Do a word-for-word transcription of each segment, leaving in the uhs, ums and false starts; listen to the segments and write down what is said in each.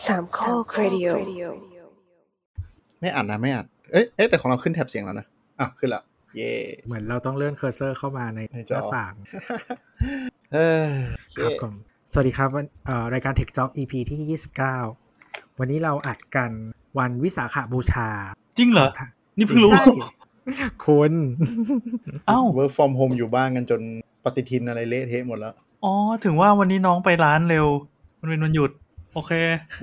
สามข้อครดิโอไม่อ่านนะไม่อ่านเอ๊ะเอ๊ะแต่ของเราขึ้นแท็บเสียงแล้วนะอ่ะขึ้นแล้วเย่เหมือนเราต้องเลื่อนเคอร์เซอร์เข้ามาในหน้าต่างเออครับผมสวัสดีครับเอ่อรายการ Tech Talk อี พี ที่ยี่สิบเก้าวันนี้เราอัดกันวันวิสาขบูชาจริงเหรอนี่เพิ่งรู้คุณเอ้า work from home อยู่บ้านกันจนปฏิทินอะไรเละเทะหมดแล้วอ๋อถึงว่าวันนี้น้องไปร้านเร็วมันเป็นวันหยุดโอเค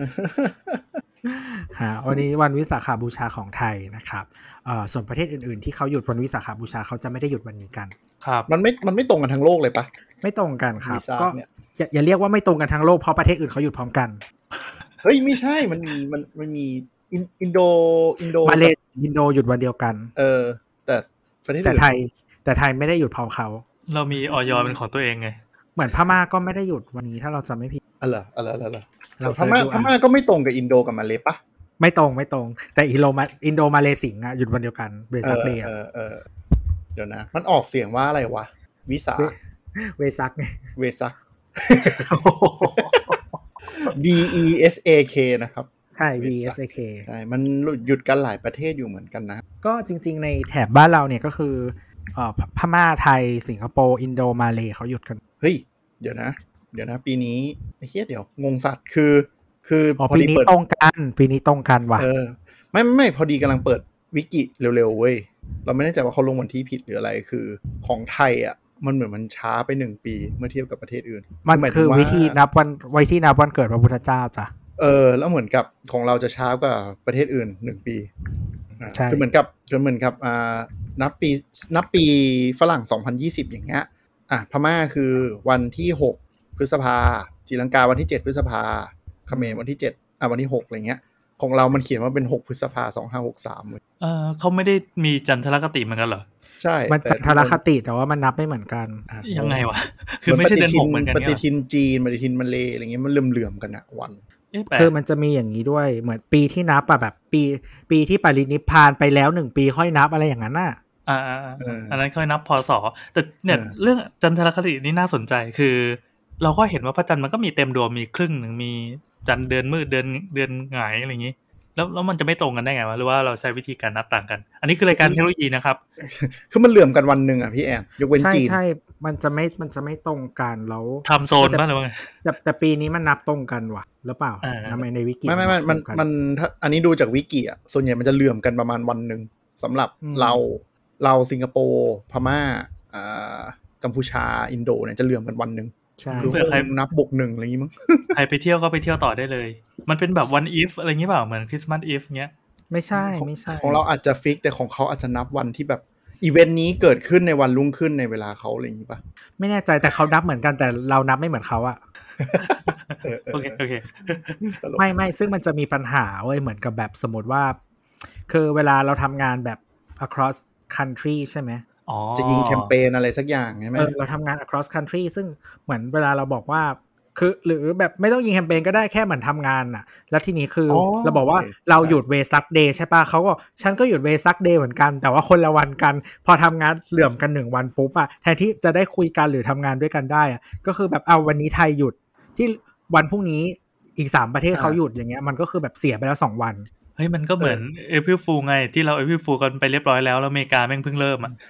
ฮะวันนี้วันวิสาขบูชาของไทยนะครับเอ่อส่วนประเทศอื่นๆที่เขาหยุดวันวิสาขบูชาเขาจะไม่ได้หยุดวันนี้กันครับมันไม่มันไม่ตรงกันทั้งโลกเลยปะไม่ตรงกันครับก็อย่าอย่าเรียกว่าไม่ตรงกันทั้งโลกเพราะประเทศอื่นเขาหยุดพร้อมกันเฮ้ยไม่ใช่มันมีมันมันมีอินโดอินโดมาเลเซียอินโดหยุดวันเดียวกันเออแต่ประเทศแต่ไทยแต่ไทยไม่ได้หยุดพร้อมเขาเรามีอย เป็นของตัวเองไงเหมือนพม่าก็ไม่ได้หยุดวันนี้ถ้าเราจำไม่ผิดอ๋อเหรออ๋อเหรอเหรอพม่าพม่าก็ไม่ตรงกับอินโดกับมาเลปะไม่ตรงไม่ตรงแต่อินโดมาอินโดมาเลสิงห์อ่ะหยุดวันเดียวกันเวซักเดย์เออเออเดี๋ยวนะมันออกเสียงว่าอะไรวะวิสาเวซักเวซัก V E S A K นะครับใช่ V E S A K ใช่มันหยุดกันหลายประเทศอยู่เหมือนกันนะก็จริงๆในแถบบ้านเราเนี่ยก็คือเอ่อพม่าไทยสิงคโปร์อินโดมาเลเขาหยุดกันเฮ้ยเดี๋ยวนะเดี๋ยวนะปีนี้ไอ้เหี้ยเดี๋ยวงงสัตว์คือคือพอดีปีนี้ตรงกันปีนี้ตรงกันว่ะเออไม่ไม่พอดีกำลังเปิดวิกิเร็วๆเว้ยเราไม่แน่ใจว่าเขาลงวันที่ผิดหรืออะไรคือของไทยอ่ะมันเหมือนมันช้าไปหนึ่งปีเมื่อเทียบกับประเทศอื่นมันคือวิธีนับวันวิธีนับวันเกิดพระพุทธเจ้าจ้ะเออแล้วเหมือนกับของเราจะช้ากว่าประเทศอื่นหนึ่งปีใช่คือเหมือนกับคือเหมือนกับอ่านับปีนับปีฝรั่งสองพันยี่สิบอย่างเงี้ยอ่ะพม่าคือวันที่หกพฤษภาศรีลังกาวันที่เจ็ดพฤษภาเขมรวันที่เจ็ดอ่ะวันที่หกอะไรเงี้ยของเรามันเขียนว่าเป็นหกพฤษภาสองพันห้าร้อยหกสิบสามเออเขาไม่ได้มีจันทรคติเหมือนกันเหรอใช่มันจันทรคติแต่ว่ามันนับไม่เหมือนกันยังไงวะคือไม่ใช่เดือนหกเหมือนกันปฏิทินจีนปฏิทินมาเลอะไรเงี้ยมันเหลื่อมๆกันอะวันคือมันจะมีอย่างนี้ด้วยเหมือนปีที่นับอะแบบปีปีที่ปรินิพพานไปแล้วหนึ่งปีค่อยนับอะไรอย่างนั้นน่ะอ่าอันนั้นค่อยนับพศแต่เนี่ยเรื่องจันทรคตินี่น่าสนใจคือเราก็เห็นว่าพระจันทร์มันก็มีเต็มดวงมีครึ่งหนึ่งมีจันทร์เดือนมืดเดือนเดือนหงายอะไรอย่างนี้แล้วแล้วมันจะไม่ตรงกันได้ไงวะหรือว่าเราใช้วิธีการนับต่างกันอันนี้คือรายการเทคโนโลยีนะครับคือมันเหลื่อมกันวันนึงอ่ะพี่แอนยกเว้นจีนใช่ๆมันจะไม่มันจะไม่ตรงกันแล้วทำโซนบ้างหรือว่าไงแต่แต่ปีนี้มันนับตรงกันว่ะหรือเปล่าทำไมในวิกิไม่ไม่มันมันถ้าอันนี้ดูจากวิกิอ่ะส่วนใหญ่มันจะเหลื่อมกันประมาณวันนึงสำหรับเราเราสิงคโปร์พม่าอ่ากัมพูชาอินโดเนี่ยจะเหลื่อมกันวันนึงคือเพื่อใครนับบวกหนึ่งอะไรอย่างงี้มั้งใครไปเที่ยวก็ไปเที่ยวต่อได้เลยมันเป็นแบบวันอีฟอะไรอย่างงี้เปล่าเหมือนคริสต์มาสอีฟเงี้ยไม่ใช่ไม่ใช่ของเราอาจจะฟิกแต่ของเขาอาจจะนับวันที่แบบอีเวนต์นี้เกิดขึ้นในวันรุ่งขึ้นในเวลาเขาอะไรอย่างงี้ป่ะไม่แน่ใจแต่เขานับเหมือนกันแต่เรานับไม่เหมือนเขาอะโอเคโอเคไม่ไม่ซึ่งมันจะมีปัญหาเว้ยเหมือนกับแบบสมมติว่าคือเวลาเราทำงานแบบ across country ใช่ไหมจะยิงแคมเปญอะไรสักอย่างใช่ไหมเราทำงาน across country ซึ่งเหมือนเวลาเราบอกว่าคือหรือแบบไม่ต้องยิงแคมเปญก็ได้แค่เหมือนทำงานน่ะแล้วทีนี้คือเราบอกว่าเราหยุดเวซักเดย์ใช่ป่ะเขาก็ฉันก็หยุดเวซักเดย์เหมือนกันแต่ว่าคนละวันกันพอทำงานเหลื่อมกันหนึ่งวันปุ๊บอะแทนที่จะได้คุยกันหรือทำงานด้วยกันได้อะก็คือแบบเอาวันนี้ไทยหยุดที่วันพรุ่งนี้อีกสามประเทศเขาหยุดอย่างเงี้ยมันก็คือแบบเสียไปแล้วสองวันเฮ้ยมันก็เหมือน April Fool ไงที่เรา April Fool กันไปเรียบร้อยแล้วแล้วอเมริกาแม่งเพิ่งเริ่มอ่ะ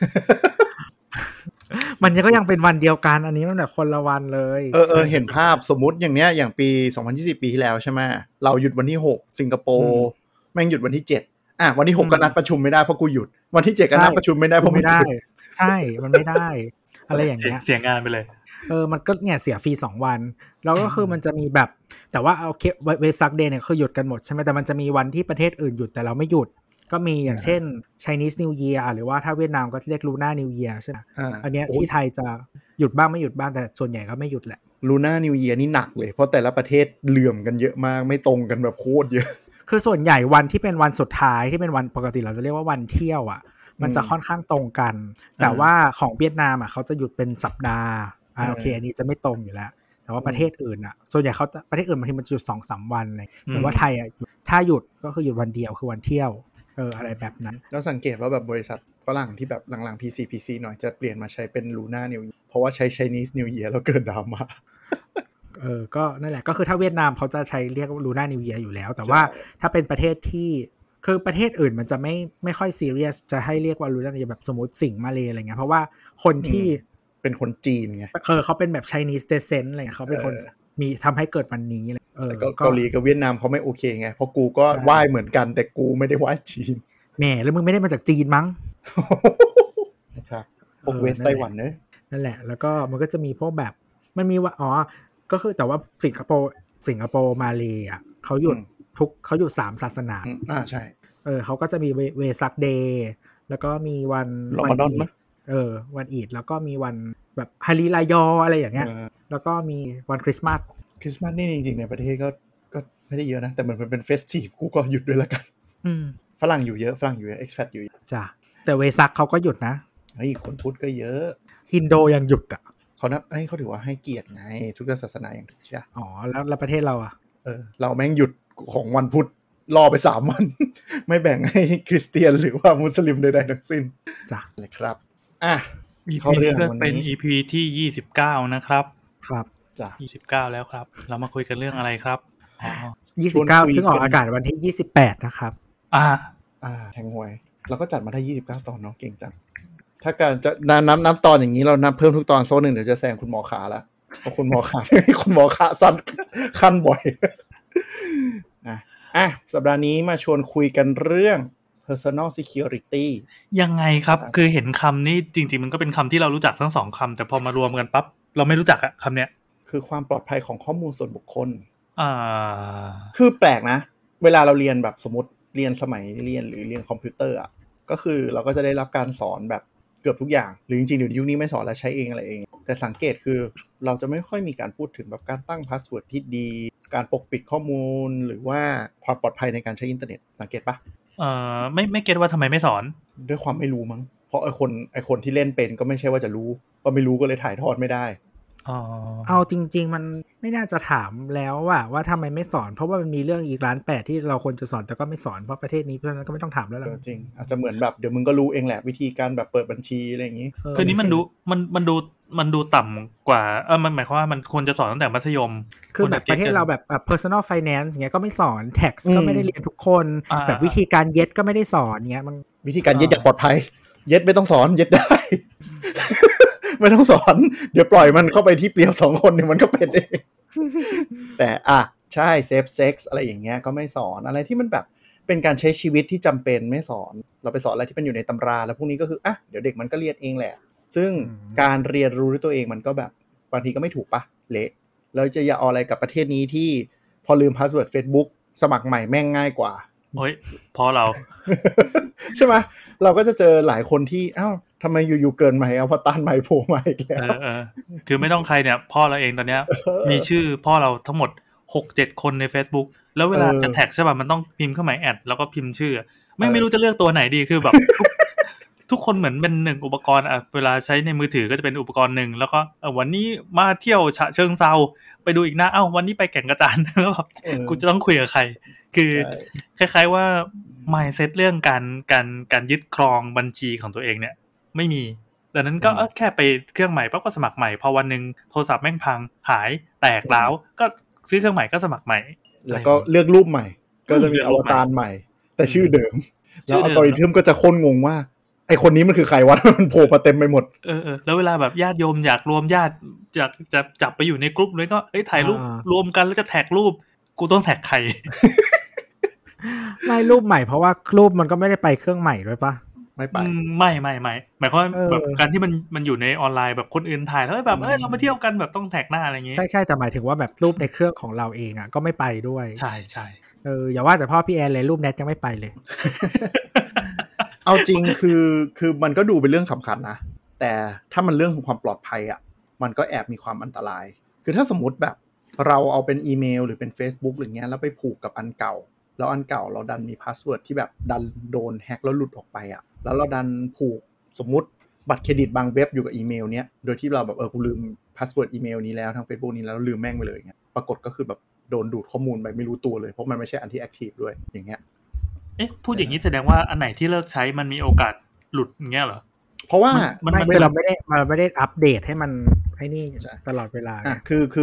มันก็ยังเป็นวันเดียวกันอันนี้มันแบบคนละวันเลยเออเออเห็นภาพสมมุติอย่างเนี้ยอย่างปีสองพันยี่สิบปีที่แล้วใช่ไหมเราหยุดวันที่หกสิงคโปร์แม่งหยุดวันที่เจ็ดอ่ะวันที่หกก็นัดประชุมไม่ได้เพราะกูหยุดวันที่เจ็ดก็นัดประชุมไม่ได้เพราะไม่ได้ใช่มันไม่ได้อะไรอย่างเงี้ยเสียงานไปเลยเออมันก็เนี่ยเสียฟรีสองวันแล้วก็คือมันจะมีแบบแต่ว่าโอเคเวซักเดย์เนี่ยคือหยุดกันหมดใช่ไหมแต่มันจะมีวันที่ประเทศอื่นหยุดแต่เราไม่หยุดก็มีอย่างเช่น Chinese New Year หรือว่าถ้าเวียดนามก็เรียก Lunar New Year ใช่ไหมอันเนี้ยที่ไทยจะหยุดบ้างไม่หยุดบ้างแต่ส่วนใหญ่ก็ไม่หยุดแหละ Lunar New Year นี่หนักเลยเพราะแต่ละประเทศเหลื่อมกันเยอะมากไม่ตรงกันแบบโคตรเยอะคือส่วนใหญ่วันที่เป็นวันสุดท้ายที่เป็นวันปกติเราจะเรียกว่าวันเที่ยวอ่ะมันจะค่อนข้างตรงกันแต่ว่าของเวียดนามอ่ะเขาจะหยุดเป็นสัปดาห์อ่าโอเคอันนี้จะไม่ตรงอยู่แล้วแต่ว่าประเทศอื่นอ่ะส่วนใหญ่เขาประเทศอื่นบางทีมันจะหยุด สองถึงสาม วันเลยแต่ว่าไทยอ่ะถ้าหยุดก็คือหยุดวันเดียวคือวันเที่ยวเอออะไรแบบนั้นแล้วสังเกตว่าแบบบริษัทฝรั่งที่แบบหลังๆ พี ซี พี ซี หน่อยจะเปลี่ยนมาใช้เป็น Lunar New Year เพราะว่าใช้ Chinese New Year แล้วเกิดดราม่าเออก็นั่นแหละก็คือถ้าเวียดนามเขาจะใช้เรียกว่าลูน่านิวเยียร์อยู่แล้วแต่ว่าถ้าเป็นประเทศที่คือประเทศอื่นมันจะไม่ไม่ค่อยซีเรียสจะให้เรียกว่าลูน่านิวเยียร์แบบสมมติสิงห์มาเลอะไรเงี้ยเพราะว่าคนที่เป็นคนจีนไงเออเขาเป็นแบบ Chinese descent อะไรเงี้ยเขาเป็นคนมีทำให้เกิดวันนี้เออก็เกาหลีกับเวียดนามเขาไม่โอเคไงเพราะกูก็ไหว้เหมือนกันแต่กูไม่ได้ไหว้จีนแหมแล้วมึงไม่ได้มาจากจีนมั้งนะครับพวกเวสไต้หวันเนอะนั่นแหละแล้วก็มันก็จะมีพวกแบบมันมีว่าอ๋อก็คือแต่ว่าสิงคโปร์สิงคโปร์มาเลย์อ่ะเขาหยุดทุกเขาหยุดสามศาสนาอ่าใช่เออเขาก็จะมีเวซักเดย์แล้วก็มีวันวันอีดเออวันอีดแล้วก็มีวันแบบฮาริรายออะไรอย่างเงี้ยแล้วก็มีวันคริสต์มาสคริสต์มาสนี่จริงๆในประเทศก็ก็ไม่ได้เยอะนะแต่มันเป็นเฟสทีฟกูก็หยุดด้วยละกันอืมฝรั่งอยู่เยอะฝรั่งอยู่เยอะเอ็กซ์แพทอยู่จ้ะแต่เวซักเขาก็หยุดนะเฮ้ยคนพุทธก็เยอะอินโดยังหยุดอ่ะเขานับให้เขาถือว่าให้เกียรติไงทุกศาสนาอย่างถูกใช่อ๋อแล้วแล้วประเทศเราอ่ะเออเราแม่งหยุดของวันพุธรอไปสามวันไม่แบ่งให้คริสเตียนหรือว่ามุสลิมใดๆทั้งสิ้นจ้ะเลยครับอ่ะเขาเรื่องวันนี้เป็น อี พี ที่ยี่สิบเก้านะครับครับจ้ะยี่สิบเก้าแล้วครับเรามาคุยกันเรื่องอะไรครับอ๋อยี่สิบเก้าซึ่งออกอากาศวันที่ยี่สิบแปดนะครับอ่าอ่าแทงหวยเราก็จัดมาได้ยี่สิบเก้าตอนเนาะเก่งจังถ้าการจะนับนับนับตอนอย่างนี้เรานับเพิ่มทุกตอนโซนหนึ่งเดี๋ยวจะแซงคุณหมอขาละเพราะคุณหมอขาคุณหมอขาสั้นขั้นบ่อยนะอ่ะสัปดาห์นี้มาชวนคุยกันเรื่อง personal security ยังไงครับคือเห็นคำนี้จริงๆมันก็เป็นคำที่เรารู้จักทั้งสองคำแต่พอมารวมกันปั๊บเราไม่รู้จักอะคำเนี้ยคือความปลอดภัยของข้อมูลส่วนบุคคลอ่าคือแปลกนะเวลาเราเรียนแบบสมมติเรียนสมัยเรียนหรือเรียนคอมพิวเตอร์อ่ะก็คือเราก็จะได้รับการสอนแบบเกือบทุกอย่างหรือจริงๆเดี๋ยวยุคนี้ไม่สอนแล้วใช้เองอะไรเองแต่สังเกตคือเราจะไม่ค่อยมีการพูดถึงแบบการตั้งพาสเวิร์ดที่ดีการปกปิดข้อมูลหรือว่าความปลอดภัยในการใช้อินเทอร์เน็ตสังเกตปะเอ่อไม่ไม่เก็ทว่าทำไมไม่สอนด้วยความไม่รู้มั้งเพราะไอคนไอคนที่เล่นเป็นก็ไม่ใช่ว่าจะรู้ก็ไม่รู้ก็เลยถ่ายทอดไม่ได้อ๋อเอาจริงๆมันไม่น่าจะถามแล้วว่าว่าทำไมไม่สอนเพราะว่ามันมีเรื่องอีกล้านแปดที่เราควรจะสอนแต่ก็ไม่สอนเพราะประเทศนี้เพราะฉะนั้นก็ไม่ต้องถามแล้วล่ะจริงอาจจะเหมือนแบบเดี๋ยวมึงก็รู้เองแหละวิธีการแบบเปิดบัญชีอะไรอย่างงี้คือนี้มันดูมันมันดูมันดูต่ำกว่าเออมันหมายความว่ามันควรจะสอนตั้งแต่มัธยมคือแบบประเทศเราแบบแบบ personal finance อย่างเงี้ยก็ไม่สอน tax ก็ไม่ได้เรียนทุกคนแบบวิธีการเย็ดก็ไม่ได้สอนเงี้ยมันวิธีการเย็ดอย่างปลอดภัยเย็ดไม่ต้องสอนเย็ดได้ ไม่ต้องสอนเดี๋ยวปล่อยมันเข้าไปที่เปลี่ยวสองคนนี่มันก็เป็นเองแต่อ่ะใช่เซฟเซ็กซ์อะไรอย่างเงี้ยก็ไม่สอนอะไรที่มันแบบเป็นการใช้ชีวิตที่จำเป็นไม่สอนเราไปสอนอะไรที่เป็นอยู่ในตำราแล้วพวกนี้ก็คืออ่ะเดี๋ยวเด็กมันก็เรียนเองแหละซึ่งการเรียนรู้ด้วยตัวเองมันก็แบบบางทีก็ไม่ถูกปะเละแล้วจะอย่าเอาอะไรกับประเทศนี้ที่พอลืมพาสเวิร์ด Facebook สมัครใหม่แม่งง่ายกว่าโอ้ยพอเราใช่ไหมเราก็จะเจอหลายคนที่อ้าวทำไมอยู่ๆเกินใหม่เอาพอตานใหม่โผล่มาอีกแล้วเออๆคือไม่ต้องใครเนี่ยพ่อเราเองตอนเนี้ยมีชื่อพ่อเราทั้งหมด หกเจ็ด คนใน Facebook แล้วเวลาจะแท็กใช่ป่ะมันต้องพิมพ์เครื่องหมายแอดแล้วก็พิมพ์ชื่อไม่ไม่รู้จะเลือกตัวไหนดีคือแบบทุกคนเหมือนเป็นหนึ่งอุปกรณ์อ่ะเวลาใช้ในมือถือก็จะเป็นอุปกรณ์หนึ่งแล้วก็วันนี้มาเที่ยวฉะเชิงเทราไปดูอีกนะเอ้าวันนี้ไปแก่งกระจานแล้วแบบกูจะต้องคุยกับใครคือคล้ายๆว่า mindset เรื่องการการการยึดครองบัญชีของตัวเองเนี่ยไม่มีดังนั้นก็แค่ไปเครื่องใหม่ปั๊บก็สมัครใหม่พอวันนึงโทรศัพท์แม่งพังหายแตกร้าวก็ซื้อเครื่องใหม่ก็สมัครใหม่แล้วก็เลือกรูปใหม่ก็จะมีอวตารใหม่แต่ชื่อเดิมแล้วอัลกอริทึมก็จะค้นงงว่าไอคนนี้มันคือใครวะมันโผล่มาเต็มไปหมดเออๆแล้วเวลาแบบญาติโยมอยากรวมญาติอยากจะจับไปอยู่ในกลุ่มเลยก็เอ้ยถ่ายรูปรวมกันแล้วจะแท็กรูปกูต้องแท็กใครไม่รูปใหม่เพราะว่ารูปมันก็ไม่ได้ไปเครื่องใหม่ด้วยปะไม่ไปไม่ไม่ไม่หมายความแบบการที่มันมันอยู่ในออนไลน์แบบคนอื่นถ่ายแล้วแบบเอ้ยเรามาเที่ยวกันแบบต้องแท็กหน้าอะไรอย่างงี้ใช่ใช่แต่หมายถึงว่าแบบรูปในเครื่องของเราเองอ่ะก็ไม่ไปด้วยใช่ใช่เอออย่าว่าแต่พ่อพี่แอนเลยรูปแนทยังไม่ไปเลยเอาจริงคือคือมันก็ดูเป็นเรื่องสำคัญนะแต่ถ้ามันเรื่องของความปลอดภัยอ่ะมันก็แอบมีความอันตรายคือถ้าสมมติแบบเราเอาเป็นอีเมลหรือเป็น Facebook อะไรเงี้ยแล้วไปผูกกับอันเก่าแล้วอันเก่าเราดันมีพาสเวิร์ดที่แบบดันโดนแฮ็กแล้วหลุดออกไปอ่ะแล้วเราดันผูกสมมุติบัตรเครดิตบางเว็บอยู่กับอีเมลเนี้ยโดยที่เราแบบเออกูลืมพาสเวิร์ดอีเมลนี้แล้วทาง Facebook นี้แล้วลืมแม่งไปเลยอย่างเงี้ยปรากฏก็คือแบบโดนดูดข้อมูลไปไม่รู้ตัวเลยเพราะมันไม่ใช่อันที่แอคทีฟด้วยอย่างเงี้ยเอ๊ะพูดอย่างนี้แสดงว่าอันไหนที่เลิกใช้มันมีโอกาสหลุดอย่างเงี้ยเหรอเพราะว่ามันไม่เราไม่ได้เราไม่ได้อัปเดตให้มันให้นี่ตลอดเวลาอ่ะคือคือ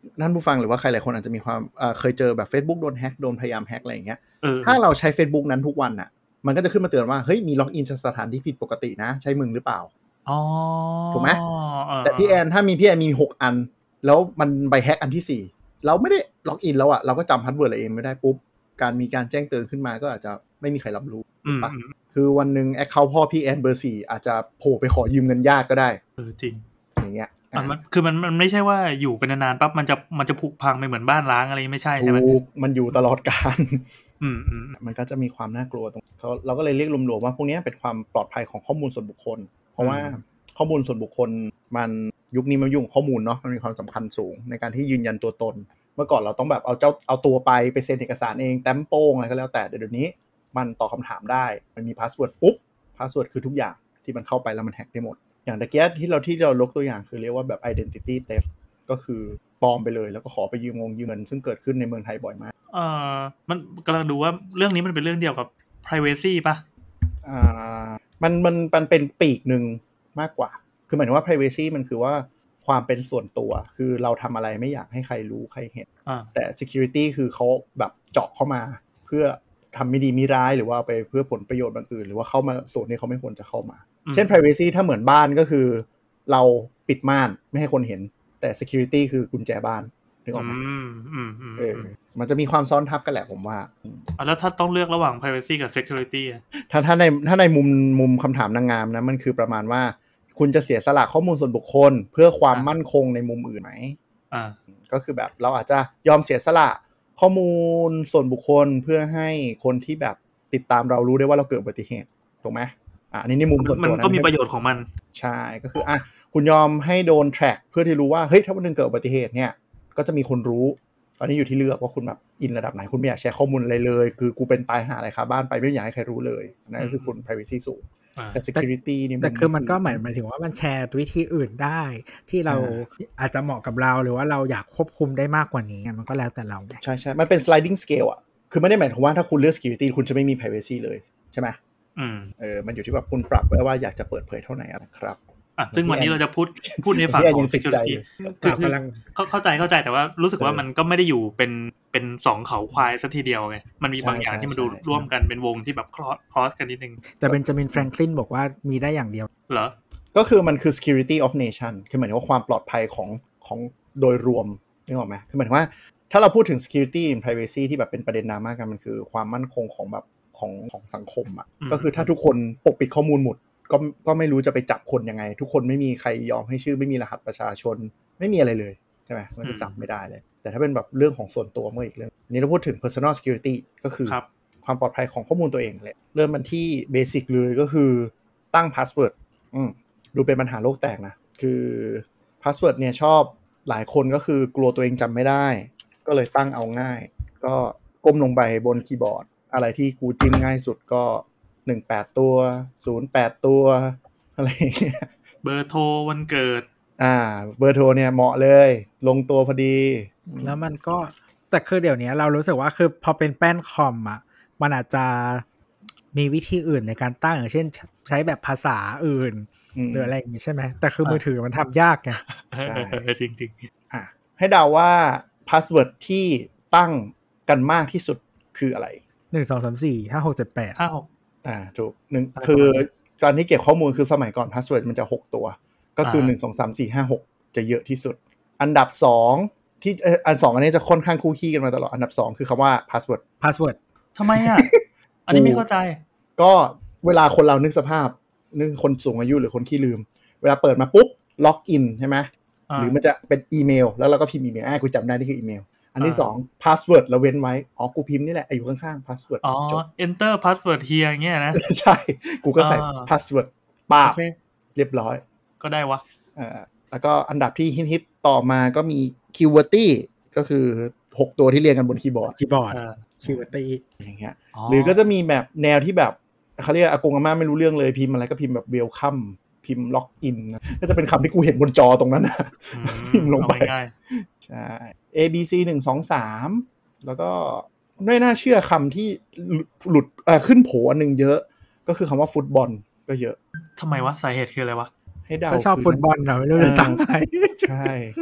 ท่านผู้ฟังหรือว่าใครหลายคนอาจจะมีความเอ่อเคยเจอแบบ Facebook โดนแฮ็กโดนพยายามแฮ็กอะไรอย่างเงี้ยถ้าเราใช้ Facebook นั้นทุกวันน่ะมันก็จะขึ้นมาเตือนว่าเฮ้ยมีล็อกอินจากสถานที่ผิดปกตินะใช่มึงหรือเปล่าอ๋อถูกไหมแต่พี่แอนถ้ามีพี่แอนมีหกอันแล้วมันไปแฮ็กอันที่สี่เราไม่ได้ล็อกอินแล้วอ่ะเราก็จำพาสเวิร์ดอะไรเองไม่ได้ปุ๊บการมีการแจ้งเตือนขึ้นมาก็อาจจะไม่มีใครรับรู้ถูกปะคือวันนึงแอคเคาท์พ่อพี่แอนเบอร์สี่อาจจะโผล่ไปขอยืมเงินญาติก็ได้เออจริงอย่างเงี้ยมันคือมันมันไม่ใช่ว่าอยู่เป็นนานๆปั๊บมันจะมันจะผุพังไปเหมือนบ้านร้างอะไรไม่ใช่ใช่ไหมถูกมันอยู่ตลอดกาลอืมอืมมันก็จะมีความน่ากลัวตรงเขาเราก็เลยเรียกรวมๆว่าพวกนี้เป็นความปลอดภัยของข้อมูลส่วนบุคคลเพราะว่าข้อมูลส่วนบุคคลมันยุคนี้มันยุ่งข้อมูลเนาะมันมีความสำคัญสูงในการที่ยืนยันตัวตนเมื่อก่อนเราต้องแบบเอาเจ้าเอาตัวไปไปเซ็นเอกสารเองแต้มโป้งอะไรก็แล้วแต่เดี๋ยวนี้มันตอบคำถามได้มันมีพาสเวิร์ดปุ๊บพาสเวิร์ดคือทุกอย่างที่มันเข้าไปแล้วมันแฮ็กได้หมดอย่างตะเกียบที่เราที่เราลกตัวอย่างคือเรียกว่าแบบ identity theft ก็คือปลอมไปเลยแล้วก็ขอไปยืมงงยืมเงินซึ่งเกิดขึ้นในเมืองไทยบ่อยมากเอ่อมันกำลังดูว่าเรื่องนี้มันเป็นเรื่องเดียวกับ privacy ป่ะอ่ามันมันมันเป็นปีกนึงมากกว่าคือหมายถึงว่า privacy มันคือว่าความเป็นส่วนตัวคือเราทำอะไรไม่อยากให้ใครรู้ใครเห็นแต่ security คือเขาแบบเจาะเข้ามาเพื่อทำไม่ดีไม่ร้ายหรือว่าไปเพื่อผลประโยชน์บางอื่นหรือว่าเข้ามาส่วนที่เขาไม่ควรจะเข้ามาเช่น privacy ถ้าเหมือนบ้านก็คือเราปิดม่านไม่ให้คนเห็นแต่ security คือกุญแจบ้านนึกออกไหมเออมันจะมีความซ้อนทับกันแหละผมว่าอ่ะแล้วถ้าต้องเลือกระหว่าง privacy กับ security อ่ะถ้าถ้าในถ้าในมุมมุมคำถามนางงามนะมันคือประมาณว่าคุณจะเสียสละข้อมูลส่วนบุคคลเพื่อความมั่นคงในมุมอื่นไหมอ่าก็คือแบบเราอาจจะยอมเสียสละข้อมูลส่วนบุคคลเพื่อให้คนที่แบบติดตามเรารู้ได้ว่าเราเกิดอุบัติเหตุถูกไหมอ่ะนี่ในมุมส่วนตัวนะมันก็มีประโยชน์ของมันใช่ก็คืออ่ะคุณยอมให้โดน track เพื่อที่รู้ว่าเฮ้ยถ้าวันนึงเกิดอุบัติเหตุเนี่ยก็จะมีคนรู้ตอนนี้อยู่ที่เลือกว่าคุณแบบอินระดับไหนคุณไม่อยากแชร์ข้อมูลอะไรเลยคือกูเป็นตายหาอะไรคาบ้านไปไม่อยากให้ใครรู้เลยนั่นก็คือคุณ privacy สูงแต่ security นี่แต่คือมันก็หมายหมายถึงว่ามันแชร์วิธีอื่นได้ที่เราอาจจะเหมาะกับเราหรือว่าเราอยากควบคุมได้มากกว่านี้มันก็แล้วแต่เราใช่ๆมันเป็น sliding scale อ่ะคือไม่ได้หมายถึงว่าถ้าคุณเลือก security คุณจะไม่มี privacy เลยใช่ไหมอืมเออมันอยู่ที่ว่าคุณปรับไว้ว่าอยากจะเปิดเผยเท่าไหร่นะครับอ่ะซึ่งวันนี้เราจะพูดพูดในฝั่งของ security คือกำลังเข้าใจเข้าใจแต่ว่ารู้สึกว่ามันก็ไม่ได้อยู่เป็นเป็นสองเขาควายซะทีเดียวไงมันมีบางอย่างที่มันดูร่วมกันเป็นวงที่แบบคลอสกันนิดนึงแต่เบนจามินแฟรงคลินบอกว่ามีได้อย่างเดียวเหรอก็คือมันคือ security of nation คือหมายถึงว่าความปลอดภัยของของโดยรวมนึกออกไหมคือหมายถึงว่าถ้าเราพูดถึง security and privacy ที่แบบเป็นประเด็นดราม่ากันมันคือความมั่นคงของแบบของของสังคมอ่ะก็คือถ้าทุกคนปกปิดข้อมูลหมดก็ก็ไม่รู้จะไปจับคนยังไงทุกคนไม่มีใครยอมให้ชื่อไม่มีรหัสประชาชนไม่มีอะไรเลยใช่ไหมมันจะจับไม่ได้เลยแต่ถ้าเป็นแบบเรื่องของส่วนตัวเมื่ออีกเรื่องนี้เราพูดถึง personal security ก็คือความปลอดภัยของข้อมูลตัวเองเลยเริ่มมันที่เบสิกเลยก็คือตั้ง password อืมดูเป็นปัญหาโลกแตกนะคือ password เนี่ยชอบหลายคนก็คือกลัวตัวเองจำไม่ได้ก็เลยตั้งเอาง่ายก็ก้มลงไปบนคีย์บอร์ดอะไรที่กูจิ้มง่ายสุดก็หนึ่งแปดตัวศูนย์แปดตัวอะไรอย่างเงี้ยเบอร์โทรวันเกิดอ่าเบอร์โทรเนี่ยเหมาะเลยลงตัวพอดีแล้วมันก็แต่คือเดี๋ยวนี้เรารู้สึกว่าคือพอเป็นแป้นคอมอ่ะมันอาจจะมีวิธีอื่นในการตั้งอย่างเช่นใช้แบบภาษาอื่นหรืออะไรอย่างงี้ใช่ไหมแต่คือมือถือมันทำยากไงใช่จริงจริงอ่ะให้เดาว่าพาสเวิร์ดที่ตั้งกันมากที่สุดคืออะไรหนึ่ง สอง สาม สี่ ห้า หก เจ็ด แปดห้า หกอ่าถูกหนึ่งคือการที่เก็บข้อมูลคือสมัยก่อนพาสเวิร์ดมันจะหกตัวก็คือหนึ่ง สอง สาม สี่ ห้า หกจะเยอะที่สุดอันดับสองที่อันสองอันนี้จะค่อนข้างคู่ขี้กันมาตลอดอันดับสองคือคำว่าพาสเวิร์ดพาสเวิร์ดทำไมอ่ะ อันนี้ไม่เข้าใจก็เวลาคนเรานึกสภาพนึกคนสูงอายุหรือคนขี้ลืมเวลาเปิดมาปุ๊บล็อกอินใช่ไหมหรือมันจะเป็นอีเมลแล้วเราก็พิมพ์อีเมลอ่ะกูจำได้นี่คืออีเมลอันที่สอง password เราเว้นไว้อ๋อกูพิมพ์นี่แหละอยู่ข้างๆ password อ๋อ enter password here เงี้ยนะใช่กูก็ใส่ password ป๊าบเรียบร้อยก็ได้วะเอ่อแล้วก็อันดับที่ฮิตๆต่อมาก็มี keywordty ก็คือหกตัวที่เรียงกันบนคีย์บอร์ดคีย์บอร์ด keywordty อย่างเงี้ยหรือก็จะมีแบบแนวที่แบบเขาเรียกอากงอาม่าไม่รู้เรื่องเลยพิมพ์อะไรก็พิมพ์แบบ welcome พิมพ์ login ก็จะเป็นคำที่กูเห็นบนจอตรงนั้นนะพิมพ์ลงไปใช่ A B C หนึ่ง สอง สามแล้วก็ไม่น่าเชื่อคำที่หลุดเอ่อขึ้นโผอันนึงเยอะก็คือคำว่าฟุตบอลก็เยอะทำไมวะสาเหตุคืออะไรวะให้เดาก็ชอบฟุตบอลเหรอไม่รู้จะตั้งอะไรใช่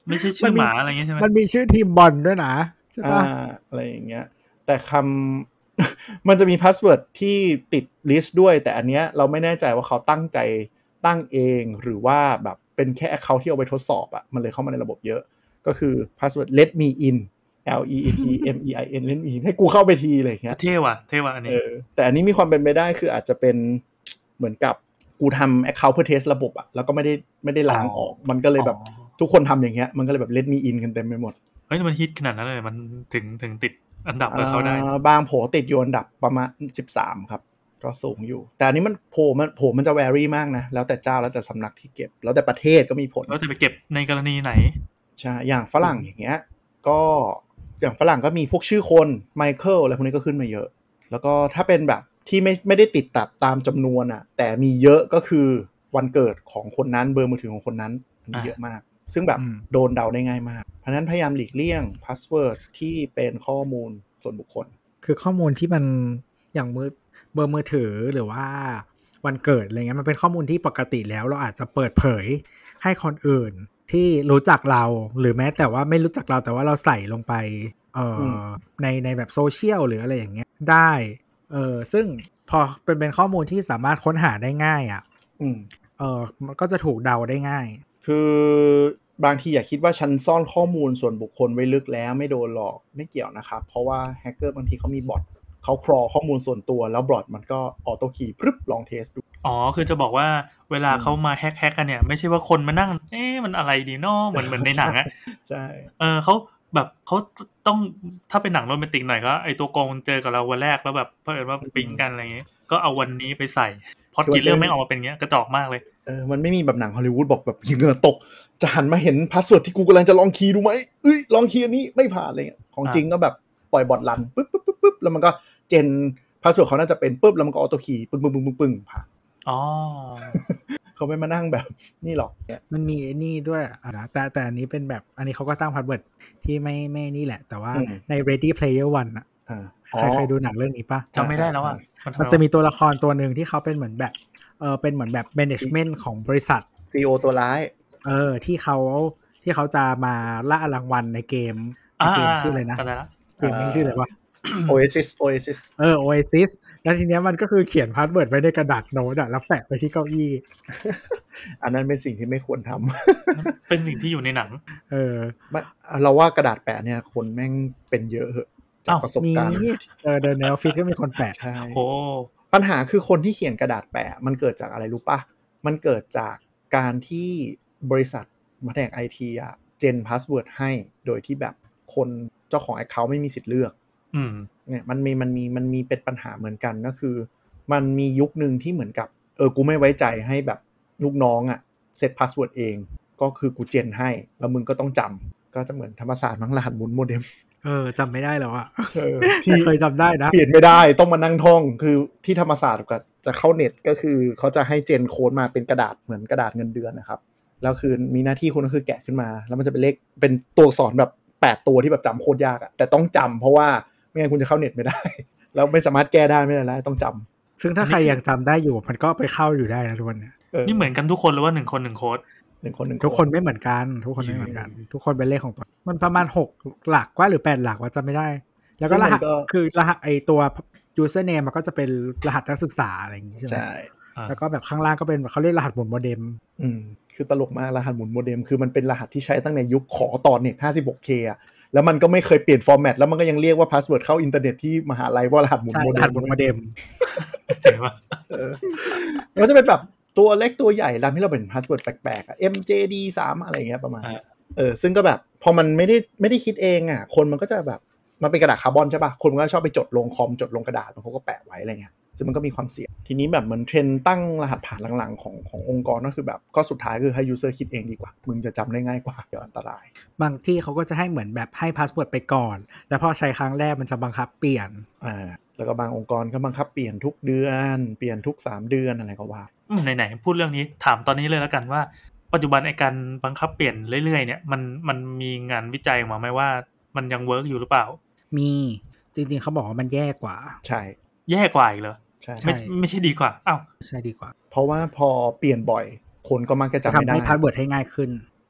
ไม่ใช่ชื่อหมาอะไรเงี้ยใช่ไหมมันมีชื่อทีมบอลด้วยนะใช่ป่ะอะไรอย่างเงี้ยแต่คำมันจะมีพาสเวิร์ดที่ติดลิสต์ด้วยแต่อันเนี้ยเราไม่แน่ใจว่าเขาตั้งใจตั้งเองหรือว่าแบบเป็นแค่ account ที่เอาไปทดสอบอ่ะมันเลยเข้ามาในระบบเยอะก็คือพาสเวิร์ด let me in L E E T M E I N let me in ให้กูเข้าไปทีอะไรอย่างเงี้ยเท่ว่ะเท่ว่ะอันนี้เออแต่อันนี้มีความเป็นไปได้คืออาจจะเป็นเหมือนกับกูทำ account เพื่อเทสระบบอ่ะแล้วก็ไม่ได้ไม่ได้ล้างออกมันก็เลยแบบทุกคนทำอย่างเงี้ยมันก็เลยแบบ let me in กันเต็มไปหมดเฮ้ยมันฮิตขนาดนั้นเลยมันถึงถึงติดอันดับกับเขาได้บางโผติดอยู่อันดับประมาณสิบสามครับก็สูงอยู่แต่อันนี้มันโผมันโผมันจะแวรี่มากนะแล้วแต่เจ้าแล้วแต่สำนักที่เก็บแล้วแต่ประเทศก็มีผลแล้วแต่ไปเก็บในกรณีไหนใช่อย่างฝรั่งอย่างเงี้ยก็อย่างฝรั่งก็มีพวกชื่อคนไมเคิลอะไรพวกนี้ก็ขึ้นมาเยอะแล้วก็ถ้าเป็นแบบที่ไม่ไม่ได้ติดตับตามจำนวนอ่ะแต่มีเยอะก็คือวันเกิดของคนนั้นเบอร์มือถือของคนนั้นอันนี้เยอะมากซึ่งแบบโดนเดาได้ง่ายมากเพราะฉะนั้นพยายามหลีกเลี่ยงพาสเวิร์ดที่เป็นข้อมูลส่วนบุคคลคือข้อมูลที่มันอย่างมือเบอร์มือถือหรือว่าวันเกิดอะไรเงี้ยมันเป็นข้อมูลที่ปกติแล้วเราอาจจะเปิดเผยให้คนอื่นที่รู้จักเราหรือแม้แต่ว่าไม่รู้จักเราแต่ว่าเราใส่ลงไปเอ่อในในแบบโซเชียลหรืออะไรอย่างเงี้ยได้เออซึ่งพอเป็นเป็นข้อมูลที่สามารถค้นหาได้ง่ายอ่ะเออมันก็จะถูกเดาได้ง่ายคือบางทีอย่าคิดว่าฉันซ่อนข้อมูลส่วนบุคคลไว้ลึกแล้วไม่โดนหลอกไม่เกี่ยวนะครับเพราะว่าแฮกเกอร์บางทีเขามีบอทเขาครอข้อมูลส่วนตัวแล้วบอทมันก็ออโต้คีย์ปึ๊บลองเทสดูอ๋อคือจะบอกว่าเวลาเขามาแฮกแฮกกันเนี่ยไม่ใช่ว่าคนมานั่งเอ๊ะมันอะไรดีเนาะเหมือนเหมือนในหนังอ่ะใช่เออเขาแบบเขาต้องถ้าเป็นหนังโรแมนติกหน่อยก็ไอตัวโกงเจอกับเราวันแรกแล้วแบบเผอิญว่าปิ๊งกันอะไรเงี้ยก็เอาวันนี้ไปใส่พอดกี่เรื่องไม่ออกมาเป็นเงี้ยกระจอกมากเลยเออมันไม่มีแบบหนังฮอลลีวูดบอกแบบยิงเงินตกจะหันมาเห็นพาสเวิร์ดที่กูกำลังจะลองคีย์ดูไหมเอ้ยลองคีย์อันนี้ไม่ผ่านอะไรเงี้ยของจริงก็แบบปล่อยบอทรันปึ๊บปึ๊บปึ๊บปึ๊บแล้วมันก็เจนพาสเวิร์ดเขาน่าจะเป็นปึ๊บแล้วมันก็ออโต้คีย์ปึ้งปึ้งปึ้งปึ้งปึ้งผ่านอ๋อเขาไม่มานั่งแบบนี่หรอกมันมีไอ้นี่ด้วยอ่ะนะแต่แต่อันนี้เป็นแบบอันนี้เขาก็ตั้งพาสเวิร์ดที่ไม่ไม่นี่แหละแต่ว่าใน Ready Player One อ่ะใครเคยดูหนังเรื่องนี้ปะจำไม่ได้แล้วอ่ะมันจะมีตัวละครตัวหนึ่งที่เขาเป็นเหมือนแบบเออเป็นเหมือนแบบ management ของบริษัทซี อี โอ ตัวร้ายเออที่เขาที่เขาจะมาล่ารางวัลในเกมในเกมชื่ออะไรนะเกมนี้ชื่ออะไรวะ Oasis Oasis เออ Oasis แล้วทีเนี้ยมันก็คือเขียนพาสเวิร์ดไว้ในกระดาษโน้ตอ่ะแล้วแปะไปที่เก้าอี้อันนั้นเป็นสิ่งที่ไม่ควรทำเป็นสิ่งที่อยู่ในหนังเออเราว่ากระดาษแปะเนี่ยคนแม่งเป็นเยอะเหอะจากประสบการณ์เออเดินในออฟฟิศก็มีคนแปะใช่โอ้ปัญหาคือคนที่เขียนกระดาษแปะมันเกิดจากอะไรรู้ป่ะมันเกิดจากการที่บริษัทมาแผนก ไอ ที อ่ะเจนพาสเวิร์ดให้โดยที่แบบคนเจ้าของ account ไม่มีสิทธิ์เลือกอืมเนี่ยมันมีมันมีมันมีเป็นปัญหาเหมือนกันก็คือมันมียุคนึงที่เหมือนกับเออกูไม่ไว้ใจให้แบบลูกน้องอ่ะเซตพาสเวิร์ดเองก็คือกูเจนให้แล้วมึงก็ต้องจำก็จะเหมือนธรรมศาสตร์มั้งรหัสหมุนโมเด็มเออจำไม่ได้แล้วอะที่เคยจำได้นะเปลี่ยนไม่ได้ต้องมานั่งท่องคือที่ธรรมศาสตร์ก็จะเข้าเน็ตก็คือเขาจะให้เจนโค้ดมาเป็นกระดาษเหมือนกระดาษเงินเดือนนะครับแล้วคือมีหน้าที่คุณก็คือแกะขึ้นมาแล้วมันจะเป็นเลขเป็นตัวอักษรแบบแปดตัวที่แบบจำโคตรยากอะแต่ต้องจำเพราะว่าไม่งั้นคุณจะเข้าเน็ตไม่ได้แล้วไม่สามารถแก้ได้ไม่ได้แล้วต้องจำซึ่งถ้าใครยังจำได้อยู่มันก็ไปเข้าอยู่ได้นะทุกวันนี้นี่เหมือนกันทุกคนหรือว่าหนึ่งคนหนึ่งโค้ดหนึ่งคนหนึ่งทุกคนไม่เหมือนกันทุกคนไม่เหมือนกันทุกคนเป็นเลขของตัวมันประมาณหกหลักว่าหรือแปดหลักว่าจำไม่ได้แล้วก็รหัสคือรหัสไอตัว username มันก็จะเป็นรหัสนักศึกษาอะไรอย่างงี้ใช่ไหมใช่แล้วก็แบบข้างล่างก็เป็นเขาเรียกรหัสหมุนโมเด็มอืมคือตลกมากรหัสหมุนโมเด็มคือมันเป็นรหัสที่ใช้ตั้งในยุคขอต่อเน็ต ห้าสิบหกเค อ่ะแล้วมันก็ไม่เคยเปลี่ยนฟอร์แมตแล้วมันก็ยังเรียกว่าพาสเวิร์ดเข้าอินเทอร์เน็ตที่มหาลัยว่ารหัสหมุนโมเด็มรหัสหมุนโมเด็มเจ๋งว่ะเออมันจะเป็นแบบตัวเล็กตัวใหญ่ทำให้เราเป็นพาสเวิร์ดแปลกๆอ่ะ เอ็ม เจ ดี สาม อะไรอย่างเงี้ยประมาณเออซึ่งก็แบบพอมันไม่ได้ไม่ได้คิดเองอ่ะคนมันก็จะแบบมันเป็นกระดาษคาร์บอนใช่ป่ะคนก็ชอบไปจดลงคอมจดลงกระดาษแล้วเขาก็แปะไว้อะไรเงี้ยซึ่งมันก็มีความเสี่ยงทีนี้แบบเหมือนเทรนด์ตั้งรหัสผ่านหลังๆของขององค์กรก็คือแบบก็สุดท้ายคือให้ยูเซอร์คิดเองดีกว่ามึงจะจำได้ง่ายกว่าเดี๋ยวอันตรายบางที่เขาก็จะให้เหมือนแบบให้พาสเวิร์ดไปก่อนแล้วพอใช้ครั้งแรกมันจะบังคับเปลี่ยนอ่าแล้วก็บางองค์กรก็บังคับเปลี่ยนทุกเดือนเปลี่ยนทุกสามเดือนอะไรก็ว่าอืมไหนๆพูดเรื่องนี้ถามตอนนี้เลยแล้วกันว่าปัจจุบันไอ้การบังคับเปลี่ยนเรื่อยๆเนี่ยมันมันมีงานวิจัยออกมาไหมว่ามันยังเวิร์กอยู่หรือเปล่ามีจริงๆเขาบอกว่ามันแย่กว่าใช่แย่กว่าอีกเหรอใช่ไม่ไม่ใช่ดีกว่าอ้าวใช่ดีกว่าเพราะว่าพอเปลี่ยนบ่อยคนก็มักจะจำไม่ได้ทำให้พาสเวิร์ดให้ง่ายขึ้น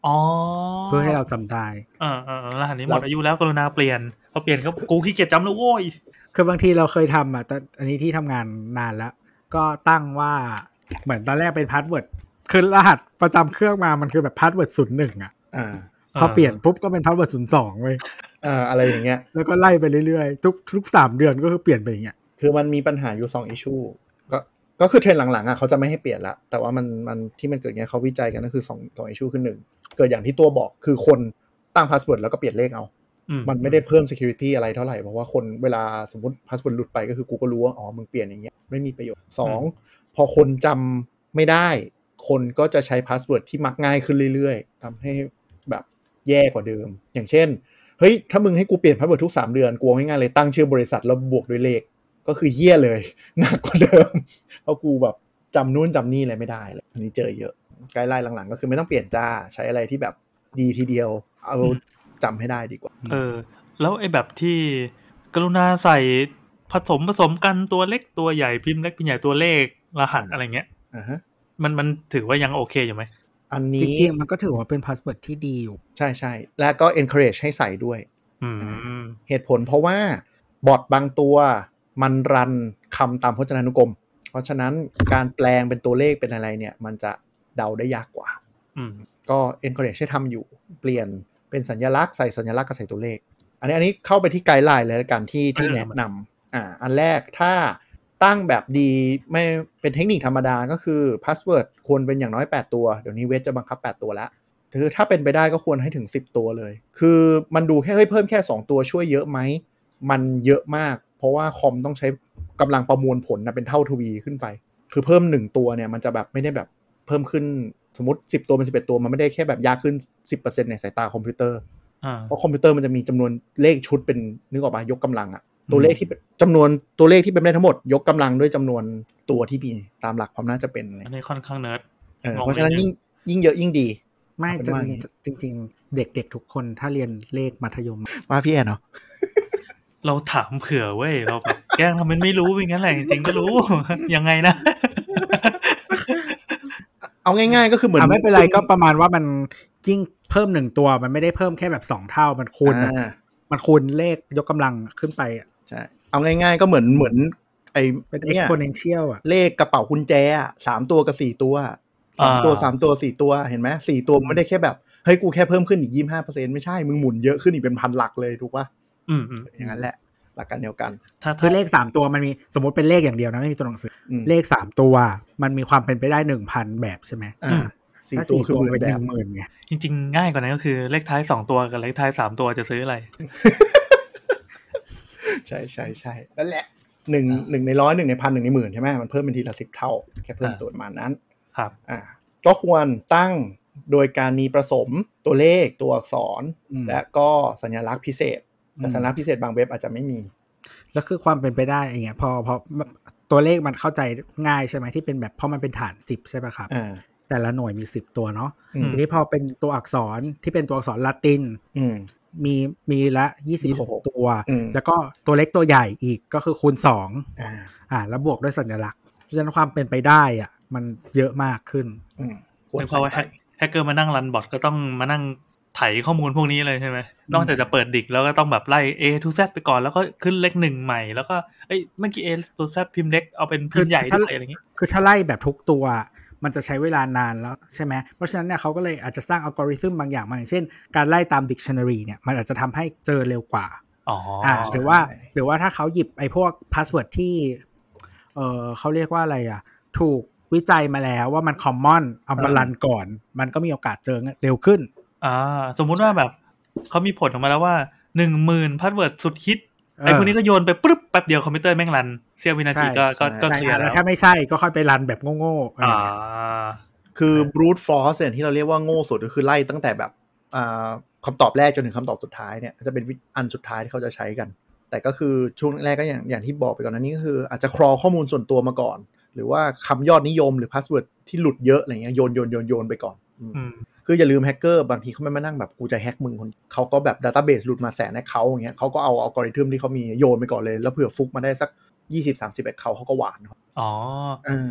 อ๋อเพื่อให้เราจำได้เออเออรหัสนี้หมดอายุแล้วกรุณาเปลี่ยนพอเปลี่ยนก็กูขี้เกียจจำแล้วโว้ยคือบางทีเราเคยทำอ่ะแต่อันนี้ที่ทำงานนานแล้วก็ตั้งว่าเหมือนตอนแรกเป็นพาสเวิร์ดคือรหัสประจำเครื่องมามันคือแบบพาสเวิร์ดศูนย์หนึ่งอ่ะอ่าพอเปลี่ยนปุ๊บก็เป็นพาสเวิร์ดศูนย์สองเว้ยอ่าอะไรอย่างเงี้ยแล้วก็ไล่ไปเรื่อยๆทุกทุกสามเดือนก็คือเปลี่ยนไปอย่างเงี้ยคือมันมีปัญหาอยู่สองอิชชูก็ก็คือเทรนด์หลังๆอ่ะเขาจะไม่ให้เปลี่ยนละแต่ว่ามันมันที่มันเกิดเงี้ยเขาวิจัยกันก็คือสองสองอิชชูคือหนึ่งเกิดอย่างที่ตัวบอกคือคนตั้งพาสเวิร์ดแล้วก็เปลี่ยนเลขเอามันไม่ได้เพิ่ม security อะไรเท่าไหร่เพราะว่าคนเวลาสมมติพาสเวิร์ดหลุดไปก็คือกูก็รู้ว่าอ๋อมึงเปลี่ยนอย่างเงี้ยไม่มีประโยชน์สองพอคนจำไม่ได้คนก็จะใช้พาสเวิร์ดที่มักง่ายขึ้นเรื่อยๆทำให้แบบแย่กว่าเดิมอย่างเช่นเฮ้ยถ้ามึงให้กูเปลี่ยนพาสเวิร์ดทุกสามเดือนกูง่ายๆเลยตั้งชื่อบริษัทแล้วบวกด้วยเลขก็คือเหี้ยเลยหนักกว่าเดิมเพราะกูแบบจำนู่นจำนี่อะไรไม่ได้เลยอันนี้เจอเยอะไกด์ไลน์หลังๆก็คือไม่ต้องเปลี่ยนจ้าใช้อะไรที่แบบดีทีเดียวเอาจำให้ได้ดีกว่าเออแล้วไอ้แบบที่กรุณาใส่ผสมผสมกันตัวเล็กตัวใหญ่พิมพ์เล็กพิมพ์ใหญ่ตัวเลขรหัสอะไรเงี้ยอ่าฮะมันมันถือว่ายังโอเคอยู่ไหมอันนี้จริงๆมันก็ถือว่าเป็นพาสเวิร์ดที่ดีอยู่ใช่ใช่แล้วก็ encourage ให้ใส่ด้วยเหตุผลเพราะว่าบอทบางตัวมันรันคำตามพจนานุกรมเพราะฉะนั้นการแปลงเป็นตัวเลขเป็นอะไรเนี่ยมันจะเดาได้ยากกว่าก็ encourage ให้ทำอยู่เปลี่ยนเป็นสัญลักษณ์ใส่สัญลักษณ์กับใส่ตัวเลขอันนี้อันนี้เข้าไปที่ไกด์ไลน์เลยกันที่ที่แนะนำอ่าอันแรกถ้าตั้งแบบดีไม่เป็นเทคนิคธรรมดาก็คือพาสเวิร์ดควรเป็นอย่างน้อยแปดตัวเดี๋ยวนี้เวทจะบังคับแปดตัวแล้วคือถ้าเป็นไปได้ก็ควรให้ถึงสิบตัวเลยคือมันดูแค่เฮ้ยเพิ่มแค่สองตัวช่วยเยอะไหมมันเยอะมากเพราะว่าคอมต้องใช้กำลังประมวลผลนะเป็นเท่าทวีขึ้นไปคือเพิ่มหนึ่งตัวเนี่ยมันจะแบบไม่ได้แบบเพิ่มขึ้นสมมติสิบตัวเป็นสิบเอ็ดตัวมันไม่ได้แค่แบบยากขึ้น สิบเปอร์เซ็นต์ ในสายตาคอมพิวเตอร์เพราะคอมพิวเตอร์มันจะมีจำนวนเลขชุดเป็นนึกออกป่ะยกกำลังอะตัวเลขที่จำนวนตัวเลขที่เป็นได้ทั้งหมดยกกำลังด้วยจำนวนตัวที่มีตามหลักความน่าจะเป็นอันนี้ค่อนข้างเนิร์ดเพราะฉะนั้นยิ่งยิ่งเยอะยิ่งดีไม่จริงจริงจริงเด็กๆทุกคนถ้าเรียนเลขมัธยมว่าพี่แอนเนาะเราถามเผื่อเว้ยเราแบบแกล้งทำเป็นไม่รู้เป็นงั้นแหละจริงๆก็รู้ยังไงนะเอาง่ายๆก็คือเหมือนไม่เป็นไรก็ประมาณว่ามันยิ่งเพิ่มหนึ่งตัวมันไม่ได้เพิ่มแค่แบบสองเท่ามันคูณมันคูณเลขยกกำลังขึ้นไปอ่ะใช่เอาง่ายๆก็เหมือนเหมือนไอ้เป็น exponential อ่ะเลขกระเป๋ากุญแจอ่ะสามตัวกับสี่ตัวสองตัวสามตัวสี่ตัวเห็นไหมสี่ตัวไม่ได้แค่แบบเฮ้ยกูแค่เพิ่มขึ้นอีก ยี่สิบห้าเปอร์เซ็นต์ ไม่ใช่มึงหมุนเยอะขึ้นอีกเป็นพันหลักเลยถูกป่ะอืมๆอย่างนั้นแหละหลักการเดียวกันถ้าคือเลขสามตัวมันมีสมมุติเป็นเลขอย่างเดียวนะไม่มีตัวหนังสือเลขสามตัวมันมีความเป็นไปได้ หนึ่งพัน แบบใช่มั้ยอ่าสี่ตัวคือเป็น หนึ่งหมื่น ไงจริงๆง่ายกว่านั้นก็คือเลขท้ายสองตัวกับเลขท้ายสามตัวจะซื้ออะไรใช่ๆๆนั่นแหละหนึ่ง หนึ่งในร้อย หนึ่งในพัน หนึ่งในหมื่นใช่มั้ยมันเพิ่มเป็นทีละสิบเท่าแค่เพิ่มตัวประมาณนั้นครับอ่าก็ควรตั้งโดยการมีผสมตัวเลขตัวอักษรและก็สัญลักษณ์พิเศษแต่สัญลักษณ์พิเศษบางเว็บอาจจะไม่มีแล้วคือความเป็นไปได้อย่างเงี้ยพอพอตัวเลขมันเข้าใจง่ายใช่ไหมที่เป็นแบบเพราะมันเป็นฐานสิบใช่ป่ะครับแต่ละหน่วยมีสิบตัวเนาะทีนี้พอเป็นตัวอักษรที่เป็นตัวอักษรละตินมีมีละยี่สิบหกตัวแล้วก็ตัวเล็กตัวใหญ่อีกก็คือคูณสองอ่าอ่าแล้วบวกด้วยสัญลักษณ์เพราะฉะนั้นความเป็นไปได้อ่ะมันเยอะมากขึ้นควรเพราะว่าแฮกเกอร์มานั่งรันบอทก็ต้องมานั่งไถข้อมูลพวกนี้เลยใช่ไหมนอกจากจะเปิดดิกแล้วก็ต้องแบบไล่ A to Z ไปก่อนแล้วก็ขึ้นเลขหนึ่งใหม่แล้วก็เอ้ยเมื่อกี้ A ตัว Z พิมพ์เล็กเอาเป็นพิมพ์ใหญ่ด้วยอะไรอย่างงี้คือถ้าไล่แบบทุกตัวมันจะใช้เวลานานแล้วใช่ไหมเพราะฉะนั้นเนี่ยเขาก็เลยอาจจะสร้างอัลกอริทึมบางอย่างมาอย่างเช่นการไล่ตาม dictionary เนี่ยมันอาจจะทำให้เจอเร็วกว่าอ๋ออ่าหรือว่าหรือว่าถ้าเขาหยิบไอ้พวกพาสเวิร์ดที่เออเขาเรียกว่าอะไรอ่ะถูกวิจัยมาแล้วว่ามันคอมมอนเอามารันก่อนมันก็มีโอกาสเจอเร็วขึ้นอ่าสมมุติว่าแบบเขามีผลออกมาแล้วว่า หนึ่งหมื่น พาสเวิร์ดสุดฮิตไอ้พวกนี้ก็โยนไปปึ๊บแป๊บเดียวคอมพิวเตอร์แม่งรันเสี้ยววินาทีก็ก็ก็เคลียร์แล้วถ้าไม่ใช่ก็ค่อยไปรันแบบโง่ๆอ่าคือ brute force เนี่ยที่เราเรียกว่าโง่สุดก็คือไล่ตั้งแต่แบบอ่าคำตอบแรกจนถึงคำตอบสุดท้ายเนี่ยจะเป็นอันสุดท้ายที่เขาจะใช้กันแต่ก็คือช่วงแรกก็อย่างอย่างที่บอกไปก่อนนั้นนี่ก็คืออาจจะครอข้อมูลส่วนตัวมาก่อนหรือว่าคำยอดนิยมหรือพาสเวิร์ดที่หลุดเยอะอะไรเงี้ยโยนโยนโยนโยนไปก่อนคืออย่าลืมแฮกเกอร์บางทีเขาไม่มานั่งแบบกูจะแฮกมึงคนเขาก็แบบดัตต้าเบสหลุดมาแสนแอคเคาท์อย่างเงี้ยเขาก็เอาอัลกอริทึมที่เขามีโยนไปก่อนเลยแล้วเผื่อฟุกมาได้สักยี่สิบ สามสิบแอคเคาท์เขาก็หวานอ๋อเออ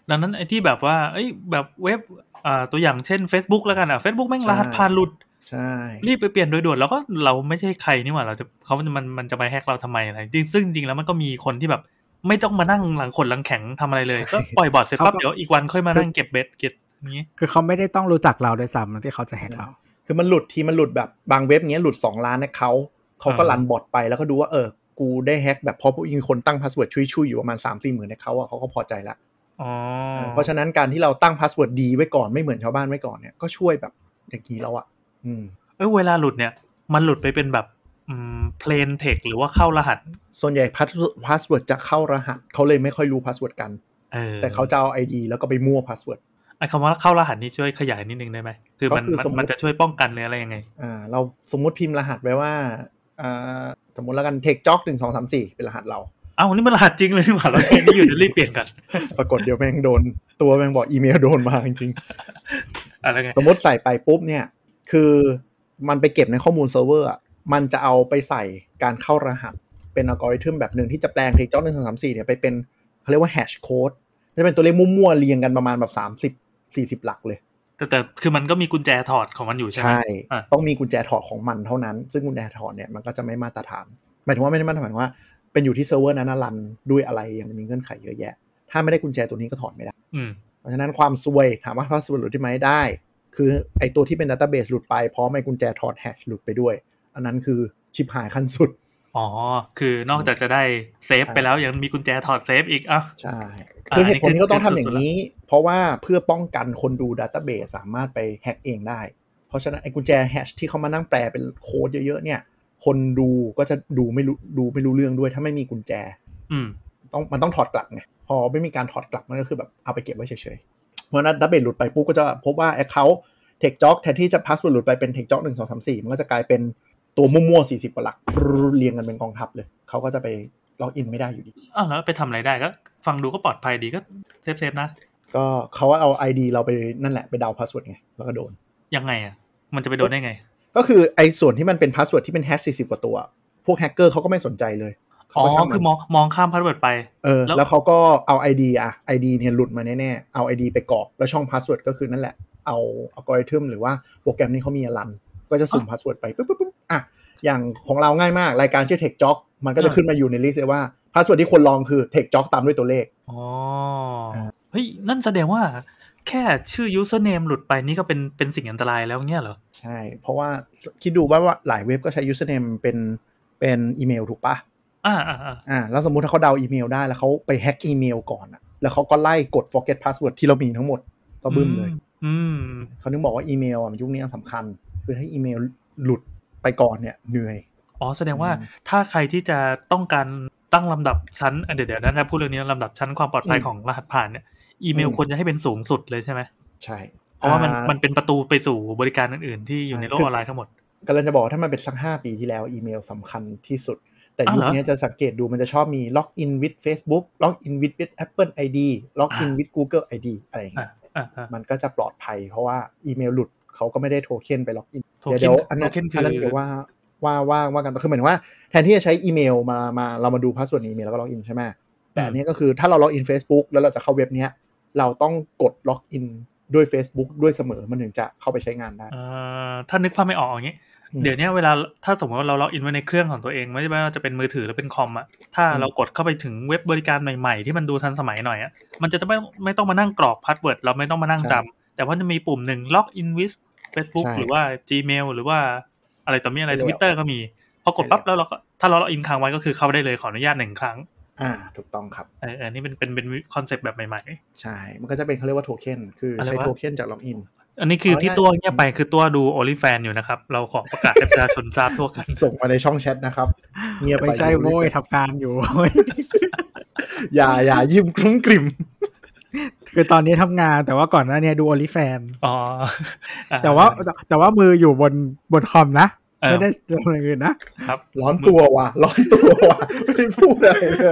ดังนั้นไอ้ที่แบบว่าเอ้ยแบบเว็บอ่าตัวอย่างเช่น Facebook แล้วกันอ่ะ Facebook แม่งรหัสผ่านหลุดใช่รีบไปเปลี่ยนโดยด่วนแล้วก็เราไม่ใช่ใครนี่หว่าเราจะเขามันมันจะไปแฮกเราทำไมอะไรจริงซึ่งจริงแล้วมันก็มีคนที่แบบไม่ต้องมานั่งหลังขนหลังแข็งทำอะไรเลยก็ปล่อยบอทเสร็จปั๊บเดี๋ยวอีกวันค่อยมานั่งเก็บเบ็ดเก็บนี้คือเขาไม่ได้ต้องรู้จักเราด้วยซ้ำที่เขาจะแฮกเราคือมันหลุดทีมันหลุดแบบบางเว็บเงี้ยหลุดสองล้านนะเขาเขาก็รันบอทไปแล้วก็ดูว่าเออกูได้แฮกแบบพอผู้ยิงคนตั้งพาสเวิร์ดชุยๆอยู่ประมาณ สามถึงสี่ หมื่นในเขาอ่ะเขาก็พอใจละอ๋อเพราะฉะนั้นการที่เราตั้งพาสเวิร์ดดีไว้ก่อนไม่เหมือนชาวบ้านไว้ก่อนเนี่ยก็ช่วยแบบอย่างนี้แล้วอ่ะอืมเอ้ยเวลาหลุดเนี่ยมันหลุดไปเป็นแบบอืม plain text หรือว่าเข้ารหัสส่วนใหญ่พาสเวิร์ดจะเข้ารหัสเขาเลยไม่ค่อยรู้พาสเวิร์ดกันเออแต่เขาจะเอา ไอ ดี แล้วก็ไปมั่วพาสเวิร์ดไอ้คำว่าเข้ารหัสนี่ช่วยขยายนิดนึงได้ไหมคือมันมันจะช่วยป้องกันหรืออะไรยังไงอ่าเราสมมุติพิมพ์รหัสไว้ว่าอ่าสมมุติแล้วกัน techjock หนึ่ง สอง สาม สี่เป็นรหัสเราอ้าวนี่มันรหัสจริงเลยนี่หว่าเราใช้นี่อยู่จะรีบเปลี่ยนกันปรากฏเดี๋ยวแม่งโดนตัวแม่งบอกอีเมลโดนมาจริงๆอะไรไงสมมติใส่ไปปุ๊บเนี่ยคือมันไปเก็บในข้อมูลเซิร์ฟเวอร์อ่ะมันจะเอาไปใส่การเข้ารหัสเป็นอัลกอริทึมแบบหนึ่งที่จะแปลง techjock หนึ่ง สอง สาม สี่เนี่ยไปเป็นเขาเรียกว่า hash code จะเป็นตัวเลขมั่วๆเรียงกันประมาณแบบสามสิบ สี่สิบหลักเลยแต่แต่คือมันก็มีกุญแจถอดของมันอยู่ใช่ไหมใช่ต้องมีกุญแจถอดของมันเท่านั้นซึ่งกุญแจถอดเนี่ยมันก็จะไม่มาตรฐานหมายถึงว่าไม่ได้มาตรฐานว่าเป็นอยู่ที่เซิร์ฟเวอร์นั้นรันด้วยอะไรอย่างมีเงื่อนไขเยอะแยะถ้าไม่ได้กุญแจตัวนี้ก็ถอดไม่ได้เพราะฉะนั้นความซวยถามว่าพาสเวิร์ดหลุดได้ไหมได้คือไอตัวที่เป็นดัตต้าเบสหลุดไปพร้อมไอกุญแจถอดแฮชหลุดไปด้วยอันนั้นคือชิบหายขั้นสุดอ๋อคือนอกจากจะได้เซฟไปแล้วยังมีกุญแจถอดเซฟอีกอ่ะใช่คือเหตุผลที่เขาต้องทำอย่างนี้เพราะว่าเพื่อป้องกันคนดูดัตต้าเบสสามารถไปแฮกเองได้เพราะฉะนั้นไอ้กุญแจแฮชที่เขามานั่งแปลเป็นโค้ดเยอะๆเนี่ยคนดูก็จะดูไม่รู้ดูไม่รู้เรื่องด้วยถ้าไม่มีกุญแจอืมต้องมันต้องถอดกลับไงพอไม่มีการถอดกลับมันก็คือแบบเอาไปเก็บไว้เฉยๆเพราะนั้นดัตต้าเบสหลุดไปปุ๊บก็จะพบว่า account techjock แทนที่จะพาสเวิร์ดหลุดไปเป็น techjock หนึ่ง สอง สาม สี่มันก็จะกลายเป็นตัวมั่วๆสี่สิบกว่าหลักเรียงกันเป็นกองทัพเลยเขาก็จะไปล็อกอินไม่ได้อยู่ดีอ้าวแล้วไปทำอะไรได้ก็ฟังดูก็ปลอดภัยดีก็เซฟๆนะก็เขาเอา ไอ ดี เราไปนั่นแหละไปเดาพาสเวิร์ดไงแล้วก็โดนยังไงอ่ะมันจะไปโดนได้ไงก็คือไอ้ส่วนที่มันเป็นพาสเวิร์ดที่เป็นแฮชสี่สิบกว่าตัวพวกแฮกเกอร์เขาก็ไม่สนใจเลยอ๋อคือมองมองข้ามพาสเวิร์ดไปเออแล้วเขาก็เอา ไอ ดี อ่ะ ไอ ดี เนี่ยหลุดมาแน่ๆเอา ไอ ดี ไปกรอกแล้วช่องพาสเวิร์ดก็คือนั่นแหละเอาอัลกอริทึมหรือว่าโปรแกรมนี้เขามีรันก็จะสุ่มพาสเวิร์ดไปปุ๊บๆๆอ่ะอย่างของเราง่ายมากรายการชื่อ techjock มันก็จะขึ้นมาอยู่ในลิสต์เลยว่าพาสเวิร์ดที่ควรลองคือ techjock ตามด้วยตัวเลขอ๋อเฮ้ยนั่นแสดงว่าแค่ชื่อ username หลุดไปนี่ก็เป็นเป็นสิ่งอันตรายแล้วเงี้ยเหรอใช่เพราะว่าคิดดูว่าหลายเว็บก็ใช้ username เป็นเป็นอีเมลถูกปะอ่าๆๆอ่าแล้วสมมุติถ้าเขาเดาอีเมลได้แล้วเขาไปแฮ็กอีเมลก่อนอ่ะแล้วเขาก็ไล่กด forget password ที่เรามีทั้งหมดก็บึ้มเลยอืมเขาถึงบอกว่าอีเมลอ่ะมันยุคนี้สำคัญคือให้อีเมลหลุดไปก่อนเนี่ยเหนื่อยอ๋อแสดงว่าถ้าใครที่จะต้องการตั้งลำดับชั้นเดี๋ยวเดี๋ยวนะพูดเรื่องนี้ลำดับชั้นความปลอดภัยของรหัสผ่านเนี่ยอีเมลควรจะให้เป็นสูงสุดเลยใช่ไหมใช่เพราะว่ามันมันเป็นประตูไปสู่บริการอื่นๆที่อยู่ในโลกออนไลน์ทั้งหมดกำลังจะบอกว่าถ้ามันเป็นสักห้าปีที่แล้วอีเมลสำคัญที่สุดแต่ยุคนี้จะสังเกตดูมันจะชอบมี login with Facebook login with Apple ไอ ดี login with Google ไอ ดี อะไรอย่างเงี้ยมันก็จะปลอดภัยเพราะว่าอีเมลหลุดเขาก็ไม่ได้โทเค็นไปล็อกอินเดี๋ยวอันนั้นอันนั้นเดี๋ยวว่าว่าว่าว่ากันคือหมายถึงว่าแทนที่จะใช้อีเมลมามาเรามาดูพาสเวิร์ดอีเมลแล้วก็ล็อกอินใช่ไหมแต่อันนี้ก็คือถ้าเราล็อกอิน Facebook แล้วเราจะเข้าเว็บเนี้ยเราต้องกดล็อกอินด้วย Facebook ด้วยเสมอมันถึงจะเข้าไปใช้งานได้อ่าถ้านึกภาพไม่ออกอย่างงี้เดี๋ยวนี้เวลาถ้าสมมติว่าเราล็อกอินไว้ในเครื่องของตัวเองไม่ว่าจะเป็นมือถือหรือเป็นคอมอ่ะถ้าเรากดเข้าไปถึงเว็บบริการใหม่ๆที่มันดูทันสมัยหน่อยอ่ะมันจะไม่ไม่ต้องมานั่งกรอกพาสเวิร์ดเราไม่ต้องมานั่งจำแต่ว่าจะมีปุ่มหนึ่ง login with Facebook หรือว่า Gmail หรือว่าอะไรต่อมีอะไร Twitter ก็มีพอกดปั๊บแล้วเราก็ถ้าเราล็อกอินค้างไว้ก็คือเข้าได้เลยขออนุญาตหนึ่งครั้งอ่าถูกต้องครับเอออันนี้เป็นเป็นเป็นคอนเซ็ปต์แบบใหม่ๆใช่มันก็จะเป็นเขาเรียกว่าโทเค็นคือใช้โทเค็นจากล็อกอินอันนี้คือที่ตัวเงียบไปคือตัวดู OnlyFans อยู่นะครับเราขอประกาศให้ประชาชนทราบทั่วกันส่งมาในช่องแชทนะครับเงียบไปไม่ใช่โว้ยทำการอยู่อย่าอย่ายิ้มกรุ้งกริ่มคือตอนนี้ทำงานแต่ว่าก่อนหน้านี้ดู OnlyFans อ๋อแต่ว่าแต่ว่ามืออยู่บนบนคอมนะไม่ได้ทำอะไรอื่นนะครับร้อนตัวว่ะร้อนตัวว่ะไม่ได้พูดอะไรเลย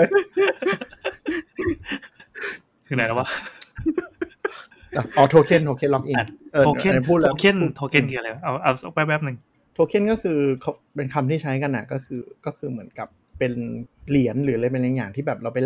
ถึงไหนแล้ววะอ๋อโทเค็นโทเค็นล็อกอินโทเค็นโทเค็นโทเค็นคืออะไรเอาเอาแป๊บๆนึงโทเค็นก็คือเขาเป็นคำที่ใช้กันน่ะก็คือก็คือเหมือนกับเป็นเหรียญหรืออะไรเป็นอย่างที่แบบเราไปแลก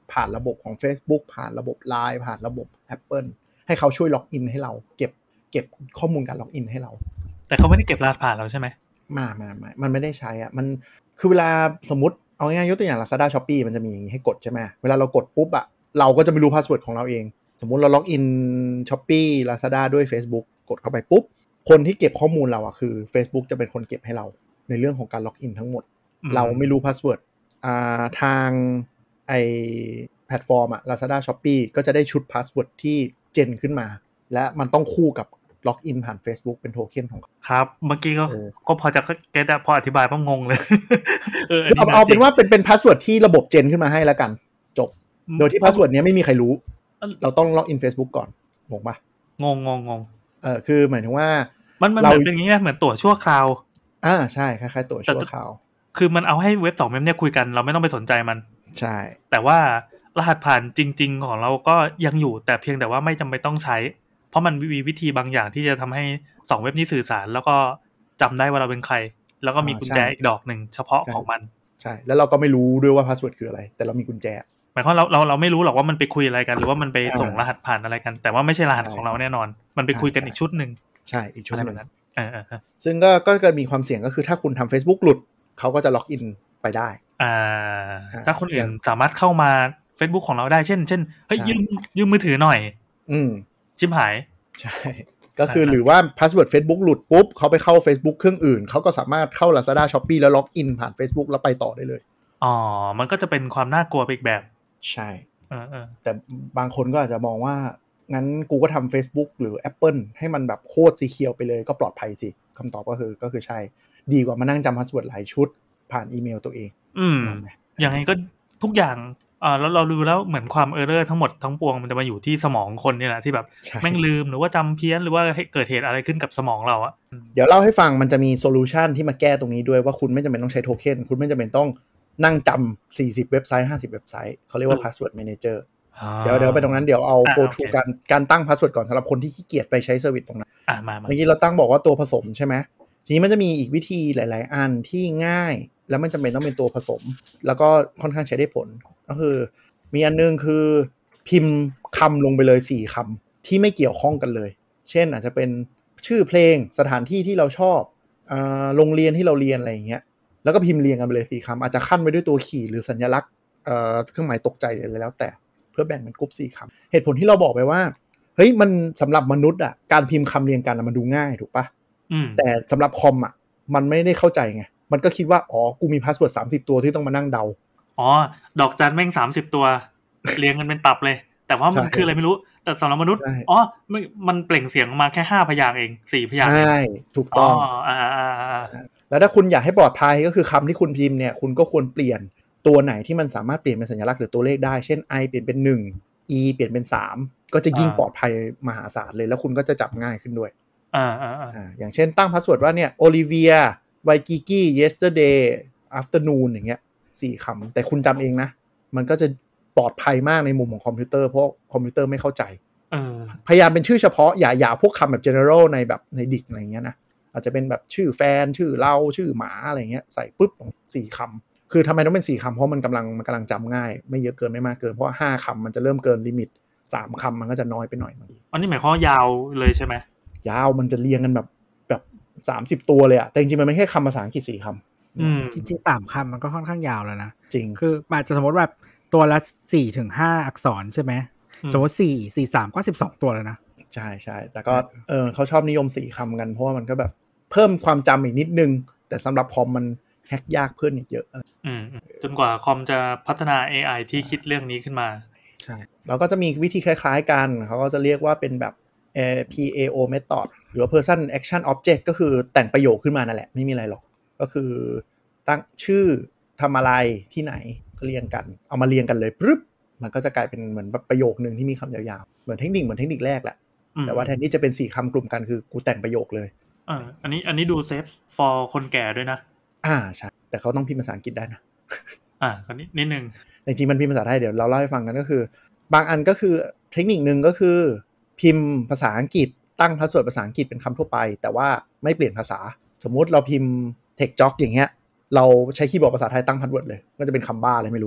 ผ่านระบบของ Facebook ผ่านระบบ ไลน์ ผ่านระบบ Apple ให้เขาช่วยล็อกอินให้เราเก็บเก็บข้อมูลการล็อกอินให้เราแต่เขาไม่ได้เก็บรหัสผ่านเราใช่ไหมมามามามันไม่ได้ใช้อ่ะมันคือเวลาสมมติเอาง่ายๆยกตัวอย่าง Lazada Shopee มันจะมีอย่างนี้ให้กดใช่ไหมเวลาเรากดปุ๊บอ่ะเราก็จะไม่รู้พาสเวิร์ดของเราเองสมมุติเราล็อกอิน Shopee Lazada ด้วย Facebook กดเข้าไปปุ๊บคนที่เก็บข้อมูลเราอ่ะคือ Facebook จะเป็นคนเก็บให้เราในเรื่องของการล็อกอินทั้งหมดเราไม่รู้พาสเวิร์ดอ่าทางไอแพลตฟอร์มอ่ะ Lazada Shopee ก็จะได้ชุดพาสเวิร์ดที่เจนขึ้นมาและมันต้องคู่กับล็อกอินผ่าน Facebook เป็นโทเค็นของครับเมื่อกี้ก็ก็พอจะเก็ตพออธิบายปั๊บงงเลยเออเอาเอาเป็นว่าเป็นเป็นพาสเวิร์ดที่ระบบเจนขึ้นมาให้แล้วกันจบโดยที่พาสเวิร์ดนี้ไม่มีใครรู้เราต้องล็อกอิน Facebook ก่อนงงป่ะงงงงงเออคือหมายถึงว่ามันมันเหมือนเป็นอย่างนี้นะเหมือนตั๋วชั่วคราวอ่าใช่คล้ายๆตั๋วชั่วคราวคือมันเอาให้เว็บสองเว็บเนี่ยคุยกันเราไม่ต้องไปสนใจมันใช่แต่ว่ารหัสผ่านจริงๆของเราก็ยังอยู่แต่เพียงแต่ว่าไม่จำเป็นต้องใช้เพราะมันมีวิธีบางอย่างที่จะทำให้สองเว็บนี้สื่อสารแล้วก็จำได้ว่าเราเป็นใครแล้วก็มีกุญแจอีกดอกหนึ่งเฉพาะของมันใช่แล้วเราก็ไม่รู้ด้วยว่าพาสเวิร์ดคืออะไรแต่เรามีกุญแจหมายความเราเราเราไม่รู้หรอกว่ามันไปคุยอะไรกันหรือว่ามันไปส่งรหัสผ่านอะไรกันแต่ว่าไม่ใช่รหัสของเราแน่นอนมันไปคุยกันอีกชุดนึงใช่อีกชุดนึงเออๆซึ่งก็ก็จะมีความเสี่ยงก็คือถ้าคุณทำ Facebook หลุดเขาก็จะล็อกอินไปได้อ่าถ้าคนอื่นสามารถเข้ามา Facebook ของเราได้เช่นเช่นเฮ้ยยืมยืมมือถือหน่อยอืมชิบหายใช่ก็คือหรือว่าพาสเวิร์ด Facebook หลุดปุ๊บเขาไปเข้า Facebook เครื่องอื่นเขาก็สามารถเข้า Lazada Shopee แล้วล็อกอินผ่าน Facebook แล้วไปต่อได้เลยอ๋อมันก็จะเป็นความน่ากลัวไปอีกแบบใช่เออๆแต่บางคนก็อาจจะมองว่างั้นกูก็ทำ Facebook หรือ Apple ให้มันแบบโคตรซีเคียวไปเลยก็ปลอดภัยสิคำตอบก็คือก็คือใช่ดีกว่ามานั่งจำพาสเวิร์ดหลายชุดผ่านอีเมลตัวเองอืมอย่างไรก็ทุกอย่างอ่าแล้วเรารู้แล้วเหมือนความเออร์เรอร์ทั้งหมดทั้งปวงมันจะมาอยู่ที่สมองคนนี่แหละที่แบบแม่งลืมหรือว่าจำเพี้ยนหรือว่าเกิดเหตุอะไรขึ้นกับสมองเราอะเดี๋ยวเล่าให้ฟังมันจะมีโซลูชันที่มาแก้ตรงนี้ด้วยว่าคุณไม่จำเป็นต้องใช้โทเค็นคุณไม่จำเป็นต้องนั่งจำสี่สิบเว็บไซต์ห้าสิบเว็บไซต์เขาเรียกว่า Password Manager เดี๋ยวเดี๋ยวไปตรงนั้นเดี๋ยวเอา go through การการตั้ง password ก่อนสำหรับคนที่ขี้เกียจไปใช้เซอร์วิสตรงนั้นอ่ะมาเมื่อกี้เราตั้งบอกว่าตัวผสมใช่ไหมทีนี้มันจะมีอีกวิธีหลายๆอันที่ง่ายแล้วไม่จำเป็นต้องเป็นตัวผสมแล้วก็ค่อนข้างใช้ได้ผลก็คือมีอันนึงคือพิมพ์คำลงไปเลยสี่คำที่ไม่เกี่ยวข้องกันเลยเช่นอาจจะเป็นชื่อเพลงสถานที่ที่เราชอบอ่าโรงเรียนที่เราเรียนอะไรอย่างเงี้ยแล้วก็พิมพ์เรียงกันไปเลยสี่คำอาจจะขั้นไว้ด้วยตัวขีดหรือสัญลักษณ์เอ่อเครื่องหมายตกใจอะไรแล้วแต่เพื่อแบ่งเป็นกลุ่มสี่คำเหตุผลที่เราบอกไปว่าเฮ้ยมันสำหรับมนุษย์อ่ะการพิมพ์คำเรียงกันมันดูง่ายถูกปะแต่สำหรับคอมอ่ะมันไม่ได้เข้าใจไงมันก็คิดว่าอ๋อกูมีพาสเวิร์ดสามสิบตัวที่ต้องมานั่งเดาอ๋อดอกจันแม่งสามสิบตัวเรียงกันเป็นตับเลยแต่ว่ามันคืออะไรไม่รู้แต่สำหรับมนุษย์อ๋อมันเปล่งเสียงออกมาแค่ห้าพยางค์เองสี่พยางค์ใช่ถูกต้องอ๋อแล้วถ้าคุณอยากให้ปลอดภัยก็คือคำที่คุณพิมพ์เนี่ยคุณก็ควรเปลี่ยนตัวไหนที่มันสามารถเปลี่ยนเป็นสัญลักษณ์หรือตัวเลขได้เช่น i เปลี่ยนเป็นหนึ่ง e เปลี่ยนเป็นสามก็จะยิ่งปลอดภัยมหาศาลเลยแล้วคุณก็จะจับง่ายขึ้นด้วยอ่าๆๆอย่างเช่นตั้งพาสเวิร์ดว่าเนี่ย Olivia Waikiki yesterday afternoon อย่างเงี้ยสี่คำแต่คุณจำเองนะมันก็จะปลอดภัยมากในมุมของคอมพิวเตอร์เพราะคอมพิวเตอร์ไม่เข้าใจพยายามเป็นชื่อเฉพาะอย่าอย่าพวกคำแบบ general ในแบบในดิกอะไรเงี้ยนะอาจจะเป็นแบบชื่อแฟนชื่อเราชื่อหมาอะไรเงี้ยใส่ปุ๊บสี่คำคือทำไมต้องเป็นสี่คำเพราะมันกำลังมันกำลังจำง่ายไม่เยอะเกินไม่มากเกินเพราะว่าห้าคำมันจะเริ่มเกินลิมิตสามคำมันก็จะน้อยไปหน่อยบางทีอันนี้หมายความยาวเลยใช่ไหมยาวมันจะเรียงกันแบบแบบสามสิบตัวเลยอะแต่จริงๆมันไม่ใช่คำภาษาอังกฤษสี่คำจริงๆสามคำมันก็ค่อนข้างยาวแล้วนะจริงคืออาจจะสมมติแบบตัวละสี่ถึงห้าอักษรใช่ไหมสมมติสี่ สี่ สามก็สิบสองตัวแล้วนะใช่ๆแต่ก็เออเขาชอบนิยมสี่คำกันเพราะว่ามันก็แบบเพิ่มความจำอีกนิดนึงแต่สำหรับคอมมันแฮกยากเพิ่มอีกเยอะอืมจนกว่าคอมจะพัฒนา เอ ไอ ที่คิดเรื่องนี้ขึ้นมาใช่แล้วก็จะมีวิธีคล้ายๆกันเขาก็จะเรียกว่าเป็นแบบเอ่อ พี เอ โอ method หรือว่า person action object ก็คือแต่งประโยคขึ้นมานั่นแหละไม่มีอะไรหรอกก็คือตั้งชื่อทำอะไรที่ไหนก็เรียงกันเอามาเรียงกันเลยปึ๊บมันก็จะกลายเป็นเหมือนแบบประโยคนึงที่มีคำยาวๆเหมือนเทคนิคเหมือนเทคนิคแรกแหละแต่ว่าแทนที่จะเป็นสี่คำกลุ่มกันคือกูแต่งประโยคเลยอ่าอันนี้อันนี้ดูเซฟ for คนแก่ด้วยนะอ่าใช่แต่เขาต้องพิมพ์ภาษาอังกฤษได้นะอ่าก็นิดนิดนึงจริงๆมันพิมพ์ภาษาไทยเดี๋ยวเราเล่าให้ฟังกันก็คือบางอันก็คือเทคนิคนึงก็คือพิมพ์ภาษาอังกฤษตั้งพาสเวิร์ดภาษาอังกฤษเป็นคำทั่วไปแต่ว่าไม่เปลี่ยนภาษาสมมุติเราพิมพ์ text jock อย่างเงี้ยเราใช้คีย์บอร์ดภาษาไทยตั้งพาสเวิร์ดเลยก็จะเป็นคำบ้าอะไรไม่รู้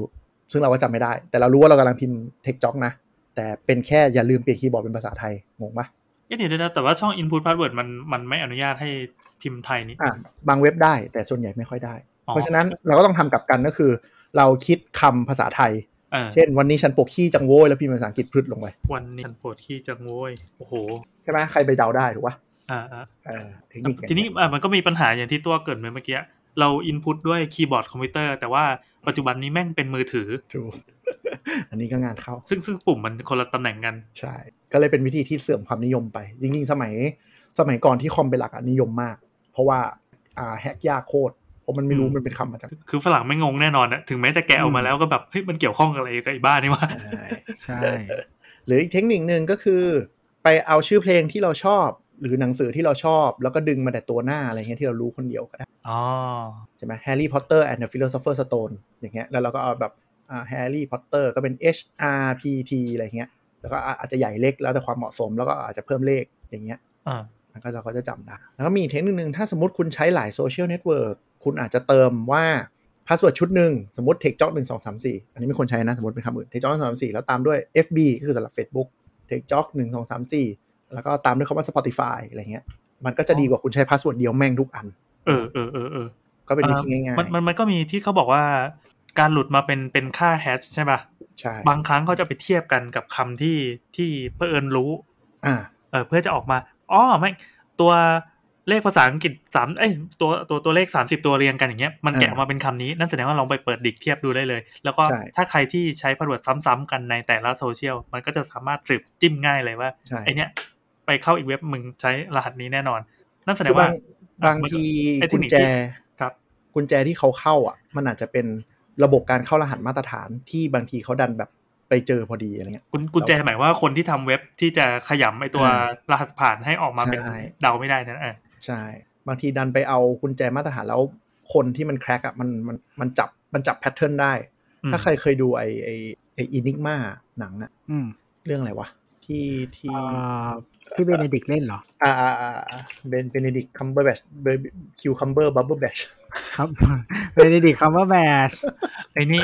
ซึ่งเราก็จำไม่ได้แต่เรารู้ว่าเรากำลังพิมพ์ TechJock นะแต่เป็นแค่อย่าลืมเปลี่ยนคีย์บอร์ดเป็นภาษาไทยงงปะเดี๋ยวๆแต่ว่าช่อง input password มันมันไม่อนุญาตให้พิมพ์ไทยนี่อ่ะบางเว็บได้แต่ส่วนใหญ่ไม่ค่อยได้เพราะฉะนั้นเราก็ต้องทำกลับกันก็คือเราคิดคำภาษาไทยเช่นวันนี้ฉันปวดขี้จังโว้ยแล้วพิมพ์ภาษาอังกฤษพลึดลงไปวันนี้ฉันปวดขี้จังโว้ยโอ้โหใช่ไหมใครไปเดาได้ถูกปะอ่าเออเทคนิคทีนี้มันก็มีปัญหาอย่างที่ตัวเกิดเมื่อกี้เรา input ด้วยคีย์บอร์ดคอมพิวเตอร์แต่ว่าปัจจุบันนี้แม่งเป็นมือถือถูกอันนี้ก็งานเข้าซึ่งซึ่งปุ่มมันคนละตำแหน่งกันใช่ก็เลยเป็นวิธีที่เสื่อมความนิยมไปจริงๆสมัยสมัยก่อนที่คอมเป็นหลักนิยมมากเพราะว่าอ่าแฮกยากโคตรเพราะมันไม่รู้มันเป็นคำมาจากคือฝรั่งไม่งงแน่นอนนะถึงแม้จะแกะออกมาแล้วก็แบบเฮ้ยมันเกี่ยวข้องกับอะไรกับไอ้บ้านี่วะใช่หรืออีกเทคนิคนึงก็คือไปเอาชื่อเพลงที่เราชอบหรือหนังสือที่เราชอบแล้วก็ดึงมาแต่ตัวหน้าอะไรเงี้ยที่เรารู้คนเดียวก็ได้อ๋อใช่ไหม Harry Potter and the Philosopher's Stone อย่างเงี้ยแล้วเราก็เอาแบบอ่า Harry Potter ก็เป็น H R P T อะไรเงี้ยแล้วก็อาจจะใหญ่เล็กแล้วแต่ความเหมาะสมแล้วก็อาจจะเพิ่มเลขอย่างเงี้ยอ่าแล้วก็เราก็จะจำได้แล้วก็มีเทคนิคนึงถ้าสมมติคุณใช้หลายโซเชียลเน็ตเวิร์กคุณอาจจะเติมว่าพาสเวิร์ดชุดหนึ่งสมมติ TechJock หนึ่ง สอง สาม สี่อันนี้ไม่ควรใช้นะสมมติเป็นคำอื่น TechJock หนึ่ง สอง สาม สี่แล้วตามด้วย เอฟ บี ก็คือสำหรับ Facebook TechJock หนึ่ง สอง สาม สี่แล้วก็ตามด้วยคำว่า Spotify อะไรเงี้ยมันก็จะดีกว่าคุณใช้พาสเวิร์ดเดียวแม่งทุกอันเออเออเออเออก็เป็นวิธีง่ายๆมันมันมันก็มีที่เขาบอกว่าการหลุดมาเป็นเป็นค่าแฮชใช่ป่ะใช่บางครั้งเขาจะไปเทียบกันกับคำที่ที่เพื่อเอิญรู้อ่าเออเพื่อจะออกมาอ๋อไม่ตัวเลขภาษาอังกฤษสามเอ้ยตัวตัวตัวเลขสามสิบตัวเรียงกันอย่างเงี้ยมันแกะออกมาเป็นคำนี้นั่นแสดงว่าลองไปเปิดดิกเทียบดูได้เลยแล้วก็ถ้าใครที่ใช้พาสเวิร์ดซ้ำๆกันในแต่ละโซเชียลมันก็จะสามารถสืบจิ้มง่ายเลยว่าไอเนี้ยไปเข้าอีกเว็บมึงใช้รหัสนี้แน่นอนนั่นแสดงว่าบางทีกุญแจครับกุญแจที่เขาเข้าอ่ะมันอาจจะเป็นระบบการเข้ารหัสมาตรฐานที่บางทีเขาดันแบบไปเจอพอดีอะไรเงี้ยกุญแจหมายว่าคนที่ทำเว็บที่จะขยำไอตัวรหัสผ่านให้ออกมาเป็นเดาไม่ได้นั่นเองใช่บางทีดันไปเอากุญแจมาตรฐานแล้วคนที่มันแคร็กอ่ะมันมันมันจับมันจับแพทเทิร์นได้ถ้าใครเคยดูไอไอไออินิกมาหนังอ่ะเรื่องอะไรวะที่ที่ที่เบเนดิกเล่นเหรออ่าอ่าอ่าเบนเบเนดิกคัมเบอร์แบชคิวคัมเบอร์บับเบิ้ลแบชครับเบเนดิกคัมเบอร์แบชไอ้นี่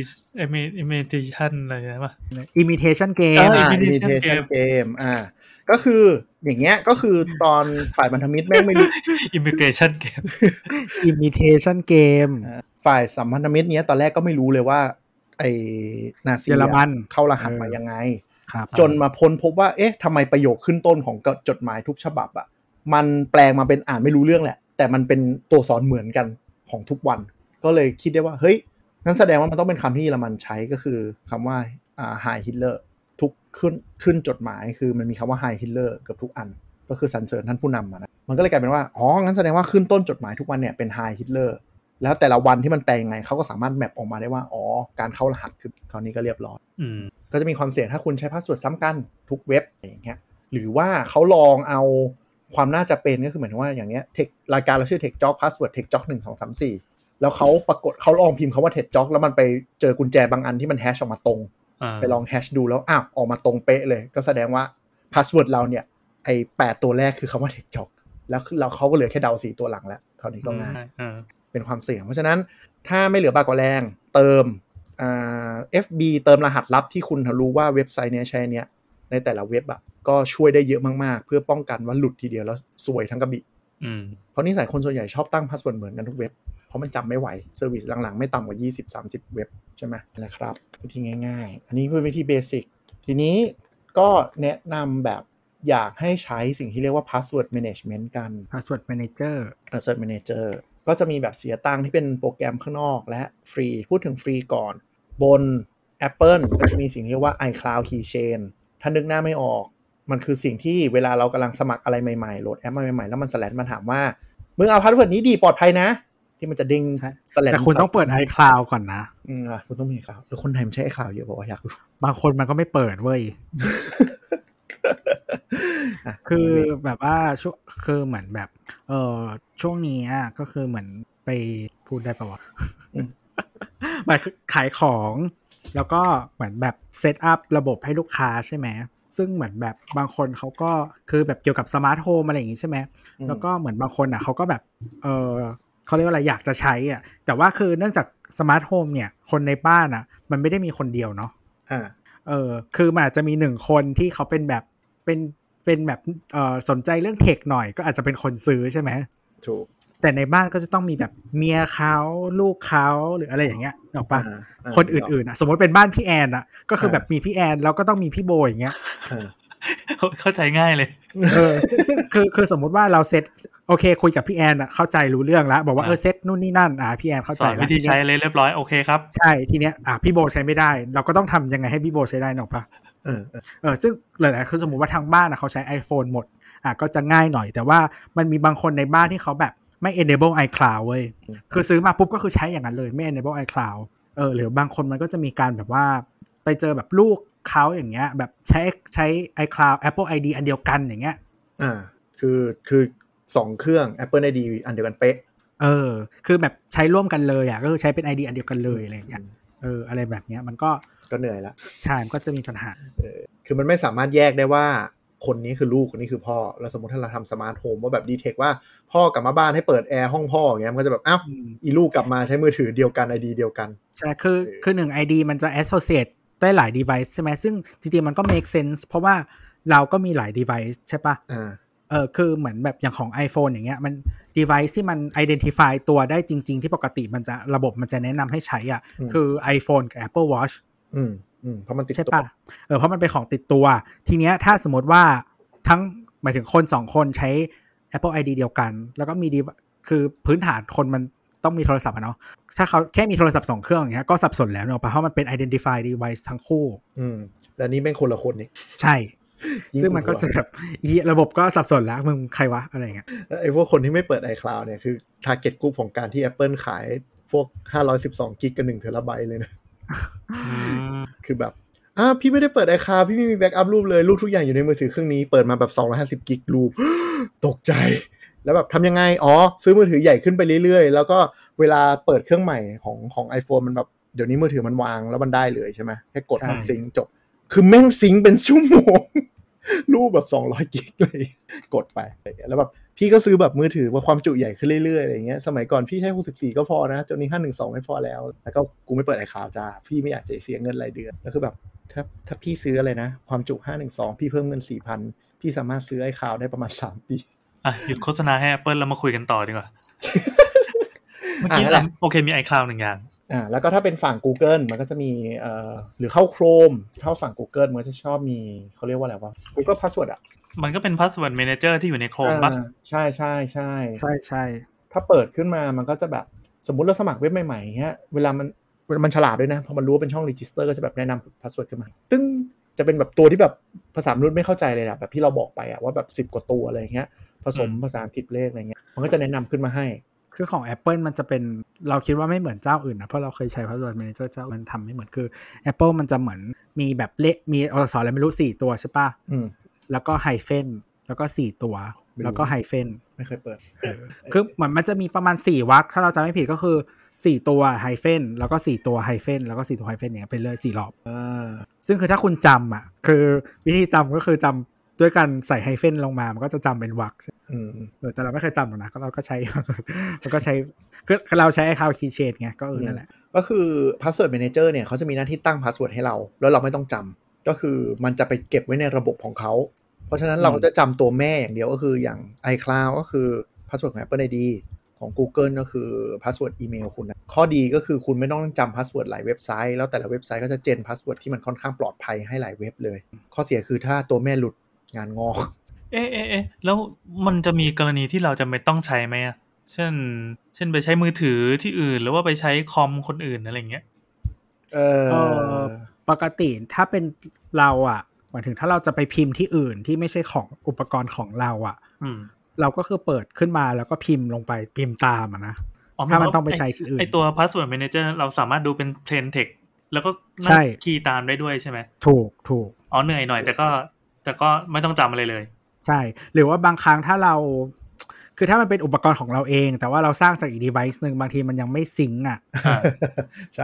imitation อะไรนะวะ imitation game อ่า imitation game อ่าก็คืออย่างเงี้ยก็คือตอนฝ่ายพันธมิตรแม่งไม่รู้ immigration game imitation game ฝ่ายสัมพันธมิตรเนี้ยตอนแรกก็ไม่รู้เลยว่าไอ้นาซีเข้ารหัสมายังไงจนมาพ้นพบว่าเอ๊ะทำไมประโยคขึ้นต้นของจดหมายทุกฉบับอ่ะมันแปลงมาเป็นอ่านไม่รู้เรื่องแหละแต่มันเป็นตัวสอนเหมือนกันของทุกวันก็เลยคิดได้ว่าเฮ้ยนั่นแสดงว่ามันต้องเป็นคำที่เยอรมันใช้ก็คือคำว่าอ่า Hi Hitler ทุกขึ้นขึ้นจดหมายคือมันมีคำว่า Hi Hitler เกือบทุกอันก็คือสรรเสริญท่านผู้นำนะมันก็เลยกลายเป็นว่าอ๋องั้นแสดงว่าขึ้นต้นจดหมายทุกวันเนี่ยเป็น Hi Hitler แล้วแต่ละวันที่มันแปลยังไงเขาก็สามารถแมปออกมาได้ว่าอ๋อการเข้ารหัสคือคราวนี้ก็เรียบร้อยก็จะมีความเสี่ยงถ้าคุณใช้พาสเวิร์ดซ้ำกันทุกเว็บอย่างเงี้ยหรือว่าเขาลองเอาความน่าจะเป็นก็คือเหมือนว่าอย่างเงี้ยเทครายการเราชื่อ TechJock Password TechJock หนึ่ง สอง สาม สี่แล้วเขาปรากฏเขาลองพิมพ์คำว่า TechJock แล้วมันไปเจอกุญแจบางอันที่มันแฮชออกมาตรงไปลองแฮชดูแล้วอ้าวออกมาตรงเป๊ะเลยก็แสดงว่าพาสเวิร์ดเราเนี่ยไอ้แปดตัวแรกคือคำว่า TechJock แล้วเราเขาก็เหลือแค่เดาสี่ตัวหลังแล้วคราวนี้ก็ง่ายเป็นความเสี่ยงเพราะฉะนั้นถ้าไม่เหลือบากกว่าแรงเติมอ่า เอฟ บี เติมรหัสลับที่คุณรู้ว่าเว็บไซต์เนี้ยใช้เนี้ยในแต่ละเว็บอ่ะก็ช่วยได้เยอะมากๆเพื่อป้องกันว่าหลุดทีเดียวแล้วซวยทั้งกระบี่เพราะนิสัยคนส่วนใหญ่ชอบตั้งพาสเวิร์ดเหมือนกันทุกเว็บเพราะมันจำไม่ไหวเซอร์วิสหลังๆไม่ต่ำกว่า ยี่สิบ สามสิบ เว็บใช่ไหมนะครับวิธีง่ายๆอันนี้เป็นวิธีเบสิกทีนี้ก็แนะนำแบบอยากให้ใช้สิ่งที่เรียกว่า password management กัน password manager password managerก็จะมีแบบเสียตังค์ที่เป็นโปรแกรมข้างนอกและฟรีพูดถึงฟรีก่อนบน Apple ก็จะมีสิ่งที่เรียกว่า iCloud Keychain ถ้านึกหน้าไม่ออกมันคือสิ่งที่เวลาเรากำลังสมัครอะไรใหม่ๆโหลดแอปมาใหม่ๆแล้วมันสแลนมาถามว่ามึงเอาพาสเวิร์ดนี้ดีปลอดภัยนะที่มันจะดิ้งสแลนแต่คุณต้องเปิด iCloud ก่อนนะอืมอ่ะคุณต้องมี iCloud แล้วคนไทยมันใช้ iCloud เยอะบอกว่าอยากรู้บางคนมันก็ไม่เปิดเว้ย คือแบบว่าช่วงคือเหมือนแบบเออช่วงนี้ก็คือเหมือนไปพูดได้ป่าววะหมายคือขายของแล้วก็เหมือนแบบเซตอัพระบบให้ลูกค้าใช่ไหมซึ่งเหมือนแบบบางคนเขาก็คือแบบเกี่ยวกับสมาร์ทโฮมอะไรอย่างงี้ใช่ไหมแล้วก็เหมือนบางคนอ่ะเขาก็แบบเออเขาเรียกว่าอะไรอยากจะใช้อ่ะแต่ว่าคือเนื่องจากสมาร์ทโฮมเนี่ยคนในบ้านอ่ะมันไม่ได้มีคนเดียวเนาะอ่าเออคือมันอาจจะมีหนึ่งคนที่เขาเป็นแบบเป็นเป็นแบบเอ่อสนใจเรื่องเทคหน่อยก็อาจจะเป็นคนซื้อใช่ไหมถูกแต่ในบ้านก็จะต้องมีแบบเมียเขาลูกเขาหรืออะไรอย่างเงี้ยหรอกปะคนอื่นๆอ่ะสมมติเป็นบ้านพี่แอนอ่ะก็คือแบบมีพี่แอนแล้วก็ต้องมีพี่โบอย่างเงี้ยเข้าใจง่ายเลยเออซึ่งคือคือสมมุติว่าเราเซตโอเคคุยกับพี่แอนอ่ะเข้าใจรู้เรื่องแล้วบอกว่าเออเซตนู่นนี่นั่นอ่ะพี่แอนเข้าใจแล้ววิธีใช้เลยเรียบร้อยโอเคครับใช่ทีเนี้ยอ่ะพี่โบใช้ไม่ได้เราก็ต้องทำยังไงให้พี่โบใช้ได้หรอกปะเออเออซึ่งหลายๆคือสมมุติว่าทางบ้านอ่ะเขาใช้ iPhone หมดอ่ะก็จะง่ายหน่อยแต่ว่ามันมีบางคนในบ้านที่เขาแบบไม่ enable iCloud เว้ยคือซื้อมาปุ๊บก็คือใช้อย่างนั้นเลยไม่ enable iCloud เออหรือบางคนมันก็จะมีการแบบว่าไปเจอแบบลูกเขาอย่างเงี้ยแบบใช้ใช้ iCloud Apple ไอ ดี อันเดียวกันอย่างเงี้ยอ่าคือคือสองเครื่อง Apple ไอ ดี อันเดียวกันเป๊ะเออคือแบบใช้ร่วมกันเลยอ่ะก็คือใช้เป็น ไอ ดี อันเดียวกันเลยอะไรอย่างเงี้ยเอออะไรแบบเนี้ยมันก็ก็เหนื่อยละใช่มันก็จะมีปัญหาเออคือมันไม่สามารถแยกได้ว่าคนนี้คือลูกคนนี้คือพ่อแล้วสมมติถ้าเราทำสมาร์ทโฮมว่าแบบดีเทคว่าพ่อกลับมาบ้านให้เปิดแอร์ห้องพ่ออย่างเงี้ยมันก็จะแบบอ้าวอีลูกกลับมาใช้มือถือเดียวกัน ไอ ดี เดียวกันใช่คือคือหนึ่ง ไอ ดี มันจะ associate ได้หลาย device ใช่ไหมซึ่งจริงๆมันก็ make sense เพราะว่าเราก็มีหลาย device ใช่ปะอ่าเออคือเหมือนแบบอย่างของ iPhone อย่างเงี้ยมัน device ที่มัน identify ตัวได้จริงๆที่ปกติมันจะระบบมันจะแนะนำให้ใช้อ่ะคือ iPhone กับ Apple Watch อืมอืมเพราะมันติดใช่ปะเออเพราะมันเป็นของติดตัวทีเนี้ยถ้าสมมติว่าทั้งหมายถึงคนสองคนใช้ Apple ไอ ดี เดียวกันแล้วก็มีคือพื้นฐานคนมันต้องมีโทรศัพท์อะเนาะถ้าเขาแค่มีโทรศัพท์สองเครื่องอย่างเงี้ยก็สับสนแล้วเนาะเพราะมันเป็น identify device ทั้งคู่อืมแล้วนี่เป็นคนละคนนี่ใช่ซึ่งมันก็จะแบบระบบก็สับสนแล้วมึงใครวะอะไรเงี้ยไอ้พวกคนที่ไม่เปิด iCloud เนี่ยคือ target group ของการที่ Apple ขายพวกห้าร้อยสิบสองกิกกับหนึ่งเทราไบต์เลยนะคือแบบอ่าพี่ไม่ได้เปิด iCloud พี่ไม่มีแบ็กอัพรูปเลยรูปทุกอย่างอยู่ในมือถือเครื่องนี้เปิดมาแบบสองร้อยห้าสิบกิกรูปตกใจแล้วแบบทำยังไงอ๋อซื้อมือถือใหญ่ขึ้นไปเรื่อยๆแล้วก็เวลาเปิดเครื่องใหม่ของของ iPhone มันแบบเดี๋ยวนี้มือถือมันวางแล้วมันได้เลยใช่ไหมแค่กดมันซิงจบคือแม่งซิงเป็นชั่วโมงรูปแบบสองร้อยกิกเลยกดไปแล้วแบบพี่ก็ซื้อแบบมือถือว่าความจุใหญ่ขึ้นเรื่อยๆอะไรเงี้ยสมัยก่อนพี่ใช้หกสิบสี่ก็พอนะจนนี้ห้าร้อยสิบสองไม่พอแล้วแล้วก็กูไม่เปิด iCloud จ้าพี่ไม่อยากจะเสียเงินรายเดือนแล้วคือแบบถ้าถ้าพี่ซื้ออะไรนะความจุห้าร้อยสิบสองพี่เพิ่มเงิน สี่พัน พี่สามารถซื้อ iCloud ได้ประมาณสามปีอ่ะหยุดโฆษณาให้ Apple แล้วมาคุยกันต่อดีกว่า เมื่อกี้โอเคมี iCloud หนึ่งอย่างอ่าแล้วก็ถ้าเป็นฝั่ง Google มันก็จะมีเอ่อหรือเข้า Chrome เข้าฝั่ง Google มันจะชอบมีเขาเรียกว่าอะไรวะ Google Password อ่ะมันก็เป็น Password Manager ที่อยู่ใน Chrome ป่ะใช่ๆๆใช่ๆถ้าเปิดขึ้นมามันก็จะแบบสมมุติเราสมัครเว็บใหม่ๆเงี้ยเวลามันมันฉลาดด้วยนะพอมันรู้ว่าเป็นช่อง Register ก็จะแบบแนะนำ Password ขึ้นมาตึ้งจะเป็นแบบตัวที่แบบภาษามนุษย์ไม่เข้าใจเลยอะแบบที่เราบอกไปอะว่าแบบสิบกว่าตัวอะไรอย่างเงี้ยผสมภาษาอังกฤษเลขอะไรเงี้ยมันก็จะแนะนำขึ้นมาให้คือของ Apple มันจะเป็นเราคิดว่าไม่เหมือนเจ้าอื่นนะเพราะเราเคยใช้ Password Manager เจ้ามันทำไม่เหมือนคือ Apple มันจะเหมือนมีแบบเลขมีอักษรอะไรไม่รู้สี่ตัวใช่ป่ะแล้วก็ไฮเฟนแล้วก็สี่ตัวแล้วก็ไฮเฟนไม่เคยเปิดคือเหมือนมันจะมีประมาณสี่วรรคถ้าเราจำไม่ผิดก็คือสี่ตัวไฮเฟนแล้วก็สี่ตัวไฮเฟนแล้วก็สี่ตัวไฮเฟนอย่างเงี้ยไปเลยสี่รอบซึ่งคือถ้าคุณจำอ่ะคือวิธีจำก็คือจำด้วยการใส่ไฮเฟนลงมามันก็จะจำเป็นวรรคเออแต่เราไม่เคยจำหรอกนะเราก็ใช้เราก็ใช้คือเราใช้ iCloud Keychain ไงก็เออนั่นแหละก็คือ Password Manager เนี่ยเขาจะมีหน้าที่ตั้ง Password ให้เราแล้วเราไม่ต้องจำก็คือมันจะไปเก็บไว้ในระบบของเขาเพราะฉะนั้นเราก็จะจำตัวแม่อย่างเดียวก็คืออย่าง iCloud ก็คือ Password ของ Apple ไอ ดี ของ Google ก็คือ Password อีเมลคุณนะข้อดีก็คือคุณไม่ต้องจำ Password หลายเว็บไซต์แล้วแต่ละเว็บไซต์ก็จะเจน Password ที่มันค่อนข้างปลอดภัยให้หลายเว็บเลยข้อเสียคือถ้าตัวแม่หลุดงานงอกเอ๊ะเอ๊ะแล้วมันจะมีกรณีที่เราจะไม่ต้องใช้ไหมอ่ะเช่นเช่นไปใช้มือถือที่อื่นหรือว่าไปใช้คอมคนอื่นอะไรเงี้ยเออปกติถ้าเป็นเราอ่ะหมายถึงถ้าเราจะไปพิมพ์ที่อื่นที่ไม่ใช่ของอุปกรณ์ของเราอ่ะเราก็คือเปิดขึ้นมาแล้วก็พิมพ์ลงไปพิมพ์ตามอ่ะนะถ้ามันต้องไปใช้ที่อื่นไอตัว Password Manager เราสามารถดูเป็น plain text แล้วก็นั่งคีย์ตามได้ด้วยใช่ไหมถูกถูกอ๋อเหนื่อยหน่อยแต่ก็แต่ก็ไม่ต้องจำอะไรเลยใช่หรือว่าบางครั้งถ้าเราคือถ้ามันเป็นอุปกรณ์ของเราเองแต่ว่าเราสร้างจากอีก device นึงบางทีมันยังไม่ซิงค์อ่ะใช่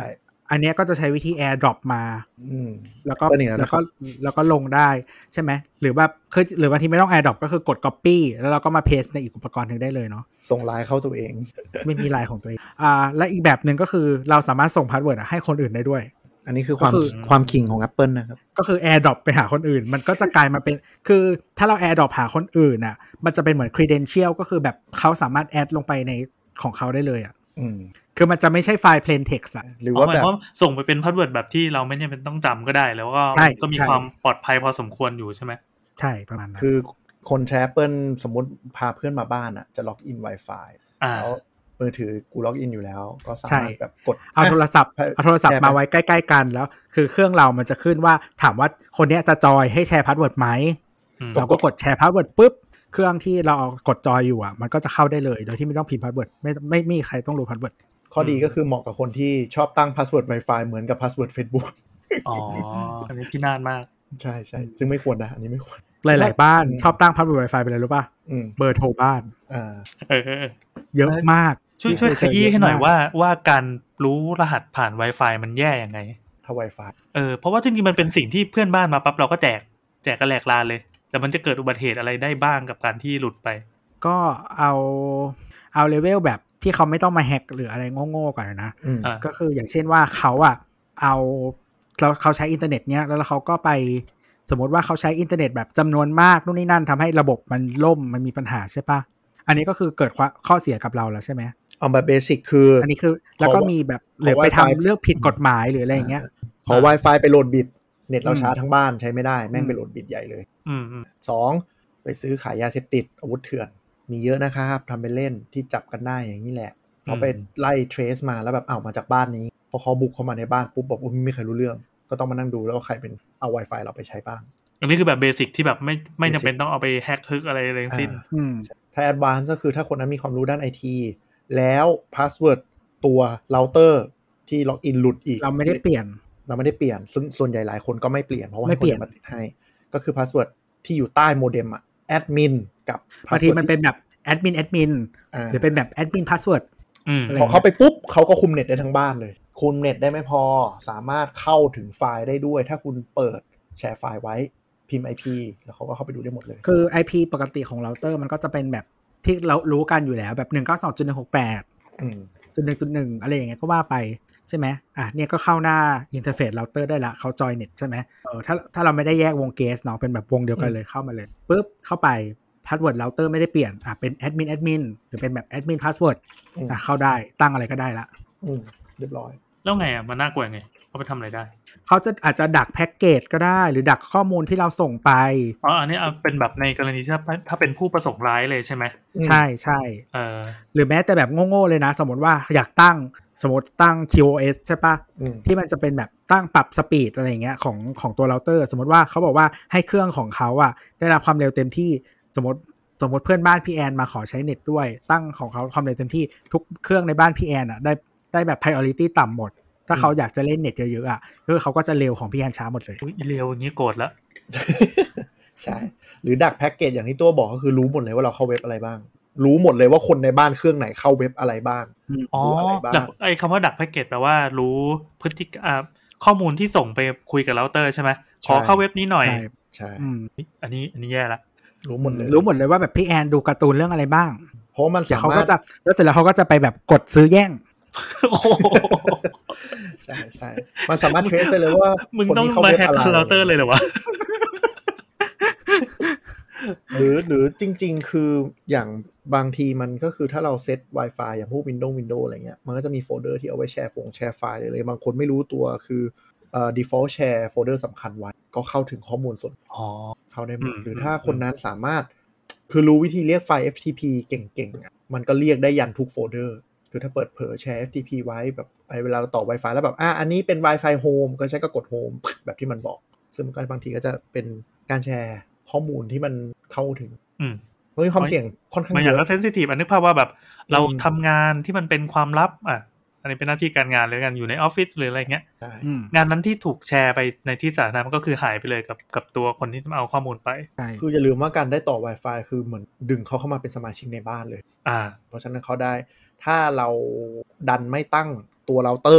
อันเนี้ยก็จะใช้วิธี AirDrop มาแล้วก็แล้วก็แล้วก็ลงได้ใช่ไหมหรือแบบคือหรือบางทีไม่ต้อง AirDrop ก็คือกด Copy แล้วเราก็มา Paste ในอีกอุปกรณ์นึงได้เลยเนาะส่งไลน์เข้าตัวเองไม่มีไลน์ของตัวเองอ่าและอีกแบบนึงก็คือเราสามารถส่งพาสเวิร์ดให้คนอื่นได้ด้วยอันนี้คือความความขิงของ Apple นะครับก็คือ AirDrop ไปหาคนอื่นมันก็จะกลายมาเป็นคือถ้าเรา AirDrop หาคนอื่นน่ะมันจะเป็นเหมือน credential ก็คือแบบเขาสามารถแอดลงไปในของเขาได้เลยอ่ะคือมันจะไม่ใช่ไฟล์ plain text อ่ะหรือว่าแบบส่งไปเป็นพาสเวิร์ดแบบที่เราไม่จำเป็นต้องจำก็ได้แล้วก็ก็มีความปลอดภัยพอสมควรอยู่ใช่ไหมใช่ประมาณนั้นคือคนใช้ Apple สมมติพาเพื่อนมาบ้านอ่ะจะล็อกอิน Wi-Fi แล้วมือถือกูล็อกอินอยู่แล้วก็สามารถแบบกดเอาโทรศัพท์เอาโทรศัพท์มาไว้ใกล้ๆกันแล้วคือเครื่องเรามันจะขึ้นว่าถามว่าคนนี้จะจอยให้แชร์พาสเวิร์ดไหมเราก็กดแชร์พาสเวิร์ดปุ๊บเครื่องที่เราเอากดจอยอยู่อ่ะมันก็จะเข้าได้เลยโดยที่ไม่ต้องพิมพ์พาสเวิร์ดไม่ไม่มีใครต้องรู้พาสเวิร์ดข้อดีก็คือเหมาะกับคนที่ชอบตั้งพาสเวิร์ด Wi-Fi เหมือนกับพาสเวิร์ด Facebook อ๋ออันนี้พี่นาฏมากใช่ๆซึ่งไม่ควรนะอันนี้ไม่ควรหลายๆบ้านชอบตั้งพาสเวิร์ด Wi-Fi ไปเลยรู้ป่ะเบอร์โทรบ้านอ่าเออเยอะมากช่วยช่วยขยี้ให้หน่อยว่าว่าการรู้รหัสผ่าน Wi-Fi มันแย่ยังไงถ้า Wi-Fi เออเพราะว่าจริงๆมันเป็นสิ่งที่เพื่อนบ้านมาปั๊บเราก็แจกแจกกันแหลกลานเลยแต่มันจะเกิดอุบัติเหตุอะไรได้บ้างกับการที่หลุดไปก็เอาเอาเลเวลแบบที่เขาไม่ต้องมาแฮกหรืออะไรโง่ๆก่อนนะก็คืออย่างเช่นว่าเขาอ่ะเอาเราเขาใช้อินเทอร์เน็ตเนี้ยแล้วเขาก็ไปสมมติว่าเขาใช้อินเทอร์เน็ตแบบจำนวนมากนู่นนี่นั่นทำให้ระบบมันล่มมันมีปัญหาใช่ปะอันนี้ก็คือเกิดข้อเสียกับเราแล้วใช่ไหมเอาแบบเบสิกคืออันนี้คือแล้วก็มีแบบหรือไปทำเรื่องผิดกฎหมายหรืออะไรอย่างเงี้ยขอ Wi-Fi ไปโหลดบิตเน็ตเราช้าทั้งบ้านใช้ไม่ได้แม่งไปโหลดบิตใหญ่เลยสองไปซื้อขายยาเสพติดอาวุธเถื่อนมีเยอะนะครับทำเป็นเล่นที่จับกันได้อย่างนี้แหละเขาไปไล่เทรซมาแล้วแบบอ้าวมาจากบ้านนี้พอเขาบุกเข้ามาในบ้านปุ๊บบอกว่าไม่มีใครรู้เรื่องก็ต้องมานั่งดูแล้วว่าใครเป็นเอา Wi-Fi เราไปใช้บ้างอันนี้คือแบบเบสิกที่แบบไม่ไม่จำเป็นต้องเอาไปแฮกฮึกอะไรอะไรทั้งสิ้นถ้าแอดวานซ์ก็คือถ้าคนนั้นมีความรู้ด้าน ไอ ที แล้วพาสเวิร์ดตัวเราเตอร์ที่ล็อกอินหลุดอีกเราไม่ได้เปลี่ยนเราไม่ได้เปลี่ยนซึ่งส่วนใหญ่หลายคนก็ไม่เปลี่ยนเพราะว่าไม่เปลี่ยนมาติดให้ก็คือพาสเวิร์ดที่อยู่ใต้โมเด็มอะแอดมินกับบางทีมันเป็นแบบแอดมินแอดมินหรือเป็นแบบแอดมินพาสเวิร์ดพอเขาไปปุ๊บเขาก็คุมเน็ตได้ทั้งบ้านเลยคุมเน็ตได้ไม่พอสามารถเข้าถึงไฟล์ได้ด้วยถ้าคุณเปิดแชร์ไฟล์ไว้พิมพ์ ไอ พี แล้วเขาก็เข้าไปดูได้หมดเลยคือ ไอ พี ปกติของเราเตอร์มันก็จะเป็นแบบที่เรารู้กันอยู่แล้วแบบ หนึ่งเก้าสอง จุด หนึ่ง หก แปดอืมจุด หนึ่ง จุด หนึ่ง อะไรอย่างเงี้ยก็ว่าไปใช่ไหมอ่ะเนี่ยก็เข้าหน้าอินเทอร์เฟซเราเตอร์ได้ละเขาจอยเน็ตใช่ไหมเออถ้าถ้าเราไม่ได้แยกวงเกสเนาะเป็นแบบวงเดียวกันเลยเข้ามาเลยปุ๊บเข้าไปพาสเวิร์ดเราเตอร์ไม่ได้เปลี่ยนอ่ะเป็นแอดมินแอดมินหรือเป็นแบบแอดมินพาสเวิร์ดอ่ะเข้าได้ตั้งอะไรก็ได้ละอืมเรียบร้อยแล้วไงอ่ะมันน่ากลัวไงเขาไปทำอะไรได้เขาจะอาจจะดักแพ็กเกจก็ได้หรือดักข้อมูลที่เราส่งไปอ๋ออันนี้เอาเป็นแบบในกรณีที่ถ้าเป็นผู้ประสงค์ร้ายเลยใช่ไหมใช่ใช่เออหรือแม้แต่แบบโง่ๆเลยนะสมมติว่าอยากตั้งสมมติตั้ง คิว โอ เอส ใช่ปะที่มันจะเป็นแบบตั้งปรับสปีดอะไรอย่างเงี้ยของของตัวเราเตอร์สมมติว่าเขาบอกว่าให้เครื่องของเขาอ่ะได้รับความเร็วเต็มที่สมมติสมมติเพื่อนบ้านพี่แอนมาขอใช้เน็ตด้วยตั้งของเขาความเร็วเต็มที่ทุกเครื่องในบ้านพี่แอนอ่ะได้ได้แบบ priority ต่ำหมดถ้าเขาอยากจะเล่นเน็ตเยอะๆอ่ะคือเขาก็จะเร็วของพี่แอนช้าหมดเลยอุ๊ยเร็วอย่างนี้โกรธแล้วใช่หรือดักแพ็กเกจอย่างที่ตัวบอกก็คือรู้หมดเลยว่าเราเข้าเว็บอะไรบ้างรู้หมดเลยว่าคนในบ้านเครื่องไหนเข้าเว็บอะไรบ้างอ๋อดักไอ้คำว่าดักแพ็กเกจแปลว่ารู้พฤติกรรมข้อมูลที่ส่งไปคุยกับเราเตอร์ใช่ไหมขอเข้าเว็บนี้หน่อยใช่อันนี้อันนี้แย่ละรู้หมดเลยรู้หมดเลยว่าแบบพี่แอนดูการ์ตูนเรื่องอะไรบ้างเพราะมันสามารถเขาก็จะแล้วเสร็จแล้วเขาก็จะไปแบบกดซื้อแย่งใช่ใช่มันสามารถเทรสได้เลยว่ามึงต้องมาแฮกเราเตอร์เลยเหรอวะหรือหรือจริงๆคืออย่างบางทีมันก็คือถ้าเราเซต Wi-Fi อย่างพวก Windows Windows อะไรเงี้ยมันก็จะมีโฟลเดอร์ที่เอาไว้แชร์ฟงแชร์ไฟล์เลยบางคนไม่รู้ตัวคือเอ่อ default share โฟลเดอร์สำคัญไว้ก็เข้าถึงข้อมูลส่วนอ๋อเข้าได้หมดหรือถ้าคนนั้นสามารถคือรู้วิธีเรียกไฟล์ เอฟ ที พี เก่งๆมันก็เรียกได้ยันทุกโฟลเดอร์คือถ้าเปิดเผยแชร์ เอฟ ที พี ไว้แบบเวลาเราต่อ Wi-Fi แล้วแบบอ่ะอันนี้เป็น Wi-Fi Home ก็ใช้ก็กด Home แบบที่มันบอกซึ่งก็บางทีก็จะเป็นการแชร์ข้อมูลที่มันเข้าถึงอืมมันมีความเสี่ยงค่อนข้างเยอะมันอย่างก็เซนซิทีฟอันนึกภาพว่าแบบเราทำงานที่มันเป็นความลับอ่ะอันนี้เป็นหน้าที่การงานหรือกันอยู่ในออฟฟิศหรืออะไรเงี้ยงานนั้นที่ถูกแชร์ไปในที่สาธารณะมันก็คือหายไปเลยกับกับตัวคนที่เอาข้อมูลไปคืออย่าลืมว่าการได้ต่อ Wi-Fi คือเหมือนดึงเขาเข้ามาเป็นสมาชิกในบ้านเลยอ่าเพราะฉะนั้นเขาได้ถ้าเราดันไม่ตั้งตัวเราเตอร์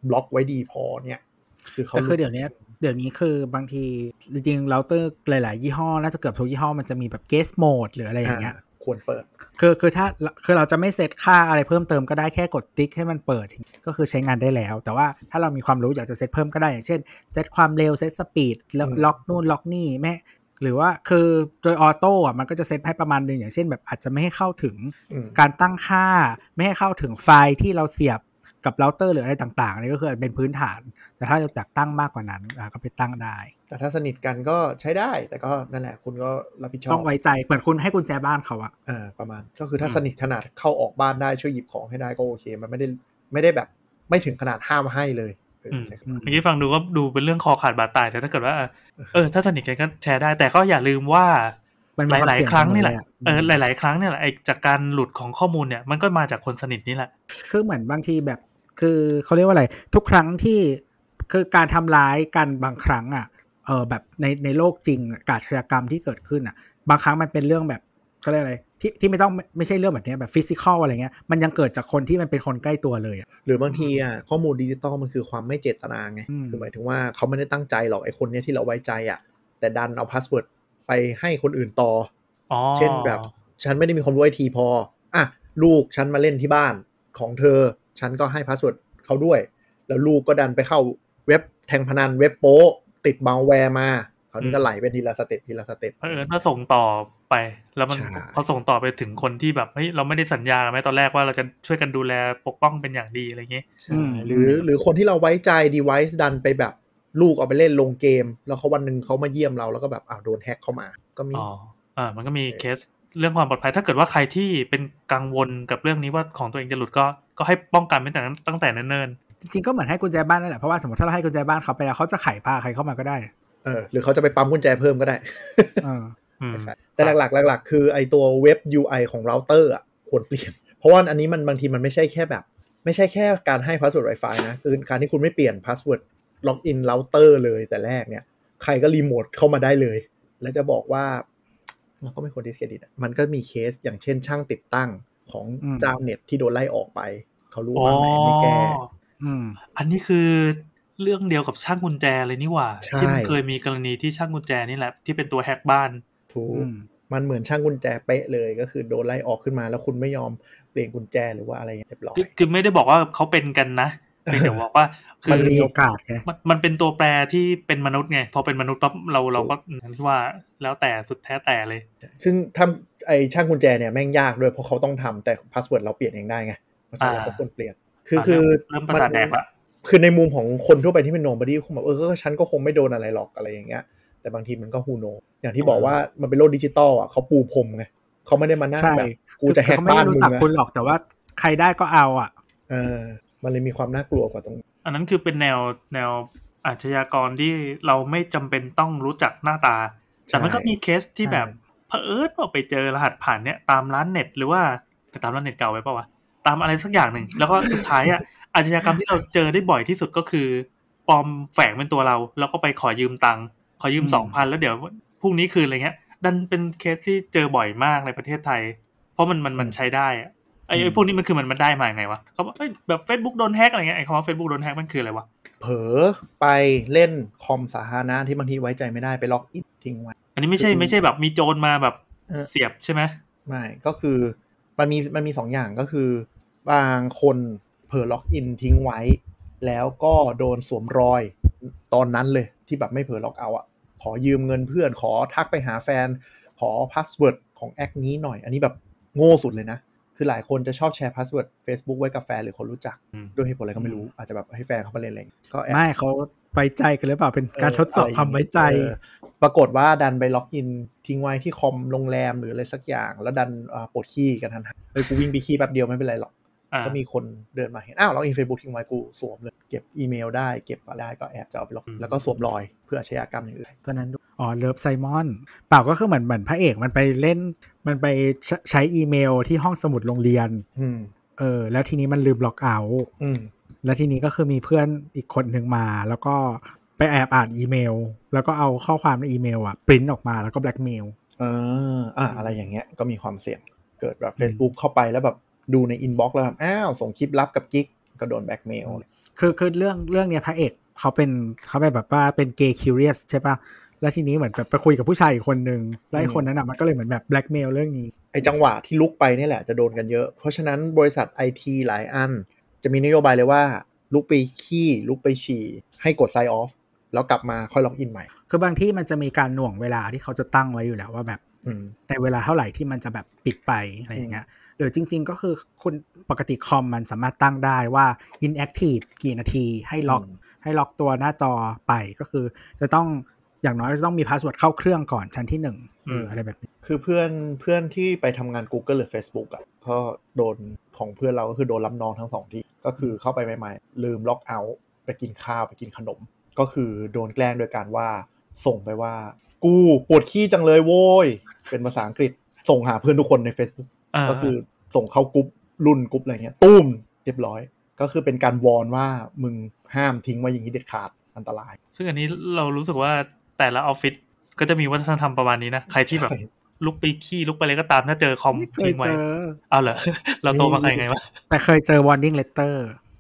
บล็อกไว้ดีพอเนี่ยคือเขาแต่คือเดี๋ยวนี้เดี๋ยวนี้คือบางทีจริงๆเราเตอร์หลายๆยี่ห้อน่าจะเกือบทุกยี่ห้อมันจะมีแบบ guest mode หรืออะไรอย่างเงี้ยควรเปิดคือคือถ้าคือเราจะไม่เซตค่าอะไรเพิ่มเติมก็ได้แค่กดติ๊กให้มันเปิดก็คือใช้งานได้แล้วแต่ว่าถ้าเรามีความรู้อยากจะเซตเพิ่มก็ได้อย่างเช่นเซตความเร็วเซตสปีดแล้วล็อกนู่นล็อกนี่แม่หรือว่าคือโดยออโต้อ่ะมันก็จะเซตให้ประมาณนึงอย่างเช่นแบบอาจจะไม่ให้เข้าถึงการตั้งค่าไม่ให้เข้าถึงไฟล์ที่เราเสียบกับเราเตอร์หรืออะไรต่างๆนี่ก็คือเป็นพื้นฐานแต่ถ้าจะตั้งมากกว่านั้นก็ไปตั้งได้แต่ถ้าสนิทกันก็ใช้ได้แต่ก็นั่นแหละคุณก็รับผิดชอบต้องไว้ใจเหมือนคุณให้กุญแจบ้านเขาอะอ่าประมาณก็คือถ้าสนิทขนาดเข้าออกบ้านได้ช่วยหยิบของให้ได้ก็โอเคมันไม่ได้ไม่ได้แบบไม่ถึงขนาดห้ามให้เลยเมื่อกี้ฟังดูก็ดูเป็นเรื่องคอขาดบาดตายแต่ถ้าเกิดว่าเออถ้าสนิทกันก็แชร์ได้แต่ก็อย่าลืมว่าหลายๆครั้งนี่แหละเออหลายๆครั้งเนี่ยแหละไอ้จากการหลุดของข้อมูลเนี่ยมันก็มาจากคนสนิทนี่แหละคือเหมือนบางทีแบบคือเขาเรียกว่าอะไรทุกครั้งที่คือการทำร้ายกันบางครั้งอ่ะเออแบบในในโลกจริงการอาชญากรรมที่เกิดขึ้นอ่ะบางครั้งมันเป็นเรื่องแบบเขาเรียกอะไรที่ที่ไม่ต้องไม่ใช่เรื่องแบบนี้แบบฟิสิกอลอะไรเงี้ยมันยังเกิดจากคนที่มันเป็นคนใกล้ตัวเลยอ่ะหรือบางทีอ่ะข้อมูลดิจิตอลมันคือความไม่เจตนาไงคือหมายถึงว่าเขาไม่ได้ตั้งใจหรอกไอ้คนเนี้ยที่เราไว้ใจอ่ะแต่ดันเอาพาสเวิร์ดไปให้คนอื่นต่อเช่นแบบฉันไม่ได้มีความรู้ไอทีพออ่ะลูกฉันมาเล่นที่บ้านของเธอฉันก็ให้พาสเวิร์ดเขาด้วยแล้วลูกก็ดันไปเข้าเว็บแทงพนันเว็บโป๊ติดมัลแวร์มาคราวนี้ก็ไหลเป็นทีละสเต็ปทีละสเต็ปเออถ้าส่งต่อไปแล้วมันพอส่งต่อไปถึงคนที่แบบเฮ้ยเราไม่ได้สัญญาไหมตอนแรกว่าเราจะช่วยกันดูแลปกป้องเป็นอย่างดีอะไรเงี้ยใช่หรือหรือคนที่เราไว้ใจ device ดันไปแบบลูกเอาไปเล่นลงเกมแล้วเขาวันนึงเขามาเยี่ยมเราแล้วก็แบบอ้าวโดนแฮ็กเข้ามาก็มีอ๋ออ่ามันก็มีเคสเรื่องความปลอดภัยถ้าเกิดว่าใครที่เป็นกังวลกับเรื่องนี้ว่าของตัวเองจะหลุดก็ก็ให้ป้องกันตั้งแต่ตั้งแต่เนิ่นๆจริงๆก็เหมือนให้กุญแจบ้านนั่นแหละเพราะว่าสมมติถ้าเราให้กุญแจบ้านเขาไปแล้วเขาจะไขพาใครเข้ามาก็ได้เออหรือเขาจะไปปั๊มกุญแจเพิ่มก็ได้แต่หลักๆหลักๆคือไอตัวเว็บ ยู ไอ ของเราเตอร์อ่ะควรเปลี่ยนเพราะว่าอันนี้มันบางทีมันไม่ใช่แค่แบบไม่ใช่แค่การให้พาสเวิร์ด Wi-Fi นะคือการที่คุณไม่เปลี่ยนพาสเวิร์ดล็อกอินเราเตอร์เลยแต่แรกเนี่ยใครก็รีโมทเข้ามาได้เลยแล้วจะบอกว่าเราก็ไม่ควรดิสเครดิตมันก็มีเคสอย่างเช่นช่างติดตั้งของเจ้าเน็ตที่โดนไล่ออกไปเขารู้ว่าไหนไม่แก้อันนี้คือเรื่องเดียวกับช่างกุญแจเลยนี่หว่าที่มันเคยมีกรณีที่ช่างกุญแจนี่แหละที่เป็นตัวแฮกบ้านถูกมันเหมือนช่างกุญแจเป๊ะเลยก็คือโดนไล่ออกขึ้นมาแล้วคุณไม่ยอมเปลี่ยนกุญแจหรือว่าอะไรเรียบร้อยคือไม่ได้บอกว่าเขาเป็นกันนะแต่เดี๋ยวบอกว่าคือมันมีโอกาสไงมันเป็นตัวแปรที่เป็นมนุษย์ไงพอเป็นมนุษย์ปั๊บเราเราก็ที่ว่าแล้วแต่สุดแท้แต่เลยซึ่งทำไอช่างกุญแจเนี่ยแม่งยากด้วยเพราะเขาต้องทำแต่พาสเวิร์ดเราเปลี่ยนเองได้ไงเพราะฉะนั้นเราก็ควรเปลี่ยนคือคือเริ่มประสาทแดกละคือในมุมของคนทั่วไปที่เป็นโนบอดี้คงแบบเออฉันก็คงไม่โดนอะไรหรอกอะไรอย่างเงี้ยแต่บางทีมันก็ฮูโนอย่างที่บอกว่ามันเป็นโลกดิจิตอลอ่ะเขาปูพรมไงเขาไม่ได้มานั่งแบบกูจะแฮกบ้านมึงนะเขาไม่รู้จักคุณหรอกแต่ว่าใครได้ก็เอาอ่ะเออมันเลยมีความน่ากลัวกว่าตรงนี้อันนั้นคือเป็นแนวแนวอาชญากรที่เราไม่จำเป็นต้องรู้จักหน้าตาแต่มันก็มีเคสที่แบบเผอิญว่าไปเจอรหัสผ่านเนี้ยตามร้านเน็ตหรือว่าไปตามร้านเน็ตเก่าไว้ป่าววะตามอะไรสักอย่างหนึ่งแล้วก็สุดท้ายอ่ะอาชญากรรมที่เราเจอได้บ่อยที่สุดก็คือปลอมแฝงเป็นตัวเราแล้วก็ไปขอยืมตังค์ขอยืม สองพัน แล้วเดี๋ยวพรุ่งนี้คืนอะไรเงี้ยดันเป็นเคสที่เจอบ่อยมากในประเทศไทยเพราะมันมันมันใช้ได้อ่ะไอ้ไอ้พวกนี้มันคือมันมันได้มาไงวะเขาบอกเอ้ยแบบ Facebook โดนแฮกอะไรเงี้ยไอ้คำว่า Facebook โดนแฮกมันคืออะไรวะเผลอไปเล่นคอมสาธารณะที่บางทีไว้ใจไม่ได้ไปล็อกอินทิ้งไว้อันนี้ไม่ใช่ไม่ใช่แบบมีโจรมาแบบเสียบใช่ไหมไม่ก็คือมันมีมันมีสองอย่างก็คือบางคนเผลอล็อกอินทิ้งไว้แล้วก็โดนสวมรอยตอนนั้นเลยที่แบบไม่เผลอล็อกเอาอ่ะขอยืมเงินเพื่อนขอทักไปหาแฟนขอพาสเวิร์ดของแอคนี้หน่อยอันนี้แบบโง่สุดเลยนะคือหลายคนจะชอบแชร์พาสเวิร์ด Facebook ไว้กับแฟนหรือคนรู้จักด้วยเหตุผลอะไรก็ไม่รู้อาจจะแบบให้แฟนเขามาเล่นอะไรก็แอบไม่เขาไว้ใจกันหรือเปล่าเป็นการทดสอบความไว้ใจปรากฏว่าดันไปล็อกอินทิ้งไว้ที่คอมโรงแรมหรืออะไรสักอย่างแล้วดันปวดขี้กันทันเฮ้ยกูวิ่งไปขี้แป๊บเดียวไม่เป็นไรหรอกก็มีคนเดินมาเห็นอ้าวล็อกอิน Facebook ทิ้งไว้กูสวมเลยเก็บอีเมลได้เก็บอะไรได้ก็แอบจะเอาไปล็อกแล้วก็สวมรอยเพื่ออาชญากรรมอย่างอื่นตอนนั้นอ๋อเลิฟไซมอนเปล่าก็คือเหมือนเหมือนพระเอกมันไปเล่นมันไปใช้อีเมลที่ห้องสมุดโรงเรียนเออแล้วทีนี้มันลืมล็อกเอาท์แล้วทีนี้ก็คือมีเพื่อนอีกคนหนึ่งมาแล้วก็ไปแอบอ่านอีเมลแล้วก็เอาข้อความในอีเมลอ่ะปริ้นออกมาแล้วก็แบล็กเมลเอออ่ะอะไรอย่างเงี้ยก็มีความเสี่ยงเกิดแบบ Facebook เข้าไปแล้วแบบดูในอินบ็อกซ์แล้วแบบอ้าวส่งคลิปลับกับกิ๊กก็โดนแบล็กเมลคือคือเรื่องเรื่องเนี้ยพระเอกเขาเป็นเขาเป็นแบบว่าเป็นเกย์คิวเรียสใช่ป่ะแล้วทีนี้เหมือนแบบไปคุยกับผู้ชายอีกคนนึงแล้วไอ้คนนั้นอ่ะมันก็เลยเหมือนแบบแบล็กเมลเรื่องนี้ไอ้จังหวะที่ลุกไปนี่แหละจะโดนกันเยอะเพราะฉะนั้นบริษัท ไอ ที หลายอันจะมีนโยบายเลยว่าลุกไปขี้ลุกไปฉี่ให้กดไซน์ออฟแล้วกลับมาค่อยล็อกอินใหม่คือบางที่มันจะมีการหน่วงเวลาที่เขาจะตั้งไว้อยู่แล้วว่าแบบในเวลาเท่าไหร่ที่มันจะแบบปิดไปอะไรอย่างเงี้ยหรือจริงๆก็คือคุณปกติคอมมันสามารถตั้งได้ว่า inactive กี่นาทีให้ล็อกให้ล็อกตัวหน้าจอไปก็คือจะต้องอย่างน้อยจะต้องมีพาสเวิร์ดเข้าเครื่องก่อนชั้นที่หนึ่งเอออะไรแบบนี้คือเพื่อนเพื่อนที่ไปทำงาน Google หรือ Facebook อ่ะก็โดนของเพื่อนเราก็คือโดนรับน้องทั้งสองที่ก็คือเข้าไปใหม่ๆลืมล็อกเอาท์ไปกินข้าวไปกินขนมก็คือโดนแกล้งโดยการว่าส่งไปว่ากูปวดขี้จังเลยโว้ยเป็นภาษาอังกฤษส่งหาเพื่อนทุกคนใน Facebook ก็คือส่งเข้ากรุ๊ปรุ่นกรุ๊ปอะไรเงี้ยตุ้มเรียบร้อยก็คือเป็นการวอนว่ามึงห้ามทิ้งไว้อย่างนี้เด็ดขาดอันตรายซึ่งอันนี้เรารู้สึกว่าแต่ละออฟฟิศก็จะมีวัฒนธรรมประมาณนี้นะใครที่แบบลุกไปขี้ลุกไปอะไรก็ตามถ้าเจอคอมทิ้งไว้เอาเหรอเราโตมาใครไงวะแต่เคยเจอ warning letter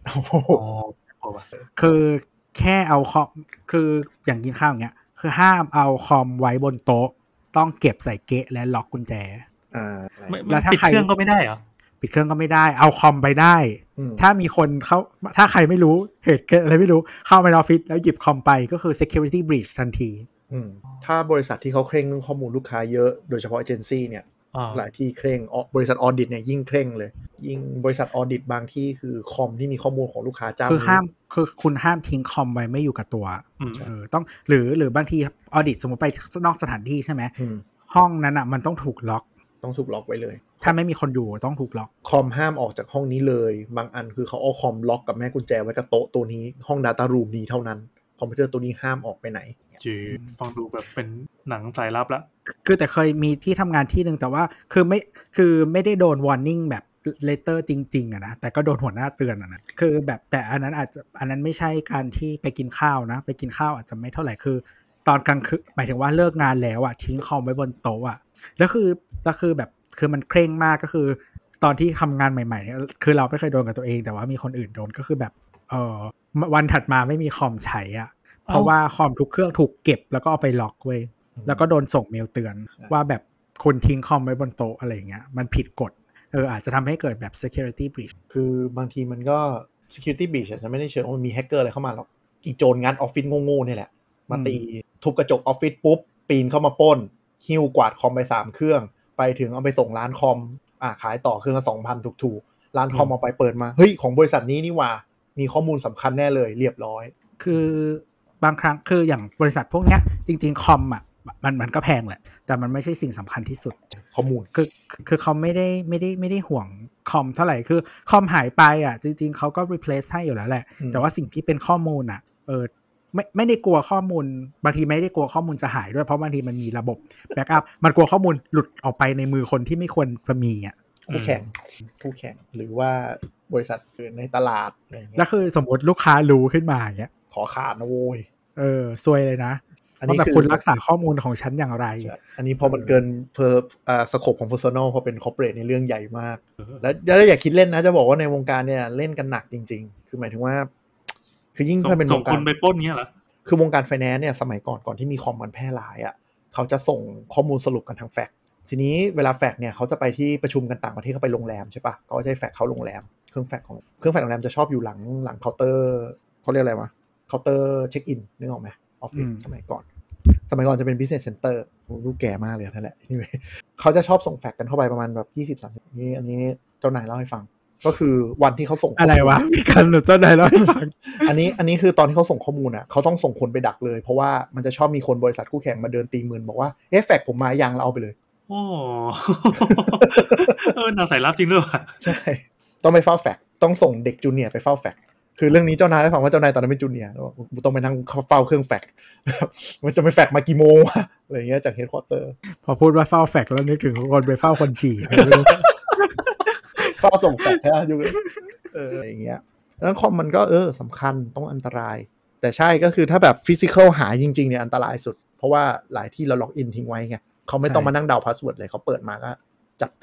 คือแค่เอาคอมคืออย่างกินข้าวอย่างเงี้ยคือห้ามเอาคอมไว้บนโต๊ะต้องเก็บใส่เก๊ะและล็อกกุญแจอ่าแล้วถ้าปิดเครื่องก็ไม่ได้เหรอปิดเครื่องก็ไม่ได้เอาคอมไปได้ถ้ามีคนเขาถ้าใครไม่รู้เหตุอะไรไม่รู้เข้าไปในออฟฟิศแล้วหยิบคอมไปก็คือ security breach ทันทีถ้าบริษัทที่เขาเคร่งเรื่องข้อมูลลูกค้าเยอะโดยเฉพาะเอเจนซี่เนี่ยหลายที่เคร่งบริษัทออดิตเนี่ยยิ่งเคร่งเลยยิ่งบริษัทออดิตบางที่คือคอมที่มีข้อมูลของลูกค้าเจ้าคือห้ามคือคุณห้ามทิ้งคอมไว้ไม่อยู่กับตัวเออต้องหรือหรือบางทีออดิตสมมติไปนอกสถานที่ใช่ไหมห้องนั้นอ่ะมันต้องถูกล็อกต้องถูกล็อกไว้เลยถ้าไม่มีคนอยู่ต้องถูกล็อกคอมห้ามออกจากห้องนี้เลยบางอันคือเขาเอาคอมล็อกกับแม่กุญแจไว้กับโต๊ะตัวนี้ห้อง Data Room นี้เท่านั้นคอมพิวเตอร์ตัวนี้ห้ามออกไปไหนจีฟังดูแบบเป็นหนังสายลับละคือแต่เคยมีที่ทำงานที่นึงแต่ว่าคือไม่คือไม่ได้โดน warning แบบ letter จริงๆอะนะแต่ก็โดนหัวหน้าเตือนอะนะคือแบบแต่อันนั้นอาจจะอันนั้นไม่ใช่การที่ไปกินข้าวนะไปกินข้าวอาจจะไม่เท่าไหร่คือตอนกลางคืนหมายถึงว่าเลิกงานแล้วอะทิ้งคอมไว้บนโต๊ะอะแล้วคือแล้วคือแบบคือมันเคร่งมากก็คือตอนที่ทำงานใหม่ๆคือเราไม่เคยโดนกับตัวเองแต่ว่ามีคนอื่นโดนก็คือแบบเออวันถัดมาไม่มีคอมใช้อะเพราะว่าคอมทุกเครื่องถูกเก็บแล้วก็เอาไปล็อกไว้แล้วก็โดนส่งเมลเตือนว่าแบบคุณทิ้งคอมไว้บนโต๊ะอะไรอย่างเงี้ยมันผิดกฎเอออาจจะทำให้เกิดแบบ security breach คือบางทีมันก็ security breach อาจจะไม่ได้เชิงว่ามันมีแฮกเกอร์อะไรเข้ามาหรอกอีโจรงัดออฟฟิศโง่ๆนี่แหละมาตีทุบกระจกออฟฟิศปุ๊บปีนเข้ามาปล้นหิ้วกวาดคอมไปสามเครื่องไปถึงเอาไปส่งร้านคอมอ่าขายต่อเครื่องละ สองพัน ถูกๆร้านคอมเอาไปเปิดมาเฮ้ยของบริษัทนี้นี่ว่ามีข้อมูลสำคัญแน่เลยเรียบร้อยคือบางครั้งคืออย่างบริษัทพวกเนี้ยจริงๆคอมอ่ะมันมันก็แพงแหละแต่มันไม่ใช่สิ่งสำคัญที่สุดข้อมูลคือคือเขาไม่ได้ไม่ได้ไม่ได้ห่วงคอมเท่าไหร่คือคอมหายไปอ่ะจริงๆเขาก็ replace ให้อยู่แล้วแหละแต่ว่าสิ่งที่เป็นข้อมูลอ่ะเออไม่ไม่ได้กลัวข้อมูลบางทีไม่ได้กลัวข้อมูลจะหายด้วยเพราะบางทีมันมีระบบแบ็กอัพมันกลัวข้อมูลหลุดออกไปในมือคนที่ไม่ควรจะมีอ่ะคู่แข่งคู่แข่งหรือว่าบริษัทอื่นในตลาดอะไรอย่างเงี้ยแล้วคือสมมติลูกค้ารู้ขึ้นมาอย่างเงี้ยขอขาดนะโว้ยเออซวยเลยนะอันนี้แบบคุณรักษาข้อมูลของฉันอย่างไรอันนี้พอมันเกินเพอร์อ่าสโคปของ personal พอเป็น corporate ในเรื่องใหญ่มากแล้วแล้วอย่าคิดเล่นนะจะบอกว่าในวงการเนี่ยเล่นกันหนักจริงๆคือหมายถึงว่าคือยิ่งถ้าเป็นวงการส่งคนไปปล้นเงี้ยเหรอคือวงการ finance เนี่ยสมัยก่อนก่อนที่มีคอมมันแพร่หลายอ่ะเขาจะส่งข้อมูลสรุปกันทางแฟกซ์ทีนี้เวลาแฟกซ์เนี่ยเขาจะไปที่ประชุมกันต่างประเทศเขาไปโรงแรมใช่ปะเขาใช้แฟกซ์เข้าโรงแรมเครื่องแฟกซ์ของเครื่องแฟกซ์โรงแรมจะชอบอยู่หลังหลังเคาน์เตอร์เขาเรียกอะไรวะเคาน์เตอร์เช็คอินนึกออกไหมออฟฟิศสมัยก่อนสมัยก่อนจะเป็น business center รูปแก่มากเลยนั่นแหละนี่เขาจะชอบส่งแฟกซ์กันเข้าไปประมาณแบบ ยี่สิบถึงสามสิบ นี่อันนี้เจ้านายเล่าให้ฟังก็คือวันที่เขาส่งอะไรวะมีการหรือเจ้านายเล่าให้ฟังอันนี้อันนี้คือตอนที่เขาส่งข้อมูลอ่ะเขาต้องส่งคนไปดักเลยเพราะว่ามันจะชอบมีคนบริษัทคู่แข่งมาเดินตีมือบอกว่าเอ๊ะแฟกซ์ผมมายังเราเอาไปเลยโอ้เออน่าใส่ลับจริงด้วยใช่ต้องไปเฝ้าแฟกซ์ต้องส่งเด็กจูเนียร์ไปเฝ้าแฟกซ์คือเรื่องนี้เจ้านายได้ฟังว่าเจ้านายตอนนั้นเป็นจูเนียร์ต้องไปนั่งเฝ้าเครื่องแฟกซ์มันจะไปแฟกซ์มากี่โมงอะไรอย่างเงี้ยจากเฮดควอเตอร์พอพูดว่าเฝ้าแฟกซ์แล้วนึกถึงคนไปเฝ้าคนฉี่เฝ้าส่งแฟกซ์ให้อยู่เอออย่างเงี้ยแล้วคอมมันก็เออสำคัญต้องอันตรายแต่ใช่ก็คือถ้าแบบฟิสิคอลหายจริงๆเนี่ยอันตรายสุดเพราะว่าหลายที่เราล็อกอินทิ้งไว้ไงเขาไม่ต้องมานั่งเดาพาสเวิร์ดเลยเขาเปิดมาก็จัดเต็ม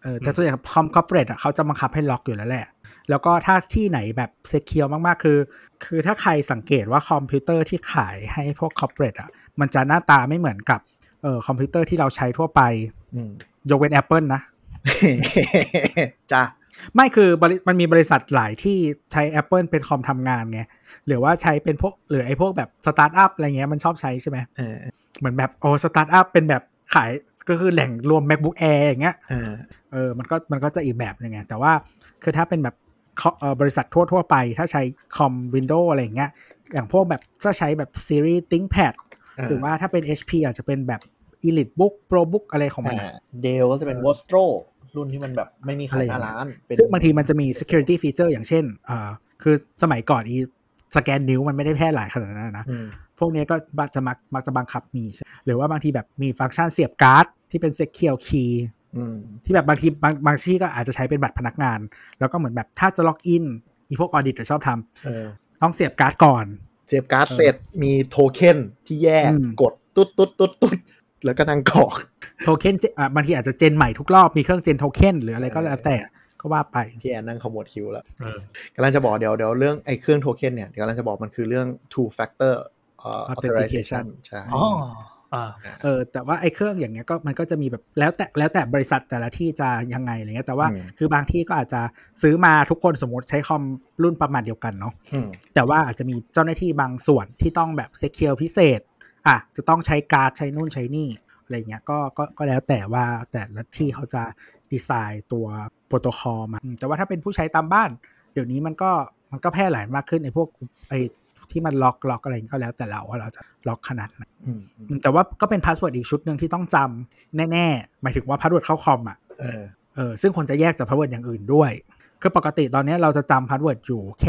เออแต่ส่วนใหญ่คอมคอร์ปอเรทอ่ะเขาจะบังคับให้ล็อกอยู่แล้วแหละแล้วก็ถ้าที่ไหนแบบเซคิวร์มากๆคือคือถ้าใครสังเกตว่าคอมพิวเตอร์ที่ขายให้พวกคอร์ปอเรทอ่ะมันจะหน้าตาไม่เหมือนกับเออคอมพิวเตอร์ที่เราใช้ทั่วไปยกเว้น Apple นะจ้ะไม่คือมันมีบริษัทหลายที่ใช้ Apple เป็นคอมทำงานไงหรือว่าใช้เป็นพวกหรือไอ้พวกแบบสตาร์ทอัพอะไรเงี้ยมันชอบใช้ใช่ไหมเออเหมือนแบบโอ้สตาร์ทอัพเป็นแบบขายก็คือแหล่งรวม MacBook Air อย่างเงี้ยเออเออมันก็มันก็จะอีกแบบนึงไงแต่ว่าคือถ้าเป็นแบบบริษัททั่วๆไปถ้าใช้คอม Windows อะไรอย่างเงี้ยอย่างพวกแบบจะใช้แบบซีรีส์ ThinkPad หรือว่าถ้าเป็น เอช พี อาจจะเป็นแบบ Elite Book Pro Book อะไรของมัน Dell ก็จะเป็น Vostro รุ่นที่มันแบบไม่มีขายหน้าร้านซึ่งบางทีมันจะมี security feature อย่างเช่นอ่าคือสมัยก่อนอีสแกนนิ้วมันไม่ได้แพร่หลายขนาดนั้นนะพวกนี้ก็จะมักมักจะบังคับมีหรือว่าบางทีแบบมีฟังก์ชันเสียบการ์ดที่เป็น secure key ที่แบบบางทีบางบางที่ก็อาจจะใช้เป็นบัตรพนักงานแล้วก็เหมือนแบบถ้าจะล็อกอินอีพวกออดิตจะชอบทำต้องเสียบการ์ดก่อนเสียบการ์ดเสร็จมีโทเค็นที่แยกกดตุ๊ดตุ๊ดตุ๊ดตุ๊ดแล้วก็นั่งกรอกโทเค็นอ่ะบางทีอาจจะเจนใหม่ทุกรอบมีเครื่องเจนโทเค็นหรืออะไรก็แล้วแต่ก็ว่าไปพี่แอนนั่งขมวดคิ้วแล้วกำลังจะบอกเดี๋ยวเดี๋ยวเรื่องไอ้เครื่องโทเค็นเนี่ยเดี๋ยวกำลังจะบอกมันคือเรื่อง two factor authentication ใช่อ๋อเออแต่ว่าไอ้เครื่องอย่างเงี้ยก็มันก็จะมีแบบแล้วแต่แล้วแต่บริษัทแต่ละที่จะยังไงอะไรเงี้ยแต่ว่าคือบางที่ก็อาจจะซื้อมาทุกคนสมมติใช้คอมรุ่นประมาณเดียวกันเนาะแต่ว่าอาจจะมีเจ้าหน้าที่บางส่วนที่ต้องแบบ secure พิเศษอ่ะจะต้องใช้การ์ดใช้นู่นใช้นี่อะไรเงี้ยก็ก็ก็แล้วแต่ว่าแต่ละที่เขาจะดีไซน์ตัวโปรโตคอลมาแต่ว่าถ้าเป็นผู้ใช้ตามบ้านเดี๋ยวนี้มันก็มันก็แพร่หลายมากขึ้นไอ้พวกไอ้ที่มันล็อกล็อกอะไรก็แล้วแต่เราว่าเราจะล็อกขนาดไหนแต่ว่าก็เป็นพาสเวิร์ดอีกชุดหนึ่งที่ต้องจำแน่ๆหมายถึงว่าพาสเวิร์ดเข้าคอมอ่ะเออเออซึ่งคนจะแยกจากพาสเวิร์ดอย่างอื่นด้วยคือปกติตอนนี้เราจะจำพาสเวิร์ดอยู่แค่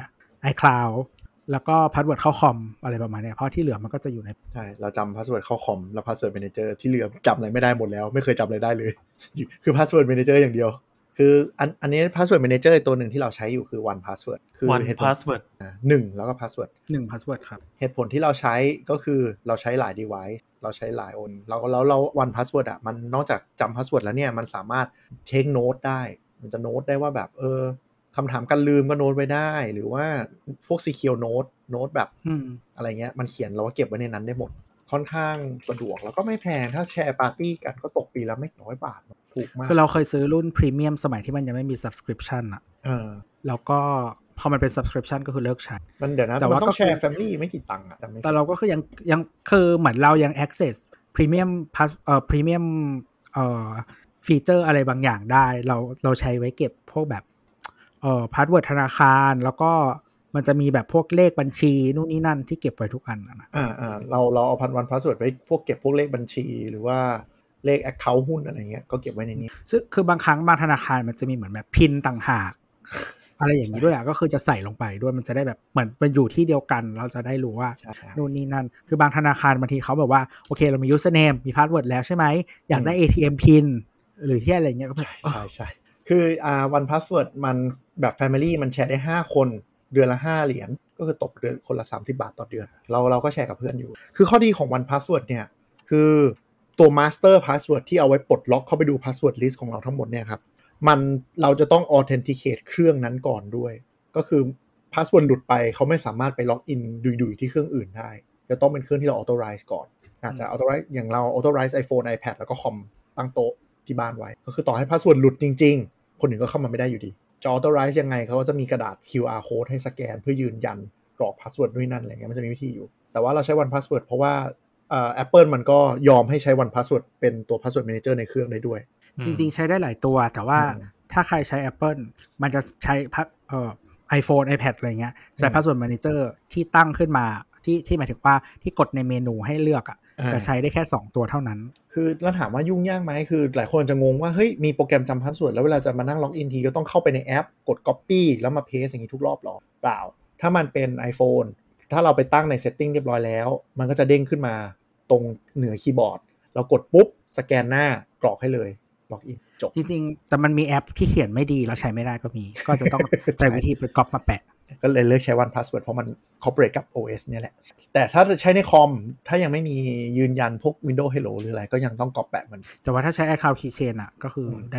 iCloudแล้วก็พาสเวิร์ดเข้าคอมอะไรประมาณนี้เพราะที่เหลือมันก็จะอยู่ในใช่เราจำพาสเวิร์ดเข้าคอมแล้วพาสเวิร์ดแมเนเจอร์ที่เหลือจำอะไรไม่ได้หมดแล้วไม่เคยจำอะไรได้เลยคือพาสเวิร์ดแมเนเจอร์อย่างเดียวคืออันอันนี้พาสเวิร์ดแมเนเจอร์ตัวหนึ่งที่เราใช้อยู่คือ one password คือ one password อ่าหนึ่งแล้วก็ password หนึ่ง password ครับเหตุผลที่เราใช้ก็คือเราใช้หลาย device เราใช้หลายอนเราแล้วเรา one password อ่ะมันนอกจากจำ password แล้วเนี่ยมันสามารถ take note ได้มันจะโน้ตได้ว่าแบบเออคำถามการลืมก็โน้ตไว้ได้หรือว่าพวก secure note โน้ตแบบอะไรเงี้ยมันเขียนเราก็เก็บไว้ในนั้นได้หมดค่อนข้างสะดวกแล้วก็ไม่แพงถ้าแชร์ปาร์ตี้กันก็ตกปีละไม่น้อยบาทถูกมากคือเราเคยซื้อรุ่นพรีเมียมสมัยที่มันยังไม่มี subscription อ่ะเออแล้วก็พอมันเป็น subscription ก็คือเลิกใช้มันเดี๋ยวนะแต่ว่าต้องแชร์ family ไม่กี่ตังค์อ่ะแต่เราก็คือยังยังคือเหมือนเรายัง access premium pass เอ่อ premium เอ่อฟีเจอร์อะไรบางอย่างได้เราเราใช้ไว้เก็บพวกแบบเอ่อพาสเวิร์ดธนาคารแล้วก็มันจะมีแบบพวกเลขบัญชีนู่นนี่นั่นที่เก็บไว้ทุกอันนะอ่าอ่าเราเราเอาพันวันพาสเวิร์ดไว้พวกเก็บพวกเลขบัญชีหรือว่าเลข account หุ้นอะไรเงี้ยก็เก็บไว้ในนี้ซึ่งคือบางครั้งบางธนาคารมันจะมีเหมือนแบบพินต่างหากอะไรอย่างนี้ด้วยอ่ะก็คือจะใส่ลงไปด้วยมันจะได้แบบเหมือนมันอยู่ที่เดียวกันเราจะได้รู้ว่านู่นนี่นั่นคือบางธนาคารบางทีเขาแบบว่าโอเคเรามี username มี password แล้วใช่ไหมอยากได้ เอ ที เอ็ม pin หรือที่อะไรเงี้ยก็ใช่ใช่ใช่คืออ่า one password มันแบบ family มันแชร์ได้ห้าคนเดือนละห้าเหรียญก็คือตกเดือนคนละสามสิบบาทต่อเดือนเราเราก็แชร์กับเพื่อนอยู่คือข้อดีของ one password เนี่ยคือตัว master password ที่เอาไว้ปลดล็อกเข้าไปดู password list ของเราทั้งหมดเนี่ยครับมันเราจะต้อง authenticate เครื่องนั้นก่อนด้วยก็คือ password หลุดไปเขาไม่สามารถไปล็อกอินดุยๆที่เครื่องอื่นได้จะต้องเป็นเครื่องที่เรา authorize ก่อนอาจจะ authorize อย่างเรา authorize iPhone iPad แล้วก็คอมตั้งโต๊ะที่บ้านไว้ก็คือต่อให้ password หลุดจริงๆคนอื่นก็เข้ามาไม่ได้อยู่ดีจะ authorize ยังไงเขาก็จะมีกระดาษ คิว อาร์ code ให้สแกนเพื่อยืนยันกรอก password ด้วยนั่นอะไรเงี้ยมันจะมีวิธีอยู่แต่ว่าเราใช้ one password เพราะว่าเอ่อ Apple มันก็ยอมให้ใช้ one password เป็นตัว password manager ในเครื่องได้ด้วยจริงๆใช้ได้หลายตัวแต่ว่าถ้าใครใช้ Apple มันจะใช้เอ่อ iPhone iPad อะไรเงี้ยใช้ password manager ที่ตั้งขึ้นมาที่ที่หมายถึงว่าที่กดในเมนูให้เลือกอ่ะจะใช้ได้แค่สองตัวเท่านั้นคือแล้วถามว่ายุ่งยากไหมคือหลายคนจะงงว่าเฮ้ยมีโปรแกรมจำพาสเวิร์ดแล้วเวลาจะมานั่งล็อกอินทีก็ต้องเข้าไปในแอปกด copy แล้วมา paste อย่างนี้ทุกรอบหรอเปล่าถ้ามันเป็น iPhone ถ้าเราไปตั้งใน setting เรียบร้อยแล้วมันก็จะเด้งขึ้นมาตรงเหนือคีย์บอร์ดเรากดปุ๊บสแกนหน้ากรอกให้เลยล็อกอินจบจริงๆแต่มันมีแอปที่เขียนไม่ดีแล้วใช้ไม่ได้ก็มีก็จะต้องใช้วิธีไปก๊อปมาแปะก็เลยเลือกใช้ one password เพราะมัน cooperate กับ โอ เอส เนี่ยแหละแต่ถ้าใช้ในคอมถ้ายังไม่มียืนยันพวก Windows Hello หรืออะไรก็ยังต้องก๊อปแปะมันแต่ว่าถ้าใช้ iCloud Keychain อ่ะก็คือได้เลย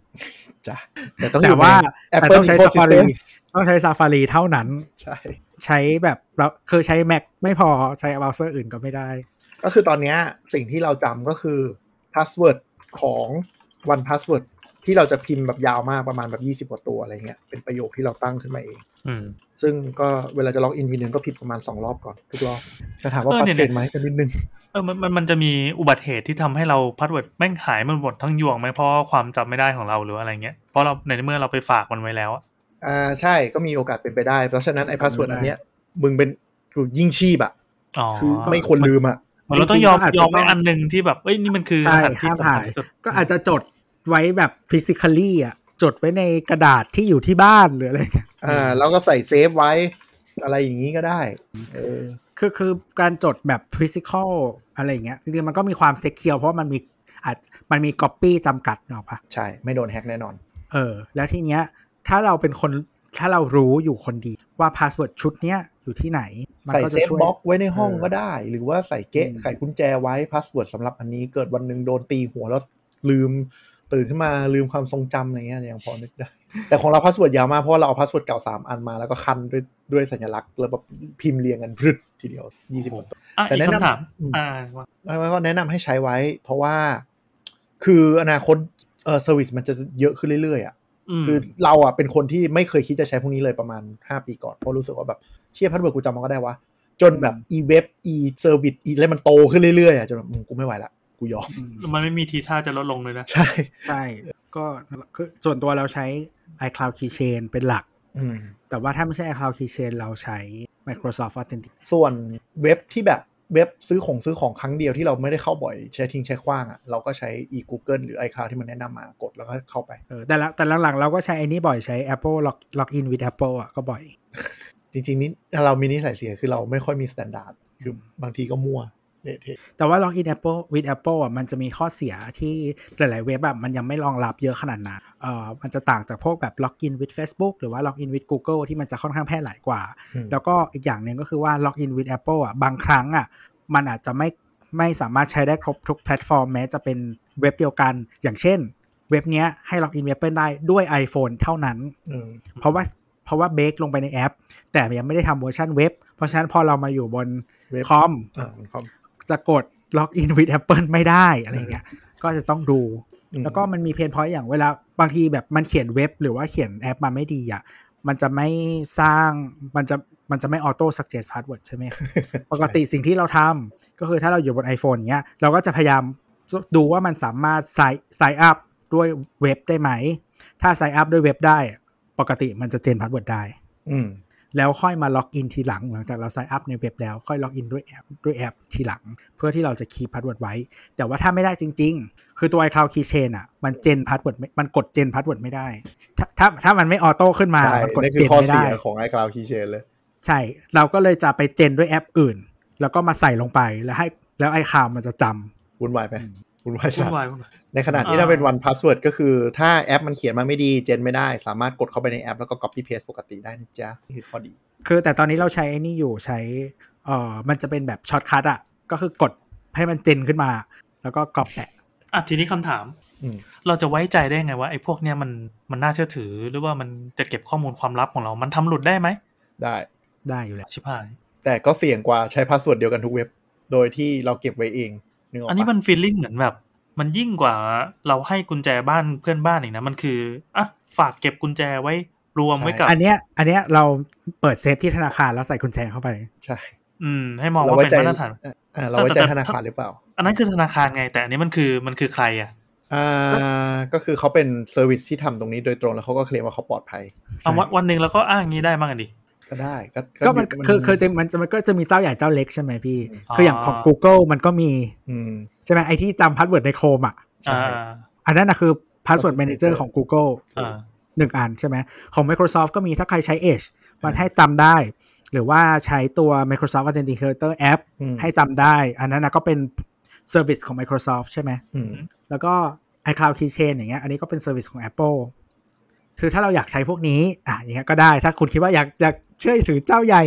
จ้ะแต่ต้องแต่ว่าแต่ต้องใช้ Safari ต้องใช้ Safari เท่านั้นใช่ใช้แบบเราคือใช้ Mac ไม่พอใช้เบราว์เซอร์อื่นก็ไม่ได้ก็คือตอนนี้สิ่งที่เราจำก็คือ password ของ one password ที่เราจะพิมพ์แบบยาวมากประมาณแบบยี่สิบกว่าตัวอะไรเงี้ยเป็นประโยคที่เราตั้งขึ้นมาเองอืมซึ่งก็เวลาจะล็อกอินทีนึงก็ผิดประมาณสองรอบก่อนทุกรอบจะถามว่าฟัสเฟนไหมกันนิดนึงเออมันมันมันจะมีอุบัติเหตุที่ทำให้เราพาสเวิร์ดแม่งหายมันหมดทั้งยวงไหมเพราะความจำไม่ได้ของเราหรืออะไรเงี้ยเพราะเราในเมื่อเราไปฝากมันไว้แล้วอ่าใช่ก็มีโอกาสเป็นไปได้เพราะฉะนั้นไอ้พาสเวิร์ดอันเนี้ยมึงเป็นยิ่งชีพอ่ะคือไม่ควรลืมอ่ะเราต้องยอมยอมไว้อันนึงที่แบบเอ้ยนี่มันคือรหัสที่หายก็อาจจะจดไว้แบบ physically อ่ะจดไว้ในกระดาษที่อยู่ที่บ้านหรืออะไรอ่าแล้วก็ใส่เซฟไว้อะไรอย่างนี้ก็ได้เออคือคือการจดแบบ physical อะไรอย่างเงี้ยจริงๆมันก็มีความ secure เพราะมันมีอาจมันมี copy จำกัดเนาะปะใช่ไม่โดนแฮกแน่นอนเออแล้วทีเนี้ยถ้าเราเป็นคนถ้าเรารู้อยู่คนดีว่า password ชุดเนี้ยอยู่ที่ไหนมันก็จะช่วยใส่เซฟบ็อกไว้ในห้องก็ได้หรือว่าใส่เกะไขกุญแจไว้ password สำหรับอันนี้เกิดวันนึงโดนตีหัวแล้วลืมตื่นขึ้นมาลืมความทรงจำอะไรเงี้ยยังพอนึกได้แต่ของเราพาสเวิร์ดยาวมากเพราะเราเอาพาสเวิร์ดเก่าสามอันมาแล้วก็คันด้วยด้วยสัญลักษณ์แล้วแบบพิมพ์เรียงกันพรึดทีเดียวยี่สิบตัวแต่แนะนำอ่าว่าก็แนะนำให้ใช้ไว้เพราะว่าคืออนาคตเอ่อเซอร์วิสมันจะเยอะขึ้นเรื่อยๆอ่ะคือเราอ่ะเป็นคนที่ไม่เคยคิดจะใช้พวกนี้เลยประมาณห้าปีก่อนเพราะรู้สึกว่าแบบเชี่ยพาสเวิร์ดกูจำมันก็ได้วะจนแบบอีเว็บอีเซอร์วิสอีอะไรมันโตขึ้นเรื่อยๆอ่ะจนแบบกูไม่ไหวละกูยอมมันไม่มีทีท่าจะลดลงเลยนะใช่ใช่ก็คือส่วนตัวเราใช้ iCloud Keychain เป็นหลักแต่ว่าถ้าไม่ใช่ iCloud Keychain เราใช้ Microsoft Authenticator ส่วนเว็บที่แบบเว็บซื้อของซื้อของครั้งเดียวที่เราไม่ได้เข้าบ่อยใช้ทิ้งใช้ขว้างอ่ะเราก็ใช้ e-Google หรือ iCloud ที่มันแนะนำมากดแล้วก็เข้าไปเออแต่ละแต่หลังๆเราก็ใช้ไอ้นี่บ่อยใช้ Apple Log Login with Apple อ่ะก็บ่อยจริงๆนี่เรามีนิสัยเสียคือเราไม่ค่อยมี standard คือบางทีก็มั่วแต่ว่า Login Apple with Apple อ่ะมันจะมีข้อเสียที่หลายๆเว็บแบบมันยังไม่รองรับเยอะขนาดนั้นเอ่อมันจะต่างจากพวกแบบ Login with Facebook หรือว่า Login with Google ที่มันจะค่อนข้างแพร่หลายกว่าแล้วก็อีกอย่างนึงก็คือว่า Login with Apple อ่ะบางครั้งอ่ะมันอาจจะไม่ไม่สามารถใช้ได้ครบทุกแพลตฟอร์มแม้จะเป็นเว็บเดียวกันอย่างเช่นเว็บเนี้ยให้ Login with Apple ได้ด้วย iPhone เท่านั้นเพราะว่าเพราะว่าเบคลงไปในแอปแต่ยังไม่ได้ทำเวอร์ชันเว็บเพราะฉะนั้นพอเรามาอยู่บนคอมจะกด Login with Apple ไม่ได้อะไรเงี้ยก็จะต้องดูแล้วก็มันมีเพนพอยต์อย่างเวลาบางทีแบบมันเขียนเว็บหรือว่าเขียนแอปมาไม่ดีอ่ะมันจะไม่สร้างมันจะมันจะไม่ออโต้ซักเจสพาสเวิร์ดใช่ไหม ปกติสิ่งที่เราทำก็คือถ้าเราอยู่บน iPhone เงี้ยเราก็จะพยายามดูว่ามันสามารถ sign sign up ด้วยเว็บได้ไหมถ้า sign up ด้วยเว็บได้ปกติมันจะเจนพาสเวิร์ดได้แล้วค่อยมาล็อกอินทีหลังหลังจากเรา sign up ในเว็บแล้วค่อยล็อกอินด้วยแอปด้วยแอปทีหลังเพื่อที่เราจะคีย์พาสเวิร์ดไว้แต่ว่าถ้าไม่ได้จริงๆคือตัว iCloud Keychain อ่ะมันเจนพาสเวิร์ดมันกดเจนพาสเวิร์ดไม่ได้ถ้าถ้าถ้ามันไม่ออโต้ขึ้นมามันกดเจนไม่ได้ของ iCloud Keychain เลยใช่เราก็เลยจะไปเจนด้วยแอปอื่นแล้วก็มาใส่ลงไปแล้วให้แล้ว iCloud มันจะจำวุ่นวายไปวุ่นวายสัตว์ในขณะที่ถ้าเป็น one password ก็คือถ้าแอปมันเขียนมาไม่ดีเจนไม่ได้สามารถกดเข้าไปในแอปแล้วก็ copy paste ปกติได้นะจ๊ะนี่คือข้อดีคือแต่ตอนนี้เราใช้ไอ้นี่อยู่ใช้เอ่อมันจะเป็นแบบช็อตคัทอ่ะก็คือกดให้มันเจนขึ้นมาแล้วก็ก๊อปแปะอ่ะทีนี้คำถามเราจะไว้ใจได้ไงว่าไอ้พวกเนี้ยมันมันน่าเชื่อถือหรือว่ามันจะเก็บข้อมูลความลับของเรามันทำหลุดได้ไหมได้ได้อยู่แล้วชิบหายแต่ก็เสี่ยงกว่าใช้พาสเวิร์ดเดียวกันทุกเว็บโดยที่เราเก็บไว้เองนึกออกปะอันนี้มันฟีลลิ่งเหมือนแบบมันยิ่งกว่าเราให้กุญแจบ้านเพื่อนบ้านอีกนะมันคืออ่ะฝากเก็บกุญแจไว้รวมไว้กับอันเนี้ยอันเนี้ยเราเปิดเซฟที่ธนาคารแล้วใส่กุญแจเข้าไปใช่อืมให้มองว่าเป็นมาตรฐานอ่าเราไว้ใจธนาคารหรือเปล่าอันนั้นคือธนาคารไงแต่อันนี้มันคือมันคือใครอ่ะอ่าก็คือเขาเป็นเซอร์วิสที่ทำตรงนี้โดยตรงแล้วเขาก็เคลมว่าเขาปลอดภัยเอาวันวันนึงแล้วก็อ้างงี้ได้มั้งดิก็ได้ก็ก็มันคือคือจะมันมันก็จะมีเจ้าใหญ่เจ้าเล็กใช่ไหมพี่คืออย่างของ Google มันก็มีใช่ไหมไอที่จำพาสเวิร์ดในโคมอ่ะอันนั้นนะคือ Password Manager ของ Google หนึ่งอันใช่ไหมของ Microsoft ก็มีถ้าใครใช้ Edge มันให้จำได้หรือว่าใช้ตัว Microsoft Authenticator App ให้จำได้อันนั้นนะก็เป็น Service ของ Microsoft ใช่ไหมแล้วก็ iCloud Keychain อย่างเงี้ยอันนี้ก็เป็น Service ของ Apple คือถ้าเราอยากใช้พวกนี้อ่ะอย่างเงี้ยก็ได้ถ้าคุณคิดว่าอยากอยากเชื่อถือเจ้าใหญ่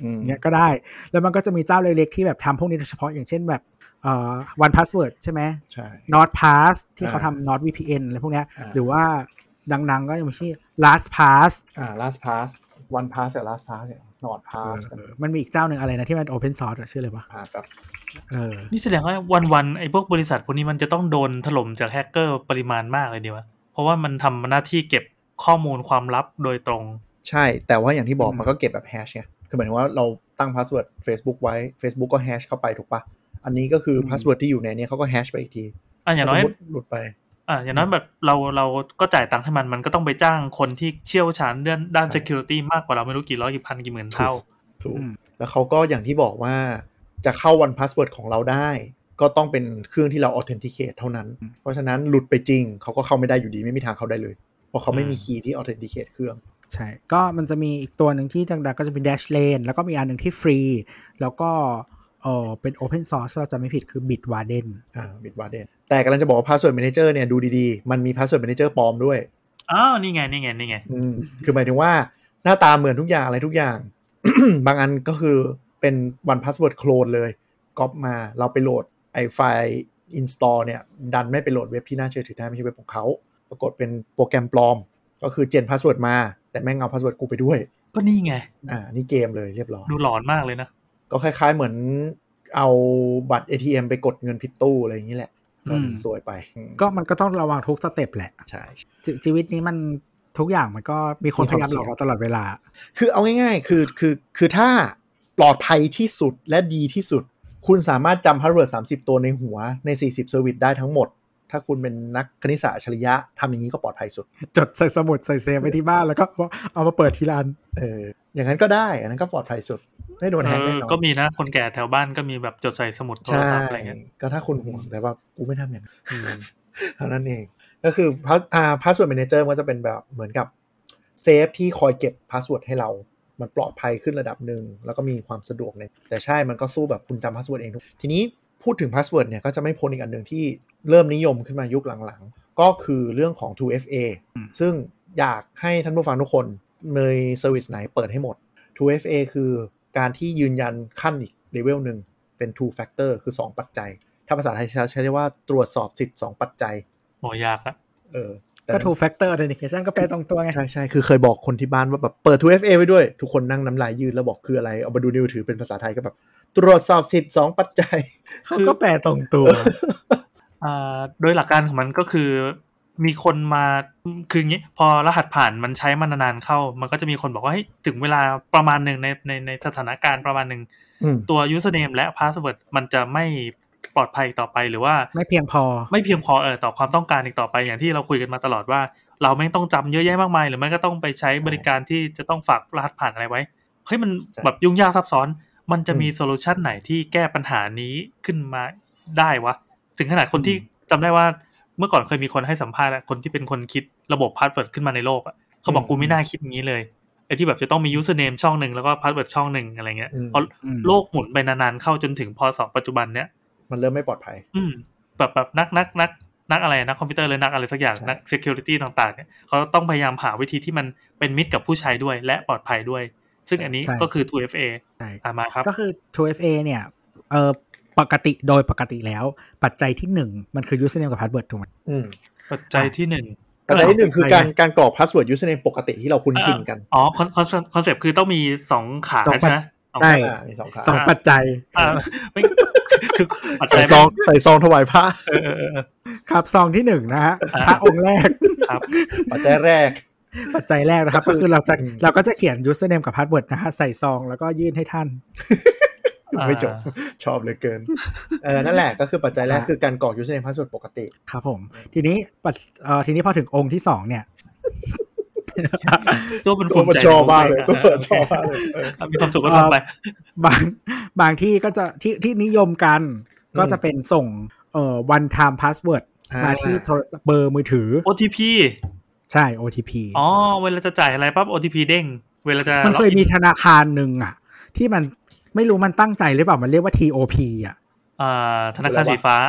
เงี้ยก็ได้แล้วมันก็จะมีเจ้าเล็กๆที่แบบทำพวกนี้โดยเฉพาะอย่างเช่นแบบเอ่อ one password ใช่ไหมใช่ NordPass ที่เขาทำ Nord วี พี เอ็น อะไรพวกเนี้ยหรือว่าดังๆก็อย่างที่ LastPass อ่า LastPass OnePass กับ LastPass เนี่ย NordPass มันมีอีกเจ้าหนึ่งอะไรนะที่มัน Open Source ชื่ออะไรวะครับเออนี่แสดงว่าวันๆไอ้พวกบริษัทพวกนี้มันจะต้องโดนถล่มจากแฮกเกอร์ปริมาณมากเลยดีวะเพราะว่ามันทำหน้าที่เก็บข้อมูลความลับโดยตรงใช่แต่ว่าอย่างที่บอกมันก็เก็บแบบแฮชไงคือหมายถึงว่าเราตั้งพาสเวิร์ด Facebook ไว้ Facebook ก็แฮชเข้าไปถูกปะอันนี้ก็คือพาสเวิร์ดที่อยู่ในนี้เขาก็แฮชไปอีกทีอ่ะอย่างน้อยหลุดไปอ่ะอย่างน้อยแบบเราเราก็จ่ายตังค์ให้มันมันก็ต้องไปจ้างคนที่เชี่ยวชาญเรื่องด้าน security มากกว่าเราไม่รู้กี่ร้อยกี่พันกี่หมื่นเท่าถูกแล้วเขาก็อย่างที่บอกว่าจะเข้า one password ของเราได้ก็ต้องเป็นเครื่องที่เรา authenticate เท่านั้นเพราะฉะนั้นหลุดไปจริงเขาก็เข้าไม่ได้อยู่ดีไม่มีทางเข้าได้เลยเพราะเขาไม่มีคีย์ที่ authenticate เครื่องใช่ก็มันจะมีอีกตัวหนึ่งที่ดังๆก็จะเป็น Dashlane แล้วก็มีอันหนึ่งที่ฟรีแล้วก็เออเป็น Open Source เราจะไม่ผิดคือ Bitwarden อ่า Bitwarden แต่กำลังจะบอกว่า Password Manager เนี่ยดูดีๆมันมี Password Manager ปลอมด้วยอ้าวนี่ไงนี่ไงนี่ไงอืมคือหมายถึงว่าหน้าตาเหมือนทุกอย่างอะไรทุกอย่าง บางอันก็คือเป็น one password clone เลยก๊อปมาเราไปโหลดไอไฟล์ install เนี่ยดันไม่ไปโหลดเว็บที่น่าเชื่อถือได้ไม่ใช่เว็บของเขาปรากฏเป็นโปรแกรมปลอมก็คือเจน password มาแต่แม่งเอา password กูไปด้วยก็นี่ไงอ่านี่เกมเลยเรียบร้อยดูหลอนมากเลยนะก็คล้ายๆเหมือนเอาบัตร เอ ที เอ็ม ไปกดเงินผิดตู้อะไรอย่างนี้แหละก็สวยไปก็มันก็ต้องระวังทุกสเต็ปแหละใช่ชีวิตนี้มันทุกอย่างมันก็มีคนพยายามหลอกเราตลอดเวลาคือเอาง่ายๆคือคือคือถ้าปลอดภัยที่สุดและดีที่สุดคุณสามารถจำพาสเวิร์ดสามสิบตัวในหัวในสี่สิบเซอร์วิสได้ทั้งหมดถ้าคุณเป็นนักคณิตศาสตร์อัจฉริยะทำอย่างนี้ก็ปลอดภัยสุดจดใส่สมุดใส่เซฟไว้ที่บ้านแล้วก็เอามาเปิดทีละอันเอออย่างนั้นก็ได้อันนั้นก็ปลอดภัยสุดไม่โดนแฮกแน่นอนก็มีนะคนแก่แถวบ้านก็มีแบบจดใส่สมุดโทรศัพท์อะไรเงี้ยก็ถ้าคุณห่วงแต่ว่ากูไม่ทำอย่างนั้นเท่านั้นเองก็คือพาสเวิร์ดแมเนเจอร์มันจะเป็นแบบเหมือนกับเซฟที่คอยเก็บพาสเวิร์ดให้เรามันปลอดภัยขึ้นระดับหนึ่งแล้วก็มีความสะดวกเนี่ยแต่ใช่มันก็สู้แบบคุณจำพาสเวิร์ดเองทุกทีนี้พูดถึงพาสเวิร์ดเนี่ยก็จะไม่พ้นอีกอันหนึ่งที่เริ่มนิยมขึ้นมายุคหลังๆก็คือเรื่องของ ทู เอฟ เอ ซึ่งอยากให้ท่านผู้ฟังทุกคนในเซอร์วิสไหนเปิดให้หมด ทู เอฟ เอ คือการที่ยืนยันขั้นอีกเลเวลหนึ่งเป็น two factor คือสองปัจจัยถ้าภาษาไทยใช้เรียกว่าตรวจสอบสิทธิ์สองปัจจัยโหยากละเออก็ two factor authentication ก็แปลตรงตัวไงใช่ๆคือเคยบอกคนที่บ้านว่าแบบเปิด ทู เอฟ เอ ไว้ด้วยทุกคนนั่งน้ำลายยืดแล้วบอกคืออะไรเอามาดูในมือถือเป็นภาษาไทยก็แบบตรวจสอบสิทธิ์สองปัจจัยเขาก็แปลตรงตัวอ่าโดยหลักการของมันก็คือมีคนมาคืออย่างงี้พอรหัสผ่านมันใช้มานานๆเข้ามันก็จะมีคนบอกว่าเฮ้ยถึงเวลาประมาณหนึ่งในในในสถานการณ์ประมาณหนึ่งตัว username และ password มันจะไม่ปลอดภัยต่อไปหรือว่าไม่เพียงพอไม่เพียงพอเออต่อความต้องการอีกต่อไปอย่างที่เราคุยกันมาตลอดว่าเราไม่ต้องจำเยอะแยะมากมายหรือไม่ก็ต้องไปใช้บริการที่จะต้องฝากรหัสผ่านอะไรไว้เฮ้ยมันแบบยุ่งยากซับซ้อนมันจะมีโซลูชันไหนที่แก้ปัญหานี้ขึ้นมาได้วะถึงขนาดคนที่จำได้ว่าเมื่อก่อนเคยมีคนให้สัมภาษณ์คนที่เป็นคนคิดระบบพาสเวิร์ดขึ้นมาในโลกอ่ะเขาบอกกูไม่น่าคิดงี้เลยไอ้ที่แบบจะต้องมี username ช่องนึงแล้วก็พาสเวิร์ดช่องนึงอะไรเงี้ยเพราะโลกหมุนไปนานๆเข้าจนถึงพศปัจจุบันเนี้ยมันเริ่มไม่ปลอดภัยอืมแบบแบบนักนักนักนักอะไรนักคอมพิวเตอร์เลยนักอะไรสักอย่างนัก security ต่างๆเนี่ยเขาต้องพยายามหาวิธีที่มันเป็นมิตรกับผู้ใช้ด้วยและปลอดภัยด้วยซึ่งอันนี้ก็คือ ทู เอฟ เอ อ่ะมาครับก็คือ ทู เอฟ เอ เนี่ยเอ่อปกติโดยปกติแล้วปัจจัยที่หนึ่งมันคือ username กับ password ถูกมั้ยอืมปัจจัยที่หนึ่งปัจจัยที่หนึ่งคือการการกรอก password username ปกติที่เราคุ้นชินกันอ๋อคอนคอนเซปต์คือต้องมีสองขาใช่มั้ยใช่มีสองขาสองปัจจัยอ่าไม่คือปัจจัยใส่ซองใส่ซองถวายพระเออๆครับซองที่หนึ่งนะฮะพระองค์แรกครับปัจจัยแรกปัจจัยแรกนะครับก็คือเราจะเราก็จะเขียน username กับ password นะฮะใส่ซองแล้วก็ยื่นให้ท่านไม่จบชอบเหลือเกินเออนั่นแหละก็คือปัจจัยแรกคือการกรอก username password ปกติครับผมทีนี้เอ่อทีนี้พอถึงองค์ที่สองเนี่ยตัวเป็นคนใจชอบมากเลยตัวชอบมากเลยมีความสุขก็ทำไปบางบางที่ก็จะที่ที่นิยมกันก็จะเป็นส่งเอ่อ one time password มาที่โทรศัพท์เบอร์มือถือโอ ที พีใช่ โอ ที พีอ๋อเวลาจะจ่ายอะไรปั๊บ โอ ที พี เด้งเวลาจะมันเคยมีธนาคารนึงอ่ะที่มันไม่รู้มันตั้งใจหรือเปล่ามันเรียกว่า ที โอ พี อ่ะอ่าธนาคารสีฟ้า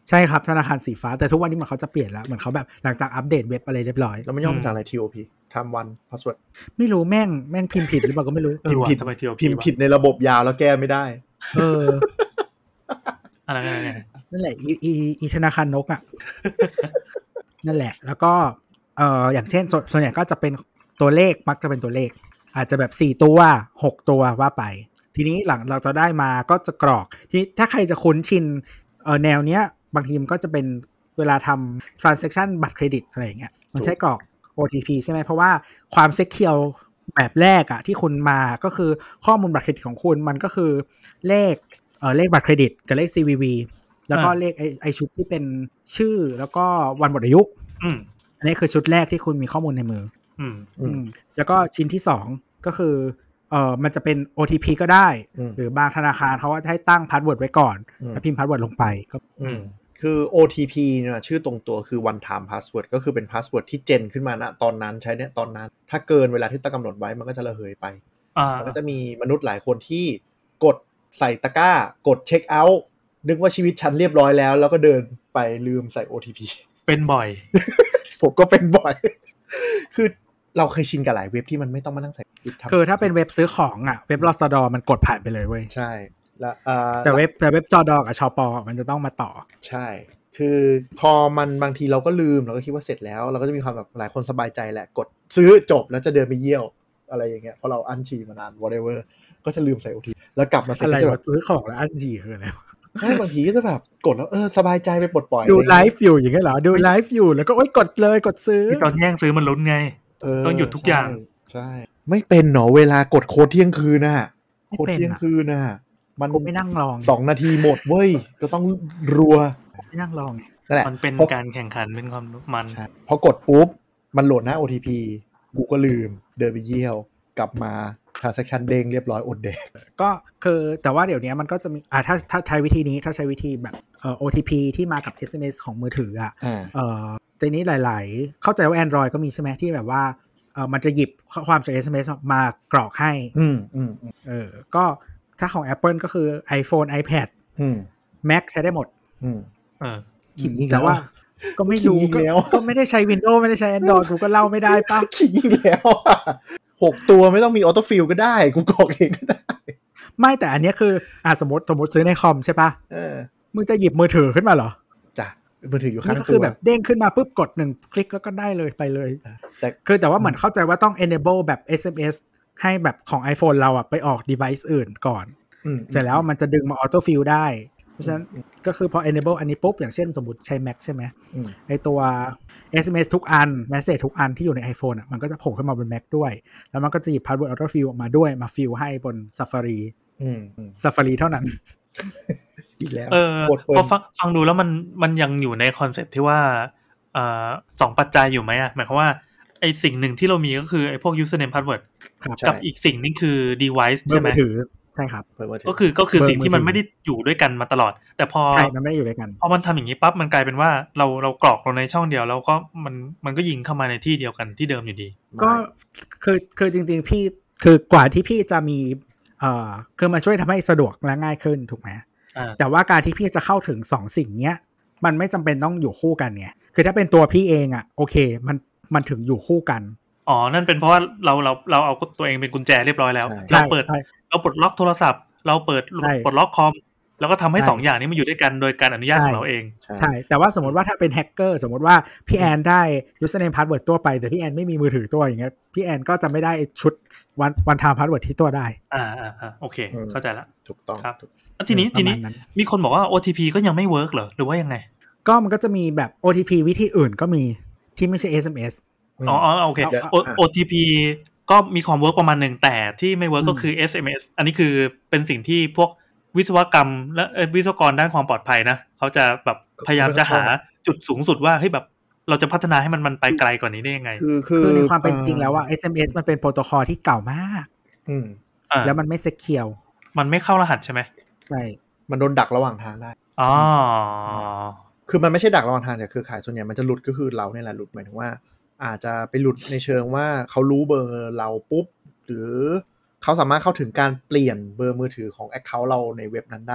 ใช่ครับธนาคารสีฟ้าแต่ทุกวันนี้เหมือนเขาจะเปลี่ยนแล้วเหมือนเขาแบบหลังจากอัปเดตเว็บอะไรเรียบร้อยแล้วมันย่อมาจากอะไร ที โอ พี Time One Password ไม่รู้แม่งแม่งพิมพ์ผิดหรือเปล่าก็ไม่รู้พิมพ์ผิดทำไม ที โอ พีพิมพ์ผิดในระบบยาวแล้วแก้ไม่ได้เอออะไรไงนั่นแหละอีอีอีธนาคารนกอ่ะ นั่นแหละแล้วก็เอ่ออย่างเช่นส่วนใหญ่ก็จะเป็นตัวเลขมักจะเป็นตัวเลขอาจจะแบบสี่ตัวหกตัวว่าไปทีนี้หลังเราจะได้มาก็จะกรอกที่ถ้าใครจะคุ้นชินเอ่อแนวเนี้ยบางทีมันก็จะเป็นเวลาทำ transaction บัตรเครดิตอะไรอย่างเงี้ยมันใช้กรอก โอ ที พี ใช่ไหมเพราะว่าความ secure แบบแรกอะที่คุณมาก็คือข้อมูลบัตรเครดิตของคุณมันก็คือเลขเอ่อเลขบัตรเครดิตกับเลข ซี วี วี แล้วก็เลขไอไอชุดที่เป็นชื่อแล้วก็วันหมดอายุอันนี้คือชุดแรกที่คุณมีข้อมูลในมืออืมอืมแล้วก็ชิ้นที่สองก็คือเอ่อมันจะเป็น โอ ที พี ก็ได้หรือบางธนาคารเขาก็จะให้ตั้งพาสเวิร์ดไว้ก่อนแล้วพิมพ์พาสเวิร์ดลงไปก็อืมคือ โอ ที พี เนี่ยชื่อตรงตัวคือ one time password ก็คือเป็นพาสเวิร์ดที่เจนขึ้นมาณตอนนั้นใช้เนี่ยตอนนั้นถ้าเกินเวลาที่ตั้งกำหนดไว้มันก็จะระเหยไปมันก็จะมีมนุษย์หลายคนที่กดใส่ตะกร้ากดเช็คเอาท์นึกว่าชีวิตฉันเรียบร้อยแล้วแล้วก็เดินไปลืมใส่ โอ ที พีเป็นบ่อยผมก็เป็นบ่อยคือเราเคยชินกับหลายเว็บที่มันไม่ต้องมานั่งใส่คือถ้าเป็นเว็บซื้อของอ่ะเว็บ Lazada มันกดผ่านไปเลยเว้ยใช่แล้วแต่เว็บแต่เว็บจอดอกับชปมันจะต้องมาต่อใช่คือพอมันบางทีเราก็ลืมเราก็คิดว่าเสร็จแล้วเราก็จะมีความแบบหลายคนสบายใจแหละกดซื้อจบแล้วจะเดินไปเยี่ยวอะไรอย่างเงี้ยเพราะเราอั้นฉี่มานาน whatever ก็จะลืมใส่ โอ ที พี แล้วกลับมาเสร็จก็จะแบบซื้อของแล้วอั้นฉี่คืออะไรใช่บางทีก็จะแบบกดแล้วเออสบายใจไปปลดปล่อยดูไลฟ์อยู่อย่างเงี้ยเหรอดูไลฟ์อยู่แล้วก็โอ๊ยกดเลยกดซื้อตอนแย่งซื้อมันลุ้นไงต้องหยุดทุกอย่างใช่ไม่เป็นหนอเวลากดโค้ดเที่ยงคืนน่ะโค้ดเที่ยงคืนน่ะมันไม่นั่งลองสองนาทีหมดเว้ยก็ต้องรัวไม่นั่งลองนั่นแหละมันเป็นการแข่งขันเป็นความมันใช่พอกดปุ๊บมันโหลดหน้า โอ ที พี กูก็ลืมเดินไปเยี่ยวกลับมา transaction เด้งเรียบร้อยอดแดกก็คือแต่ว่าเดี๋ยวนี้มันก็จะมีอ่าถ้าถ้าใช้วิธีนี้ถ้าใช้วิธีแบบเอ่อ โอ ที พี ที่มากับ เอส เอ็ม เอส ของมือถืออ่ะเอ่อทีนี้หลายๆเข้าใจว่า Android ก็มีใช่ไหมที่แบบว่าเออมันจะหยิบข้อความจาก เอส เอ็ม เอส มากรอกให้อืมอืมเออก็ถ้าของ Apple ก็คือ iPhone iPad อืม Mac ใช้ได้หมดอืมเออแต่ว่าก็ไม่รู้ก็ไม่ได้ใช้ Windows ไม่ได้ใช้ Android กูก็เล่าไม่ได้ป่ะขิงอีกแล้วอ่ะหกตัวไม่ต้องมีออโต้ฟิลก็ได้กูกรอกเองก็ได้ไม่แต่อันนี้คืออ่ะสมมติสมมติซื้อในคอมใช่ป่ะเออมึงจะหยิบมือถือขึ้นมาเหรอจ้ะมือถืออยู่ข้างตัวนี่ก็คือแบบเด้งขึ้นมาปุ๊บกดหนึ่งคลิกแล้วก็ได้เลยไปเลยแต่คือแต่ว่าเหมือนเข้าใจว่าต้อง enable แบบ เอส เอ็ม เอส ให้แบบของ iPhone เราอ่ะไปออก device อื่นก่อนเสร็จแล้วมันจะดึงมา auto fill ได้เพราะฉะนั้นก็คือพอ enable อันนี้ปุ๊บอย่างเช่นสมมุติใช้ Mac ใช่ไหมไอตัว เอส เอ็ม เอส ทุกอัน message ทุกอันที่อยู่ใน iPhone อ่ะมันก็จะโผล่ขึ้นมาบน Mac ด้วยแล้วมันก็จะหยิบ password auto fill ออกมาด้วยมา fill ให้บน Safari อืม Safari เท่านั้นอีกแล้วเออพอฟังฟังดูแล้วมันมันยังอยู่ในคอนเซ็ปต์ที่ว่าเอ่อสองปัจจัยอยู่ไหมอ่ะหมายความว่าไอสิ่งหนึ่งที่เรามีก็คือไอพวก username password กับอีกสิ่งนึงคือ device ใช่ไหมใช่ครับก็คือก็คือสิ่งที่มันไม่ได้อยู่ด้วยกันมาตลอดแต่พอใช่มันไม่ได้อยู่ด้วยกันพอมันทำอย่างนี้ปั๊บมันกลายเป็นว่าเราเรากรอกลงในช่องเดียวแล้วก็มันมันก็ยิงเข้ามาในที่เดียวกันที่เดิมอยู่ดีก็คือคือจริงๆพี่คือกว่าที่พี่จะมีเอ่อคือมันช่วยทำให้สะดวกและง่ายขึ้นถูกไหมแต่ว่าการที่พี่จะเข้าถึงสองสิ่งเนี้ยมันไม่จำเป็นต้องอยู่คู่กันไงคือถ้าเป็นตัวพี่เองอ่ะโอเคมันมันถึงอยู่คู่กันอ๋อนั่นเป็นเพราะว่าเราเราเราเอาตัวเองเป็นกุญแจเรียบร้อยแล้วเราเปิดเราปลดล็อกโทรศัพท์เราเปิดปลดล็อกคอมแล้วก็ทำให้สองอย่างนี้มันอยู่ด้วยกันโดยการอนุญาตของเราเองใช่แต่ว่าสมมติว่าถ้าเป็นแฮกเกอร์สมมติว่าพี่แอนได้ username password ตัวไปแต่พี่แอนไม่มีมือถือตัวอย่างเงี้ยพี่แอนก็จะไม่ได้ชุด one one time password ที่ตัวได้อ่าอ่าโอเคเข้าใจละถูกต้องครับทีนี้ทีนี้มีคนบอกว่า โอ ที พี ก็ยังไม่เวิร์กเหรอหรือว่ายังไงก็มันก็จะมีแบบ โอ ที พี วิธีอื่นก็มีที่ไม่ใช่ เอส เอ็ม เอสอ๋อโอเค โอ ที พี ก็มีความเวิร์กประมาณหนึ่งแต่ที่ไม่เวิร์กก็คือ เอส เอ็ม เอส อันนี้คือเป็นสิ่งที่พวกวิศวกรรมและวิศวกรด้านความปลอดภัยนะเขาจะแบบพยายามจะหาจุดสูงสุดว่าเฮ้ยแบบเราจะพัฒนาให้มันมันไปไกลกว่านี้ได้ยังไงคือคือในความเป็นจริงแล้วว่า เอส เอ็ม เอส มันเป็นโปรโตคอลที่เก่ามากอืมแล้วมันไม่เซคิวร์มันไม่เข้ารหัสใช่ไหมใช่มันโดนดักระหว่างทางได้อ๋อคือมันไม่ใช่ดักระหว่างทางแต่คือขายส่วนใหญ่มันจะหลุดก็คือเราเนี่ยแหละหลุดหมายถึงว่าอาจจะไปหลุดในเชิงว่าเขารู้เบอร์เราปุ๊บหรือเขาสามารถเข้าถึงการเปลี่ยนเบอร์มือถือของ account เราในเว็บนั้นได้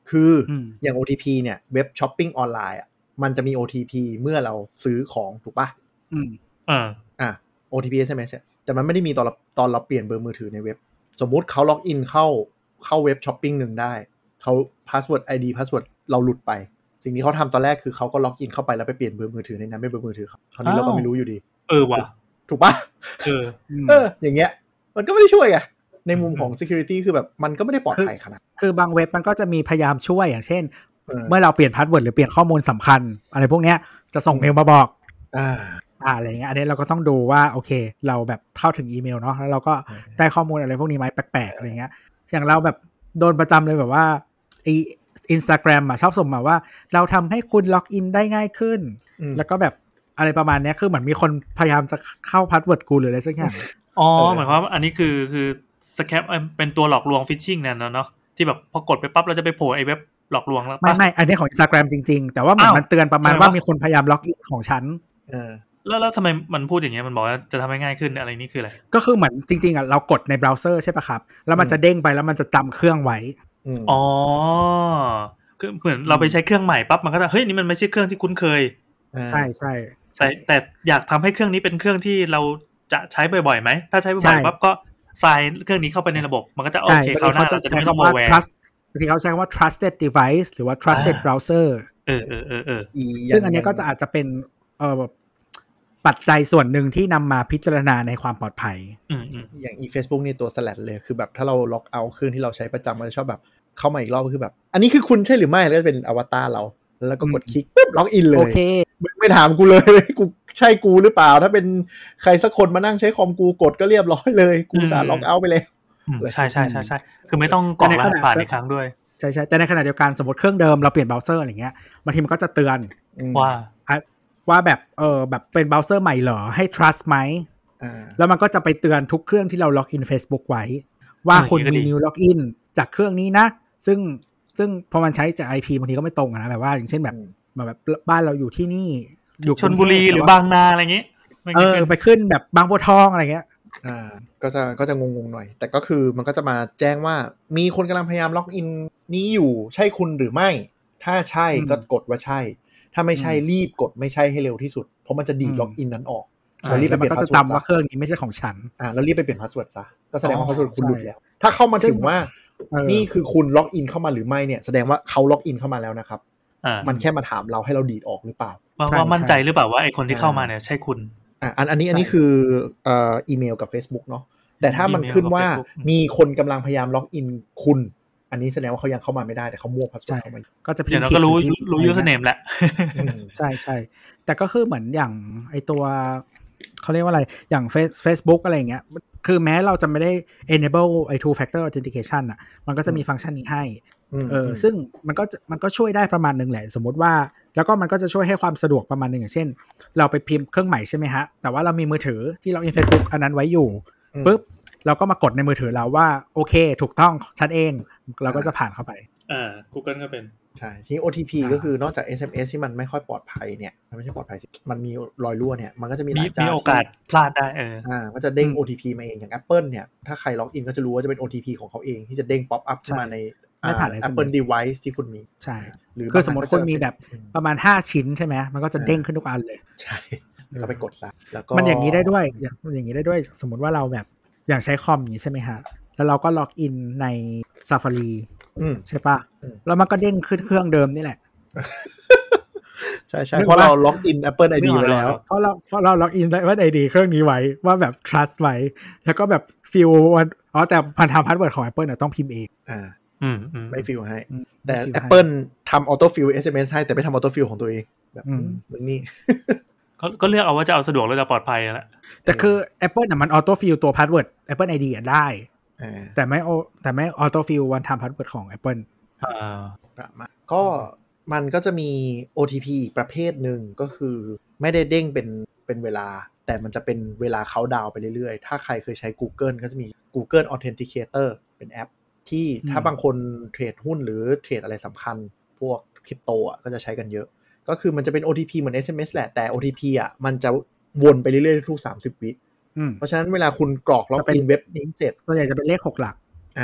คืออย่าง โอ ที พี เนี่ยเว็บช้อปปิ้งออนไลน์อ่ะมันจะมี โอ ที พี เมื่อเราซื้อของถูกป่ะอืมอ่าอ่ะ โอ ที พี เอส เอ็ม เอส แต่มันไม่ได้มีตอนเราตอนเราเปลี่ยนเบอร์มือถือในเว็บสมมุติเขาล็อกอินเข้าเข้าเว็บช้อปปิ้งนึงได้เขาพาสเวิร์ด ไอ ดี พาสเวิร์ดเราหลุดไปสิ่งที่เขาทำตอนแรกคือเขาก็ล็อกอินเข้าไปแล้วไปเปลี่ยนเบอร์มือถือในนั้นไม่เบอร์มือถือเขาคราวนี้เราก็ไม่รู้อยู่ดีเออว่ะถูกป่ะเออเอออย่างเงี้ยมันก็ไม่ได้ช่วยไงในมุมของ security คือแบบมันก็ไม่ได้ปลอดภัยขนาดคือบางเว็บมันก็จะมีพยายามช่วยอย่างเช่นเมื่อเราเปลี่ยนพาสเวิร์ดหรือเปลี่ยนข้อมูลสำคัญอะไรพวกเนี้ยจะส่งเมลมาบอกอ่าอ่าอะไรเงี้ยอันนี้เราก็ต้องดูว่าโอเคเราแบบเข้าถึงอีเมลเนาะแล้วเราก็ได้ข้อมูลอะไรพวกนี้ไหมแปลกๆอะไรเงี้ยอย่างเราแบบโดนประจำเลยแบบว่าไอ Instagram อ่ะชอบส่งมาว่าเราทำให้คุณล็อกอินได้ง่ายขึ้นแล้วก็แบบอะไรประมาณนี้คือเหมือนมีคนพยายามจะเข้าพาสเวิร์ดกูหรืออะไรสักอย่างอ๋อหมายความว่าอันนี้คือคือสแคปเป็นตัวหลอกลวงฟิชชิ่งเนี่ยเนาะที่แบบพอกดไปปั๊บเราจะไปโผล่ไอ้เว็บหลอกลวงแล้วไม่ไม่อันนี้ของ Instagram จริงๆแต่ว่าเหมือนมันเตือนประมาณว่ามีคนพยายามล็อกอินของฉันเออแล้วแล้วทำไมมันพูดอย่างเงี้ยมันบอกว่าจะทำให้ง่ายขึ้นอะไรนี่คืออะไรก็คือเหมือนจริงๆอ่ะเรากดในเบราว์เซอร์ใช่ป่ะครับแล้วมันจะเด้งไปแล้วมันจะจำเครื่องไว้อ๋อคือเหมือนเราไปใช้เครื่องใหม่ปั๊บมันก็จะเฮ้ยนี่มันไม่ใช่เครื่องที่คุ้นเคยใช่ใช่แต่แต่อยากทำให้เครื่องนี้เป็นเครื่องที่เราจะใช้บ่อยๆไหมถ้าใช้บ่อยๆปั๊บก็ไฟล์เครื่องนี้เข้าไปในระบบมันก็จะโอเคเขาหน้าจะใช้คำว่า trust บางทีเขาใช้คำว่า trusted device หรือว่า trusted browser เออเออเออเออซึ่งอันนี้ก็จะอาจจะเป็นเอ่อปัจจัยส่วนหนึ่งที่นำมาพิจารณาในความปลอดภัยอย่างอี Facebook นี่ตัว slash เลยคือแบบถ้าเราล็อกเอาท์เครื่องที่เราใช้ประจำมันจะชอบแบบเข้ามาอีกรอบก็คือแบบอันนี้คือคุณใช่หรือไม่แล้วจะเป็นอวตารเราแล้วก็กดคลิกปุ๊บล็อกอินเลยโอเคไม่ถามกูเลยกูใช่กูหรือเปล่าถ้าเป็นใครสักคนมานั่งใช้คอมกูกดก็เรียบร้อยเลยกูสาล็อกเอาท์ไปเลยใช่ใช่ใช่ใช่คือไม่ต้องกรอกรหัสผ่านอีกครั้งด้วยใช่ใช่แต่ในขณะเดียวกันสมมติเครื่องเดิมเราเปลี่ยนเบราว์เซอร์อะไรเงี้ยบางทีมันก็จะเตือนว่าว่าแบบเออแบบเป็นเบราว์เซอร์ใหม่เหรอให้ trust ไหมแล้วมันก็จะไปเตือนทุกเครื่องที่เราล็อกอิน Facebook ไว้ว่าคุณมี new login จากเครื่องนี้นะซึ่งซึ่งพอมันใช้จาก ไอ พี บางทีก็ไม่ตรงนะแบบว่าอย่างเช่นแบบแบบบ้านเราอยู่ที่นี่อยู่ชลบุรีหรือบางนาอะไรอย่างงี้เออไปขึ้นแบบบางบัวทองอะไรเงี้ยอ่าก็จะก็จะงงๆหน่อยแต่ก็คือมันก็จะมาแจ้งว่ามีคนกำลังพยายามล็อกอินนี้อยู่ใช่คุณหรือไม่ถ้าใช่ก็กดว่าใช่ถ้าไม่ใช่รีบกดไม่ใช่ให้เร็วที่สุดเพราะมันจะดีดล็อกอินนั้นออกแล้วรีบไปเปลี่ยนพาสเวิร์ดจำว่าเครื่องนี้ไม่ใช่ของฉันอ่าแล้วรีบไปเปลี่ยนพาสเวิร์ดซะก็แสดงว่าพาสเวิร์ดคุณหลุดแล้วถ้าเข้ามาถึงว่านี่คือคุณล็อกอินเข้ามาหรือไม่เนี่ยแสดงว่าเขาล็อกอินเข้ามาแล้วนะครับมันแค่มาถามเราให้เราดีดออกหรือเปล่าว่ามั่นใจหรือเปล่าว่าไอ้คนที่เข้ามาเนี่ยใช่คุณอ่าอันอันนี้อันนี้คือเอ่ออีเมลกับ Facebook เนาะแต่ถ้ามันขึ้นว่ามีคนกำลังพยายามล็อกอินคุณอันนี้แสดงว่าเขายังเข้ามาไม่ได้แต่เขามั่วพาสเวิร์ดเข้ามาก็จะพิมพ์ผิดก็รู้รู้ยูสเนมแหละใช่ใช่แต่ก็คือเหมือนอย่างไอตัวเขาเรียกว่าอะไรอย่าง Facebook อะไรอย่างเงี้ยคือแม้เราจะไม่ได้ enable ไอ้ two factor authentication อ่ะมันก็จะมีฟังก์ชันนี้ให้เออซึ่งมันก็มันก็ช่วยได้ประมาณนึงแหละสมมติว่าแล้วก็มันก็จะช่วยให้ความสะดวกประมาณนึงอย่างเช่นเราไปพิมพ์เครื่องใหม่ใช่ไหมฮะแต่ว่าเรามีมือถือที่เรา in Facebook อันนั้นไว้อยู่ปุ๊บเราก็มากดในมือถือเราว่าโอเคถูกต้องฉันเองเราก็จะผ่านเข้าไปอ่า Google ก็เป็นใช่ที่ โอ ที พี ก็คือนอกจาก เอส เอ็ม เอส ที่มันไม่ค่อยปลอดภัยเนี่ยมันไม่ใช่ปลอดภัยสิมันมีรอยรั่วเนี่ยมันก็จะมีหลายเจ้ามีโอกาสพลาดได้เอออ่าก็จะเด้ง โอ ที พี มาเองอย่าง Apple เนี่ยถ้าใครล็อกอินก็จะรู้ว่าจะเป็น โอ ที พี ของเขาเองที่จะเด้งป๊อปอัพขึ้นมาในไม่ผ่าน Apple device ที่คุณมีใช่หรือคือสมมติคุณมีแบบประมาณห้าชิ้นใช่ไหมมันก็จะเด้งขึ้นทุกอันเลยใช่ก็ไปกดซะแล้วก็มันอย่างนี้ได้ด้วยอย่างอย่างนี้ได้ด้วยสมมติว่าเราแบบอย่างใช้คอมอย่างนี้ใช่ไหมฮะแล้วเราก็ล็อกอินใน Safari ใช่ป่ะแล้วมันก็เด้งขึ้นเครื่องเดิมนี่แหละใช่ใช่เพราะเราล็อกอิน Apple ไอ ดี ไว้แล้วเพราะเราเพราะเราล็อกอิน Apple ไอ ดี เครื่องนี้ไว้ว่าแบบ trust ไว้แล้วก็แบบฟิลอ๋อแต่พันธพาสเวิร์ดของ Apple น่ะต้องพิมพ์เองอ่าอืมไม่ฟิลให้แต่ Apple ทำออโต้ฟิล เอส เอ็ม เอส ให้แต่ไม่ทำออโต้ฟิลของตัวเองแบบมึงนี่ก็ก็เลือกเอาว่าจะเอาสะดวกหรือจะปลอดภัยแหละแต่คือ Apple น่ะมันออโต้ฟิลตัวพาสเวิร์ด Apple ไอ ดี อ่ะได้แต่ไม่แต่ไม่ออโต้ฟิลวันทำพาสเวิร์ดของ Apple อ่าประมาณก็มันก็จะมี โอ ที พี อีกประเภทหนึ่งก็คือไม่ได้เด้งเป็นเป็นเวลาแต่มันจะเป็นเวลาเขาดาวไปเรื่อยๆถ้าใครเคยใช้ Google ก็จะมี Google Authenticator เป็นแอปที่ถ้าบางคนเทรดหุ้นหรือเทรดอะไรสำคัญพวกคริปโตอ่ะก็จะใช้กันเยอะก็คือมันจะเป็น โอ ที พี เหมือน เอส เอ็ม เอส แหละแต่ โอ ที พี อ่ะมันจะวนไปเรื่อยๆทุกสามสิบวิเพราะฉะนั้นเวลาคุณกรอกล็อกอินเว็บนี้เสร็จส่วนใหญ่จะเป็นเลขหกหลักอ่า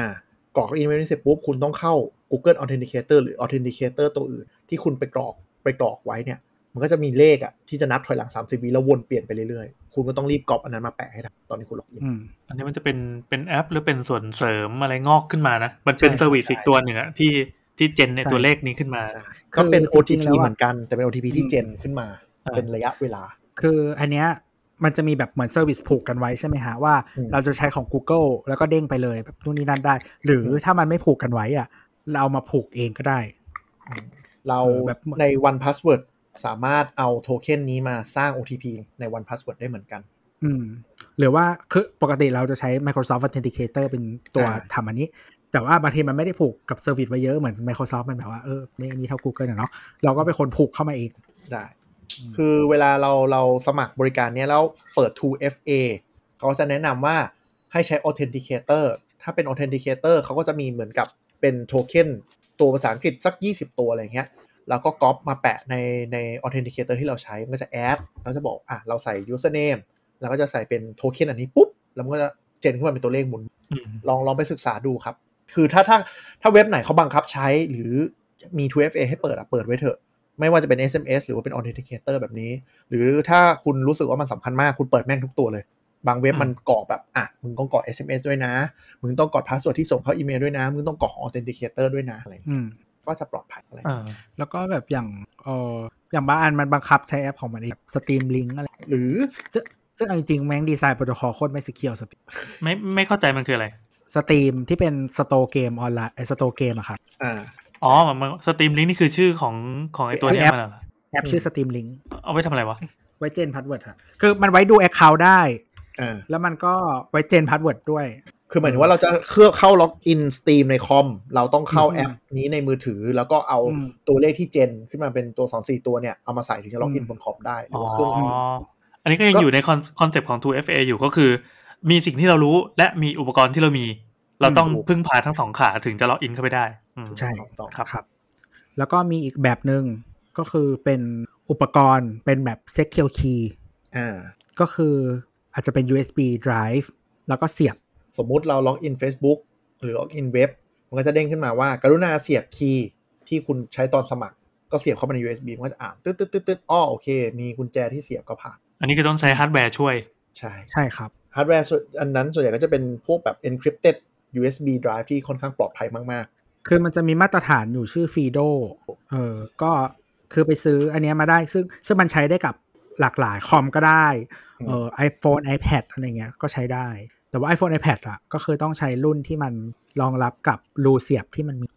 กรอกอีเมลนี้เสร็จปุ๊บคุณต้องเข้า Google Authenticator หรือ Authenticator ตัวอื่นที่คุณไปกรอกไปกรอกไว้เนี่ยมันก็จะมีเลขอ่ะที่จะนับถอยหลังสามสิบวิแล้ววนเปลี่ยนไปเรื่อยๆคุณก็ต้องรีบก๊อปอันนั้นมาแปะให้ทันตอนนี้คุณล็อกอินอันนี้มันจะเป็นเป็นแอปหรือเป็นส่วนเสริมอะไรงอกขึ้นมานะมันเป็นเซอร์วิสอีกตัวหนึ่งอะที่ที่เจนในตัวเลขนี้ขึ้นมาก็เป็น โอ ที พี เหมือนกันแต่เป็น โอ ที พี ที่เจนขึ้นมาเป็นระยะเวลาคืออันเนี้ยมันจะมีแบบเหมือนเซอร์วิสผูกกันไว้ใช่ไหมฮะว่าเราจะใช้ของ Google แล้วก็เด้งไปเลยแบบนู่นนี่นั่นได้หรือถ้ามันไม่ผูกกันไว้อ่ะเรามาผูกเองก็ได้เราแบบใน One Password สามารถเอาโทเค็นนี้มาสร้าง โอ ที พี ใน One Password ได้เหมือนกันอืมหรือว่าคือปกติเราจะใช้ Microsoft Authenticator เป็นตัวทำอันนี้แต่ว่าบางทีมันไม่ได้ผูกกับเซอร์วิสไว้เยอะเหมือน Microsoft มันแบบว่าเออนี่อันนี้เท่า Google เนาะเราก็เป็นคนผูกเข้ามาเองได้คือเวลาเราเราสมัครบริการนี้แล้วเปิด ทู เอฟ เอ เขาจะแนะนำว่าให้ใช้ Authenticator ถ้าเป็น Authenticator เขาก็จะมีเหมือนกับเป็นโทเค็นตัวภาษาอังกฤษสักยี่สิบตัวอะไรเงี้ยแล้วก็ก๊อปมาแปะในใน Authenticator ที่เราใช้มันก็จะแอดแล้วจะบอกอ่ะเราใส่ username แล้วก็จะใส่เป็นโทเค็นอันนี้ปุ๊บแล้วมันก็จะเจนขึ้นมาเป็นตัวเลขหมุนลองลองไปศึกษาดูครับคือถ้าถ้าถ้าเว็บไหนเขาบังคับใช้หรือมี ทู เอฟ เอ ให้เปิดอ่ะเปิดไว้เถอะไม่ว่าจะเป็น เอส เอ็ม เอส หรือว่าเป็น Authenticator แบบนี้หรือถ้าคุณรู้สึกว่ามันสำคัญมากคุณเปิดแม่งทุกตัวเลยบางเว็บมันกรอกแบบอ่ะมึงต้องกรอก เอส เอ็ม เอส ด้วยนะมึงต้องกรอกพาสเวิร์ดที่ส่งเข้าอีเมลด้วยนะมึงต้องกรอก Authenticator ด้วยนะอะไรก็จะปลอดภัยอะไรแล้วก็แบบอย่างเอ่ออย่างบางอันมันบังคับใช้แอปของมันเองสตรีมลิงก์อะไรหรือซึ่งซึ่งจริงๆแม่งดีไซน์โปรโตคอลโคตรไม่ซิเคียวสตรีมไม่ไม่เข้าใจมันคืออะไรสตรีมที่เป็นสโตร์เกมออนไลน์ไอ้สโตร์เกมอะครับอ่าอ๋อมันสตรีมลิงก์นี่คือชื่อของของไอ้ตัวนี้มันเหรอแอปชื่อ Steam Link เอาไว้ทำอะไรวะไว้เจนพาสเวิร์ดฮะคือมันไว้ดู account ได้อ่าแล้วมันก็ไว้เจนพาสเวิร์ดด้วยคือหมายถึงว่าเราจะเข้าล็อกอิน Steam ในคอมเราต้องเข้าแอปนี้ในมือถือแล้วก็เอาตัวเลขที่เจนขึ้นมาเป็นตัว สองถึงสี่ ตัวเนี่ยเอามาใส่ถึงจะล็อกอินบนคอมได้หรือว่าเครื่องอ๋ออันนี้ก็ยังอยู่ในคอนเซ็ปต์ของ ทู เอฟ เอ อยู่ก็คือมีสิ่งที่เรารู้และมีอุปกรณ์ที่เรามีเราต้องพึ่งพาทั้งสองขาถึงจะล็อกอินเข้าไปได้ใช่ครับครับแล้วก็มีอีกแบบนึงก็คือเป็นอุปกรณ์เป็นแบบ Secure Key อ่าก็คืออาจจะเป็น ยู เอส บี drive แล้วก็เสียบสมมุติเราล็อกอิน Facebook หรือล็อกอินเว็บมันก็จะเด้งขึ้นมาว่ากรุณาเสียบคีย์ที่คุณใช้ตอนสมัครก็เสียบเข้าไปใน ยู เอส บี มันก็จะอ่านตึ๊ดๆๆๆอ้อโอเคมีกุญแจที่เสียบก็ผ่านอันนี้ก็ต้องใช้ฮาร์ดแวร์ช่วยใช่ใช่ครับฮาร์ดแวร์อันนั้นส่วนใหญ่ก็จะเป็นพวกแบบ encrypted ยู เอส บี drive ที่ค่อนข้างปลอดภัยมากๆคือมันจะมีมาตรฐานอยู่ชื่อ Fido เออก็คือไปซื้ออันนี้มาได้ซึ่งซึ่งมันใช้ได้กับหลากหลายคอมก็ได้เอ่อ iPhone iPad อะไรเงี้ยก็ใช้ได้แต่ว่า iPhone iPad อ่ะก็คือต้องใช้รุ่นที่มันรองรับกับรูเสียบที่มันมี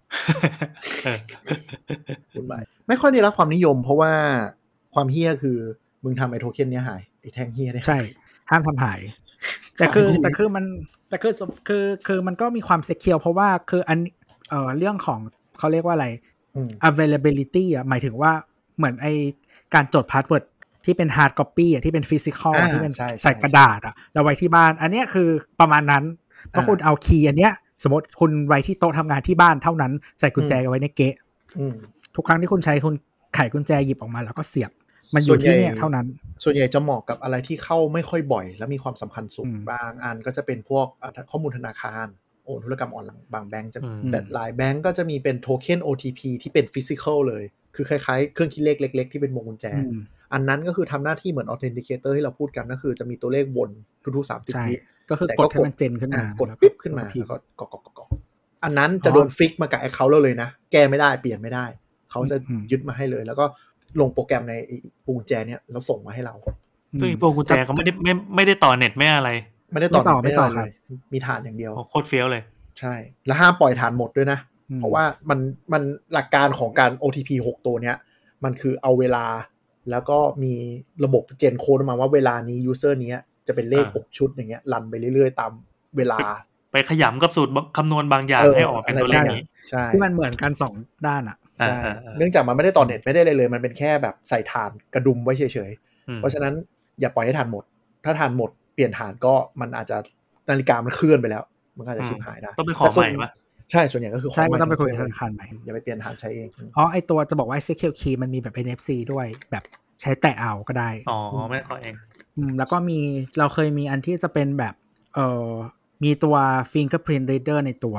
ไม่ค่อยได้รับความนิยมเพราะว่าความเฮี้ยคือมึงทำไอ้โทเค็นเนี้ยหายไอ้แท่งเฮี้ยเนี่ยใช่ห้ามทำหายแต่คือแต่คือมันแต่คือคือคือมันก็มีความเซคิวร์เพราะว่าคืออันเอ่อเรื่องของเขาเรียกว่าอะไรavailability อ่ะหมายถึงว่าเหมือนไอการจดพาสเวิร์ดที่เป็น hard copy อ่ะที่เป็น physical ที่เป็นใส่กระดาษอ่ะแล้วไว้ที่บ้านอันเนี้ยคือประมาณนั้นเพราะคุณเอาคีย์อันเนี้ยสมมติคุณไว้ที่โต๊ะทำงานที่บ้านเท่านั้นใส่กุญแจไว้ในเกะทุกครั้งที่คุณใช้คุณไขกุญแจหยิบออกมาแล้วก็เสียบมันอยู่ที่เนี่ยเท่านั้นส่วนใหญ่จะเหมาะกับอะไรที่เข้าไม่ค่อยบ่อยและมีความสำคัญสูงบางอันก็จะเป็นพวกข้อมูลธนาคารโอนธุรกรรมออนไลน์บางแบงก์จะแต่หลายแบงก์ก็จะมีเป็นโทเค็น โอ ที พี ที่เป็นฟิสิคอลเลยคือคล้ายๆเครื่องคิดเลขเล็กๆที่เป็นวงกุญแจอันนั้นก็คือทำหน้าที่เหมือน Authenticator ที่เราพูดกันก็คือจะมีตัวเลขวนทุกๆสามสิบวิก็คือกดให้มันเจนขึ้นมากดปิ๊บขึ้นมาแล้วก็กรอกๆๆอันนั้นจะโดนฟิกมากับ account เราเลยนะแก้ไม่ได้เปลี่ยนไม่ได้เขาจะยึดมาให้เลยแล้วก็ลงโปรแกรมในกุญแจเนี่ยแล้วส่งมาให้เราซึ่งพวกกุญแจเขาไม่ได้ไม่ไม่ได้ต่อเน็ตไม่อะไรไม่ได้ต่อเน็ตไม่ต่อเลยมีฐานอย่างเดียวโคตรเฟี้ยวเลยใช่แล้วห้ามปล่อยฐานหมดด้วยนะเพราะว่ามันมันหลักการของการ โอ ที พี หกตัวเนี้ยมันคือเอาเวลาแล้วก็มีระบบเจนโค้ดมาว่าเวลานี้ยูเซอร์นี้จะเป็นเลขหกชุดอย่างเงี้ยรันไปเรื่อยๆตามเวลาไปขยำกับสูตรคำนวณบางอย่างให้ออกเป็นตัวเลขนี้ใช่ที่มันเหมือนกันสองด้านอ่ะใช่เนื่องจากมันไม่ได้ต่อเน็ตไม่ได้เลยเลยมันเป็นแค่แบบใส่ฐานกระดุมไว้เฉยๆเพราะฉะนั้นอย่าปล่อยให้ฐานหมดถ้าฐานหมดเปลี่ยนฐานก็มันอาจจะนาฬิกามันเคลื่อนไปแล้วมันอาจจะชิบหายได้ต้องไปขอใหม่ป่ะใช่ส่วนใหญ่ก็คือใช่ต้องไปคุยกับธนาคารใหม่อย่าไปเปลี่ยนฐานใช้เองอ๋อไอตัวจะบอกว่า Secure Key มันมีแบบ เอ็น เอฟ ซี ด้วยแบบใช้แตะเอาก็ได้อ๋อไม่ขอเองอืมแล้วก็มีเราเคยมีอันที่จะเป็นแบบเอ่อมีตัว Fingerprint Reader ในตัว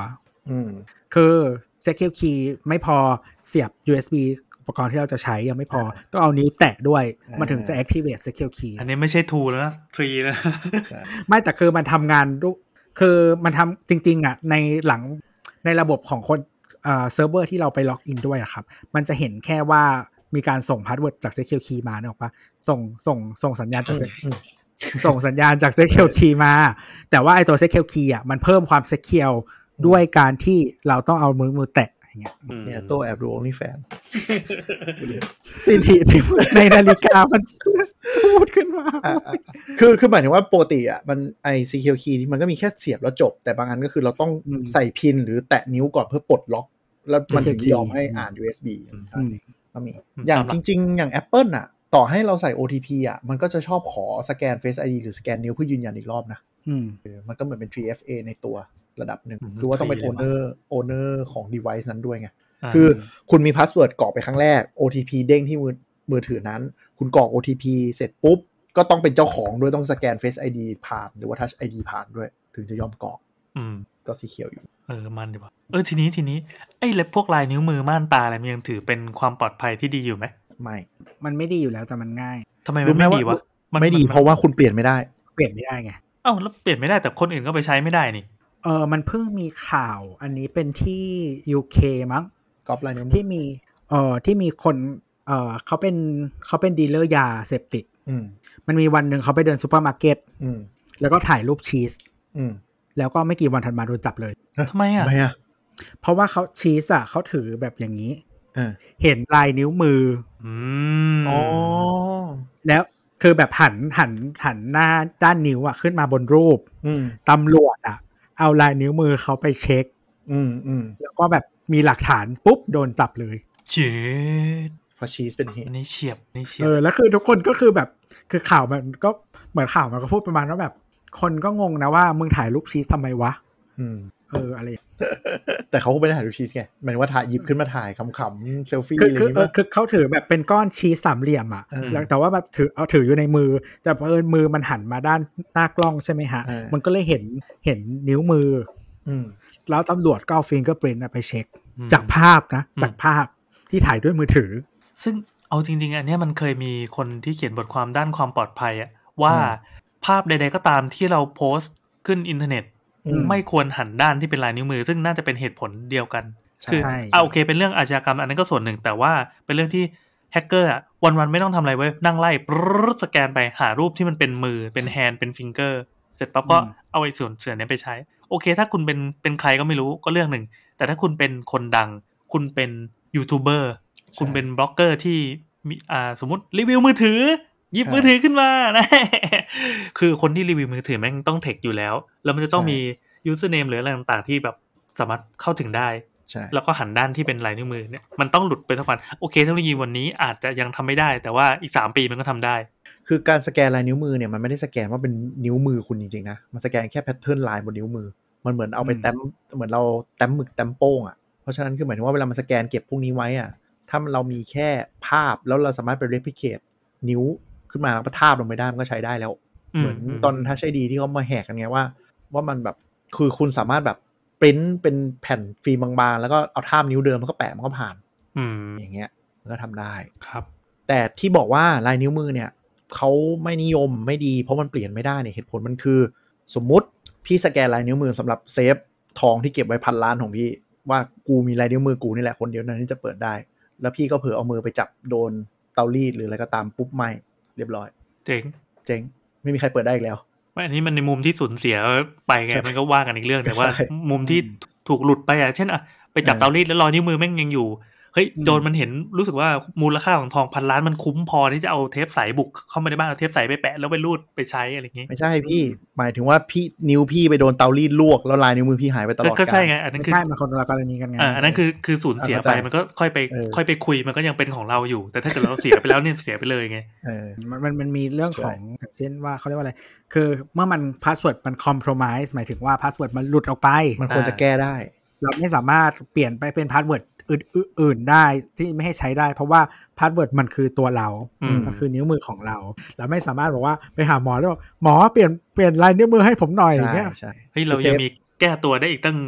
อืมคือ Secure Key ไม่พอเสียบ ยู เอส บี อุปกรณ์ที่เราจะใช้ยังไม่พอต้องเอานิ้วแตะด้วยมันถึงจะ activate Secure Key อันนี้ไม่ใช่ two แล้วนะ three แล้วใช่ไม่แต่คือมันทำงานคือมันทำจริงๆอ่ะในหลังในระบบของคนเอ่อเซิร์ฟเวอร์ที่เราไปล็อกอินด้วยอะครับมันจะเห็นแค่ว่ามีการส่งพาสเวิร์ดจาก Secure Key มาเนี่ยหรอปะส่งส่งส่งสัญญาณจากส่งสัญญาณจาก Secure Key มาแต่ว่าไอตัว Secure Key อ่ะมันเพิ่มความ Secure ด้วยการที่เราต้องเอามือมือแตะอย่างเงี้ยเนี่ยตัวแอบดู OnlyFans สิริที่ในนาฬิกามันพูดขึ้นมาคือคือหมายถึงว่าปกติอ่ะมันไอ Secure Key นี่มันก็มีแค่เสียบแล้วจบแต่บางอันก็คือเราต้องใส่พินหรือแตะนิ้วก่อนเพื่อปลดล็อกแล้วมันถึงยอมให้อ่าน ยู เอส บี ก็มีอย่างจริงๆอย่าง Apple น่ะต่อให้เราใส่ โอ ที พี อ่ะมันก็จะชอบขอสแกน Face ไอ ดี หรือสแกนนิ้วเพื่อยืนยันอีกรอบนะมันก็เหมือนเป็น ทรี เอฟ เอ ในตัวระดับหนึ่งคือว่าต้องเป็น owner owner ของ device นั้นด้วยไงคือคุณมีพาสเวิร์ดกรอกไปครั้งแรก โอ ที พี เด้งที่มือมือถือนั้นคุณกรอก โอ ที พี เสร็จปุ๊บก็ต้องเป็นเจ้าของด้วยต้องสแกน Face ไอ ดี ผ่านหรือว่า Touch ไอ ดี ผ่านด้วยถึงจะยอมกรอกก็สีเขียวอยู่เออมันดีว่ะเออทีนี้ทีนี้ไอ้เล็บพวกลายนิ้วมือม่านตาอะไรมันยังถือเป็นความปลอดภัยที่ดีอยู่ไหมไม่มันไม่ดีอยู่แล้วแต่มันง่ายทำไมมันไม่ดีวะไม่ดีเพราะว่าคุณเปลี่ยนไม่ได้เปลี่ยนไม่ได้ไงเอ้าแล้วเปลี่ยนไม่ได้แต่คนอื่นก็ไปใช้ไม่ได้นี่เออมันเพิ่งมีข่าวอันนี้เป็นที่ ยู เค มั้งก๊อปลายนิ้วที่มีเอ่อที่มีคนเอ่อเขาเป็นเขาเป็นดีลเลอร์ยาเสพติดมันมีวันหนึ่งเขาไปเดินซูเปอร์มาร์เก็ตแล้วก็ถ่ายรูปชีสแล้วก็ไม่กี่วันถัดมาโดนจับเลยทำไมอ่ะทำไมอ่ะเพราะว่าเขาชีสอ่ะเขาถือแบบอย่างนี้เห็นลายนิ้วมืออ๋อแล้วคือแบบหันหันหันหน้าด้านนิ้วอ่ะขึ้นมาบนรูปตำรวจอ่ะเอาลายนิ้วมือเขาไปเช็คแล้วก็แบบมีหลักฐานปุ๊บโดนจับเลยเจ็ดพอชีสเป็นเหตุอันนี้เฉียบนี่เฉียบเออแล้วคือทุกคนก็คือแบบคือข่าวมันก็เหมือนข่าวมันก็พูดประมาณว่าแบบคนก็งงนะว่ามึงถ่ายรูปชีสทำไมวะเอออะไรแต่เขาก็ไม่ได้ถ่ายรูปชีสไงหมายถึงว่าถ่ายหยิบขึ้นมาถ่ายขำๆเซลฟี่อะไรอย่างเงี้ยคือเขาถือแบบเป็นก้อนชีสสามเหลี่ยมอ่ะแล้วแต่ว่าแบบถือเอาถืออยู่ในมือแต่เผอิญมือมันหันมาด้านหน้ากล้องใช่ไหมฮะมันก็เลยเห็นเห็นนิ้วมือแล้วตำรวจก็เอาฟิงเกอร์พรินท์ไปเช็คจากภาพนะจากภาพที่ถ่ายด้วยมือถือซึ่งเอาจริงๆอันนี้มันเคยมีคนที่เขียนบทความด้านความปลอดภัยอะว่าภาพใดๆก็ตามที่เราโพสต์ขึ้นอินเทอร์เน็ตไม่ควรหันด้านที่เป็นลายนิ้วมือซึ่งน่าจะเป็นเหตุผลเดียวกันคือเอาโอเคเป็นเรื่องอาชญากรรมอันนั้นก็ส่วนหนึ่งแต่ว่าเป็นเรื่องที่แฮกเกอร์อะวันๆไม่ต้องทำอะไรเว้ยนั่งไล่ปึ๊ดสแกนไปหารูปที่มันเป็นมือเป็นแฮนด์เป็นฟิงเกอร์เสร็จปั๊บก็เอาไอ้ส่วนเสื่อนี้ไปใช้โอเคถ้าคุณเป็นเป็นใครก็ไม่รู้ก็เรื่องหนึ่งแต่ถ้าคุณเป็นคนดังคุณเป็นยูทูบเบอร์คุณเป็นบล็อกเกอร์ที่มีอ่าสมมุติรีวิวมือถือหยิบมือถือขึ้นมานะคือคนที่รีวิวมือถือแม่งต้องเทคอยู่แล้วแล้วมันจะต้องมี username หรืออะไรต่างๆที่แบบสามารถเข้าถึงได้แล้วก็หันด้านที่เป็นลายนิ้วมือเนี่ยมันต้องหลุดไปทุกวันโอเคเทคโนโลยีวันนี้อาจจะยังทำไม่ได้แต่ว่าอีกสามปีมันก็ทำได้คือการสแกนลายนิ้วมือเนี่ยมันไม่ได้สแกนว่าเป็นนิ้วมือคุณจริงๆนะมันสแกนแค่แพทเทิร์นลายบนนิ้วมือมันเหมือนเอาไปแต้มเหมือนเราแต้มหมึกแต้มโป้งอ่ะเพราะฉะนั้นคือหมายถึงว่าเวลามันสแกนเก็บพวกนี้ไว้อ่ะถ้าเรามีแค่ภาพแล้วเราสามารถไป replicate นิ้วขึ้นมาแล้วทาบลงไปได้มันก็ใช้ได้แล้วเหมือนตอน Touch ไอ ดี ที่เขามาแหกกันไงว่าว่ามันแบบคือคุณสามารถแบบปริ้นเป็นแผ่นฟิล์มบางๆแล้วก็เอาทาบนิ้วเดิมแล้วก็แปะมันก็ผ่านอย่างเงี้ยมันก็ทำได้ครับแต่ที่บอกว่าลายนิ้วมือเนี่ยเขาไม่นิยมไม่ดีเพราะมันเปลี่ยนไม่ได้เนี่ยเหตุผลมันคือสมมุติพี่สแกนลายนิ้วมือสำหรับเซฟทองที่เก็บไว้พันล้านของพี่ว่ากูมีลายนิ้วมือกูนี่แหละคนเดียวนั้นที่จะเปิดได้แล้วพี่ก็เผลอเอามือไปจับโดนเตารีดหรืออะไรก็ตามปุ๊บไหมเรียบร้อยเจ๋งเจ๋งไม่มีใครเปิดได้อีกแล้วไม่อันนี้มันในมุมที่สูญเสียไปไงมันก็ว่ากันอีกเรื่องแต่ว่ามุมที่ถูกหลุดไปอ่ะเช่นอ่ะไปจับเตารีดแล้วรอยนิ้วมือแม่งยังอยู่เฮ้ยโจรมันเห็นรู้สึกว่ามูลค่าของทองพันล้านมันคุ้มพอที่จะเอาเทปใสบุกเข้ามาในบ้านเอาเทปใสไปแปะแล้วไปรูดไปใช้อะไรอย่างงี้ไม่ใช่พี่หมายถึงว่าพี่นิ้วพี่ไปโดนเตารีดลวกแล้วลายนิ้วมือพี่หายไปตลอดกาลก็ใช่ไงอันนั้นคือใช่มันคนละกรณีกันไงอ่าอันนั้นคือคือสูญเสียไปมันก็ค่อยไปค่อยไปคุยมันก็ยังเป็นของเราอยู่แต่ถ้าเกิดเราเสียไปแล้วเนี่ยเสียไปเลยไงเออมันมันมันมีเรื่องของอย่างเช่นว่าเขาเรียกว่าอะไรคือเมื่อมันพาสเวิร์ดมันคอมโพรไมซ์หมายถึงว่าพาสเวิร์ดมันหลุดออกไปมันควรจะแก้ได้เราไม่สามารถเปลี่ยนไปเป็นพาสเวิร์ดอื่นๆได้ที่ไม่ให้ใช้ได้เพราะว่าพาสเวิร์ดมันคือตัวเรามันคือนิ้วมือของเราเราไม่สามารถบอกว่าไปหาหมอแล้วบอกหมอเปลี่ยนเปลี่ยนลายนิ้วมือให้ผมหน่อยอย่างเงี้ยใช่เฮ้ยเรายังมีแก้ตัวได้อีกตั้งเ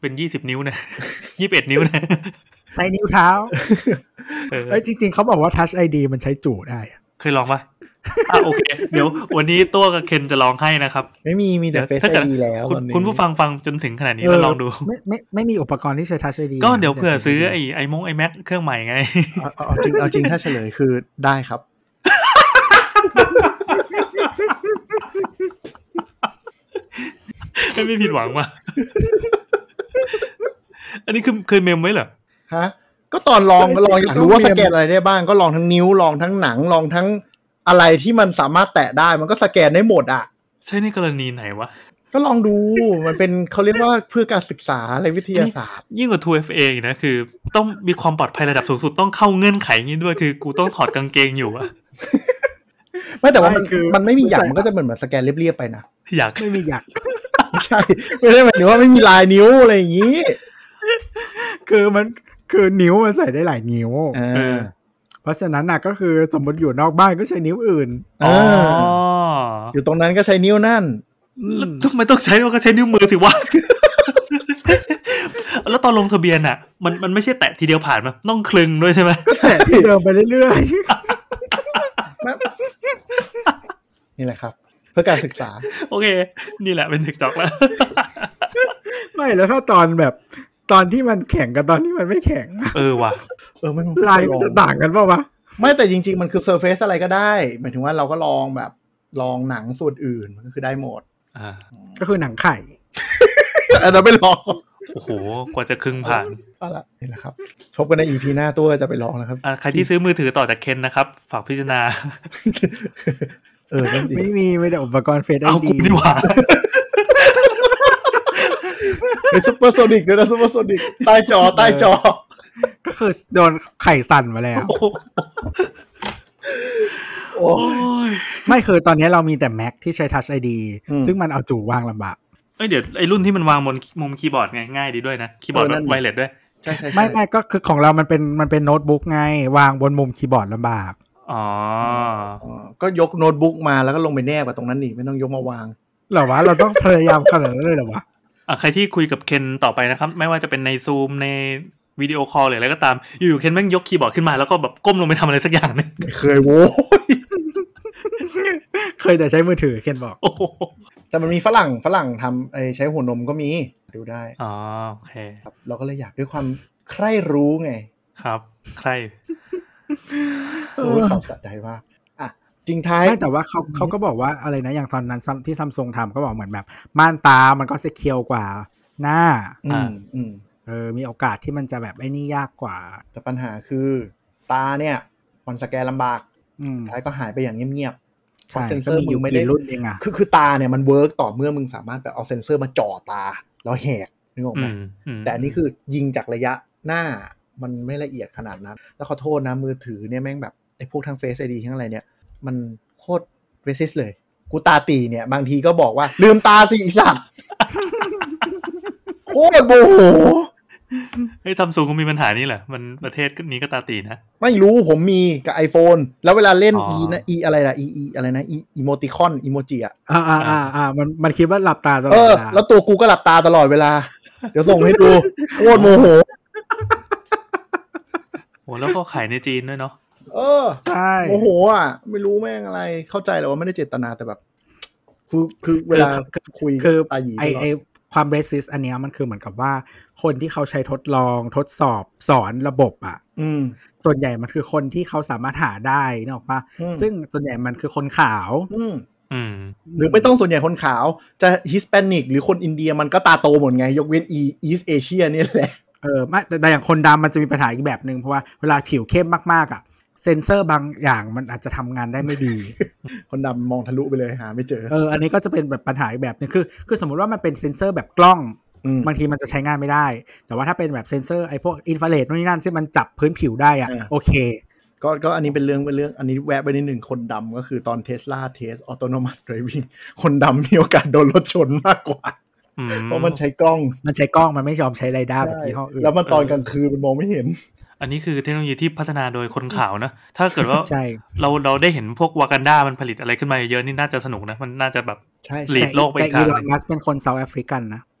เป็นยี่สิบนิ้วนะยี่สิบเอ็ดนิ้วนะใช้นิ้วเท้าเอ้ยจริงๆเขาบอกว่า Touch ไอ ดี มันใช้จู่ได้เคยลองปะอ่ะโอเคเดี๋ยววันนี้ตัวกับเคนจะลองให้นะครับไม่มีมีแต่ Face ไอ ดี แล้วคุณผู้ฟังฟังจนถึงขนาดนี้แล้วลองดูไม่ไม่ไม่มีอุปกรณ์ที่ใช้ Touch ไอ ดีก็เดี๋ยวเผื่อซื้อไอ้ไอมงไอแม็กเครื่องใหม่ไงเอาจริงเอาจริงถ้าเฉลยคือได้ครับไม่ผิดหวังว่ะอันนี้คือเคยเมมไว้เหรอฮะก็ตอนลองก็ลองอยากรู้ว่าสแกนอะไรได้บ้างก็ลองทั้งนิ้วลองทั้งหนังลองทั้งอะไรที่มันสามารถแตะได้มันก็สแกนได้หมดอ่ะใช่ในกรณีไหนวะก็ลองดูมันเป็นเขาเรียกว่าเพื่อการศึกษาอะไรวิทยาศาสตร์ยิ่งกว่า ทู เอฟ เอ อีกนะคือต้องมีความปลอดภัยระดับสูงสุดต้องเข้าเงื่อนไขงี้ด้วยคือกูต้องถอดกางเกงอยู่อะไม่แต่ว่ามันคือมันไม่มีหยักมันก็จะเหมือนแบบสแกนเรียบๆไปนะหยักไม่มีหยักไม่ใช่ไม่ได้หมายถึงว่าไม่มีลายนิ้วอะไรอย่างงี้คือมันคือนิ้วมันใส่ได้หลายนิ้วเพราะฉะนั้นน่ะก็คือสมมติอยู่นอกบ้านก็ใช้นิ้วอื่นอ๋ออยู่ตรงนั้นก็ใช้นิ้วนั่นทำไมต้องใช้ก็ใช้นิ้วมือสิวะแล้วตอนลงทะเบียนอ่ะมันมันไม่ใช่แตะทีเดียวผ่านมั้ยต้องคลึงด้วยใช่ไหมแตะทีเดียวไปเรื่อยๆนี่แหละครับเพื่อการศึกษาโอเคนี่แหละเป็น TikTok แล้วไม่แล้วถ้าตอนแบบตอนที่มันแข็งกับตอนที่มันไม่แข็งเออว่ะเออมันลายมันจะต่างกันเปล่าวะไม่แต่จริงๆมันคือเซอร์เฟซอะไรก็ได้หมายถึงว่าเราก็ลองแบบลองหนังส่วนอื่นมันก็คือได้หมดอ่าก็คือหนังไข่อันนั้นไม่ลองโอ้โหกว่าจะครึ่งผ่านเอาละนี่แหละครับพบกันใน อี พี หน้าตัวจะไปลองนะครับอ่าใครที่ซื้อมือถือต่อจากเคนนะครับฝากพิจารณาเออไม่มีไม่ได้อุปกรณ์เฟซไอดีเอากูดีกว่าไอ้ซุปเปอร์โซนิกด้วยนะซุปเปอร์โซนิกใต้จอใต้จอก็คือโดนไข่สั่นมาแล้วโอ้ยไม่คือตอนนี้เรามีแต่ Mac ที่ใช้ Touch ไอ ดี ซึ่งมันเอาจู่วางลำบากเอ้ยเดี๋ยวไอ้รุ่นที่มันวางบนมุมคีย์บอร์ดไงง่ายดีด้วยนะคีย์บอร์ดไวเลสด้วยใช่ๆไม่ไม่ก็คือของเรามันเป็นมันเป็นโน้ตบุ๊กไงวางบนมุมคีย์บอร์ดลำบากอ๋อก็ยกโน้ตบุ๊กมาแล้วก็ลงไปแนบกับตรงนั้นนี่ไม่ต้องยกมาวางเหรอวะเราต้องพยายามขนาดนั้นเลยเหรอวะอ่ะใครที่คุยกับเคนต่อไปนะครับไม่ว่าจะเป็นใน Zoom ในวิดีโอคอลหรืออะไรก็ตามอยู่ๆเคนแม่งยกคีย์บอร์ดขึ้นมาแล้วก็แบบก้มลงไปทำอะไรสักอย่างนึงไม่เคยโว้ยเคยแต่ใช้มือถือเคนบอกแต่มันมีฝรั่งฝรั่งทำไอ้ใช้หัวนมก็มีดูได้อ๋อโอเคครับเราก็เลยอยากด้วยความใคร่รู้ไงครับใคร่โอ้ข่าวสะใจมากอ่ะจริงท้ายไม่แต่ว่าเขาเขาก็บอกว่าอะไรนะอย่างตอนนั้นที่ Samsung ทำก็บอกเหมือนแบบม่านตามันก็เซคิวกว่าหน้าอืมอืมเออมีโอกาสที่มันจะแบบไอ้นี่ยากกว่าแต่ปัญหาคือตาเนี่ยมันสแกนลำบากท้ายก็หายไปอย่างเงียบๆเพราะเซนเซอร์มึงไม่ได้รุ่นเองอ่ะคือคือตาเนี่ยมันเวิร์กต่อเมื่อมึงสามารถแบบเอาเซนเซอร์มาจ่อตาแล้วแหกนึกออกไหมแต่อันนี้คือยิงจากระยะหน้ามันไม่ละเอียดขนาดนั้นแล้วขอโทษนะมือถือเนี่ยแม่งแบบไอ้พวกทาง Face ไอ ดี ทั้งอะไรเนี่ยมันโคตรเรซิสเลยกูตาตีเนี่ยบางทีก็บอกว่าลืมตาสิอีสัตว์โคตรโมโหเฮ้ย Samsung ก็มีปัญหานี่แหละมันประเทศนี้ก็ตาตีนะไม่รู้ผมมีกับ iPhone แล้วเวลาเล่น e นะ e อะไรล่ะ e e อะไรนะ e อีโมติคอนอีโมจิอ่ะอ่าๆๆมันมันคิดว่าหลับตาตลอดเวลาเออแล้วตัวกูก็หลับตาตลอดเวลาเดี๋ยวส่งให้ดูโคตรโมโหโหแล้วก็ขายในจีนด้วยเนาะเออใช่โมโหอ่ะไม่รู้แม่งอะไรเข้าใจแหละว่าไม่ได้เจตนาแต่แบบคือคือเวลาคุยคือไอไอความเรสิสอันเนี้ยมันคือเหมือนกับว่าคนที่เขาใช้ทดลองทดสอบสอนระบบอ่ะส่วนใหญ่มันคือคนที่เขาสามารถหาได้นึกออกป่ะซึ่งส่วนใหญ่มันคือคนขาวหรือไม่ต้องส่วนใหญ่คนขาวจะฮิสแปนิกหรือคนอินเดียมันก็ตาโตหมดไงยกเว้นอีอีสเอเชียนี่แหละเออไม่แต่อย่างคนดำมันจะมีปัญหาอีกแบบนึงเพราะว่าเวลาผิวเข้มมากๆอ่ะเซนเซอร์บางอย่างมันอาจจะทำงานได้ไม่ดีคนดำมองทะลุไปเลยหาไม่เจอเอออันนี้ก็จะเป็นแบบปัญหาอีกแบบนึงคือคือสมมติว่ามันเป็นเซนเซอร์แบบกล้องบางทีมันจะใช้งานไม่ได้แต่ว่าถ้าเป็นแบบเซนเซอร์ไอ้พวกอินฟราเรดนู่นนี่นั่นซึ่งมันจับพื้นผิวได้อ่ะโอเคก็ก็อันนี้เป็นเรื่องเป็นเรื่องอันนี้แวะไปนิดหนึ่งคนดำก็คือตอน Tesla Test Autonomous Driving คนดำมีโอกาสโดนรถชนมากกว่าเพราะมันใช้กล้องมันใช้กล้องมันไม่ยอมใช้เรดาร์แบบยี่ห้ออื่นแล้วมันตอนกลางคืนมันมองไม่เห็นอันนี้คือเทคโนโลยีที่พัฒนาโดยคนขาวนะถ้าเกิดว่าเราเราได้เห็นพวกวากันดามันผลิตอะไรขึ้นมาเยอะนี่น่าจะสนุกนะมันน่าจะแบบหลีดโลกไปอีกทางนึงแต่อีลอนมัสก์เป็นคนเซาท์แอฟริกันนะ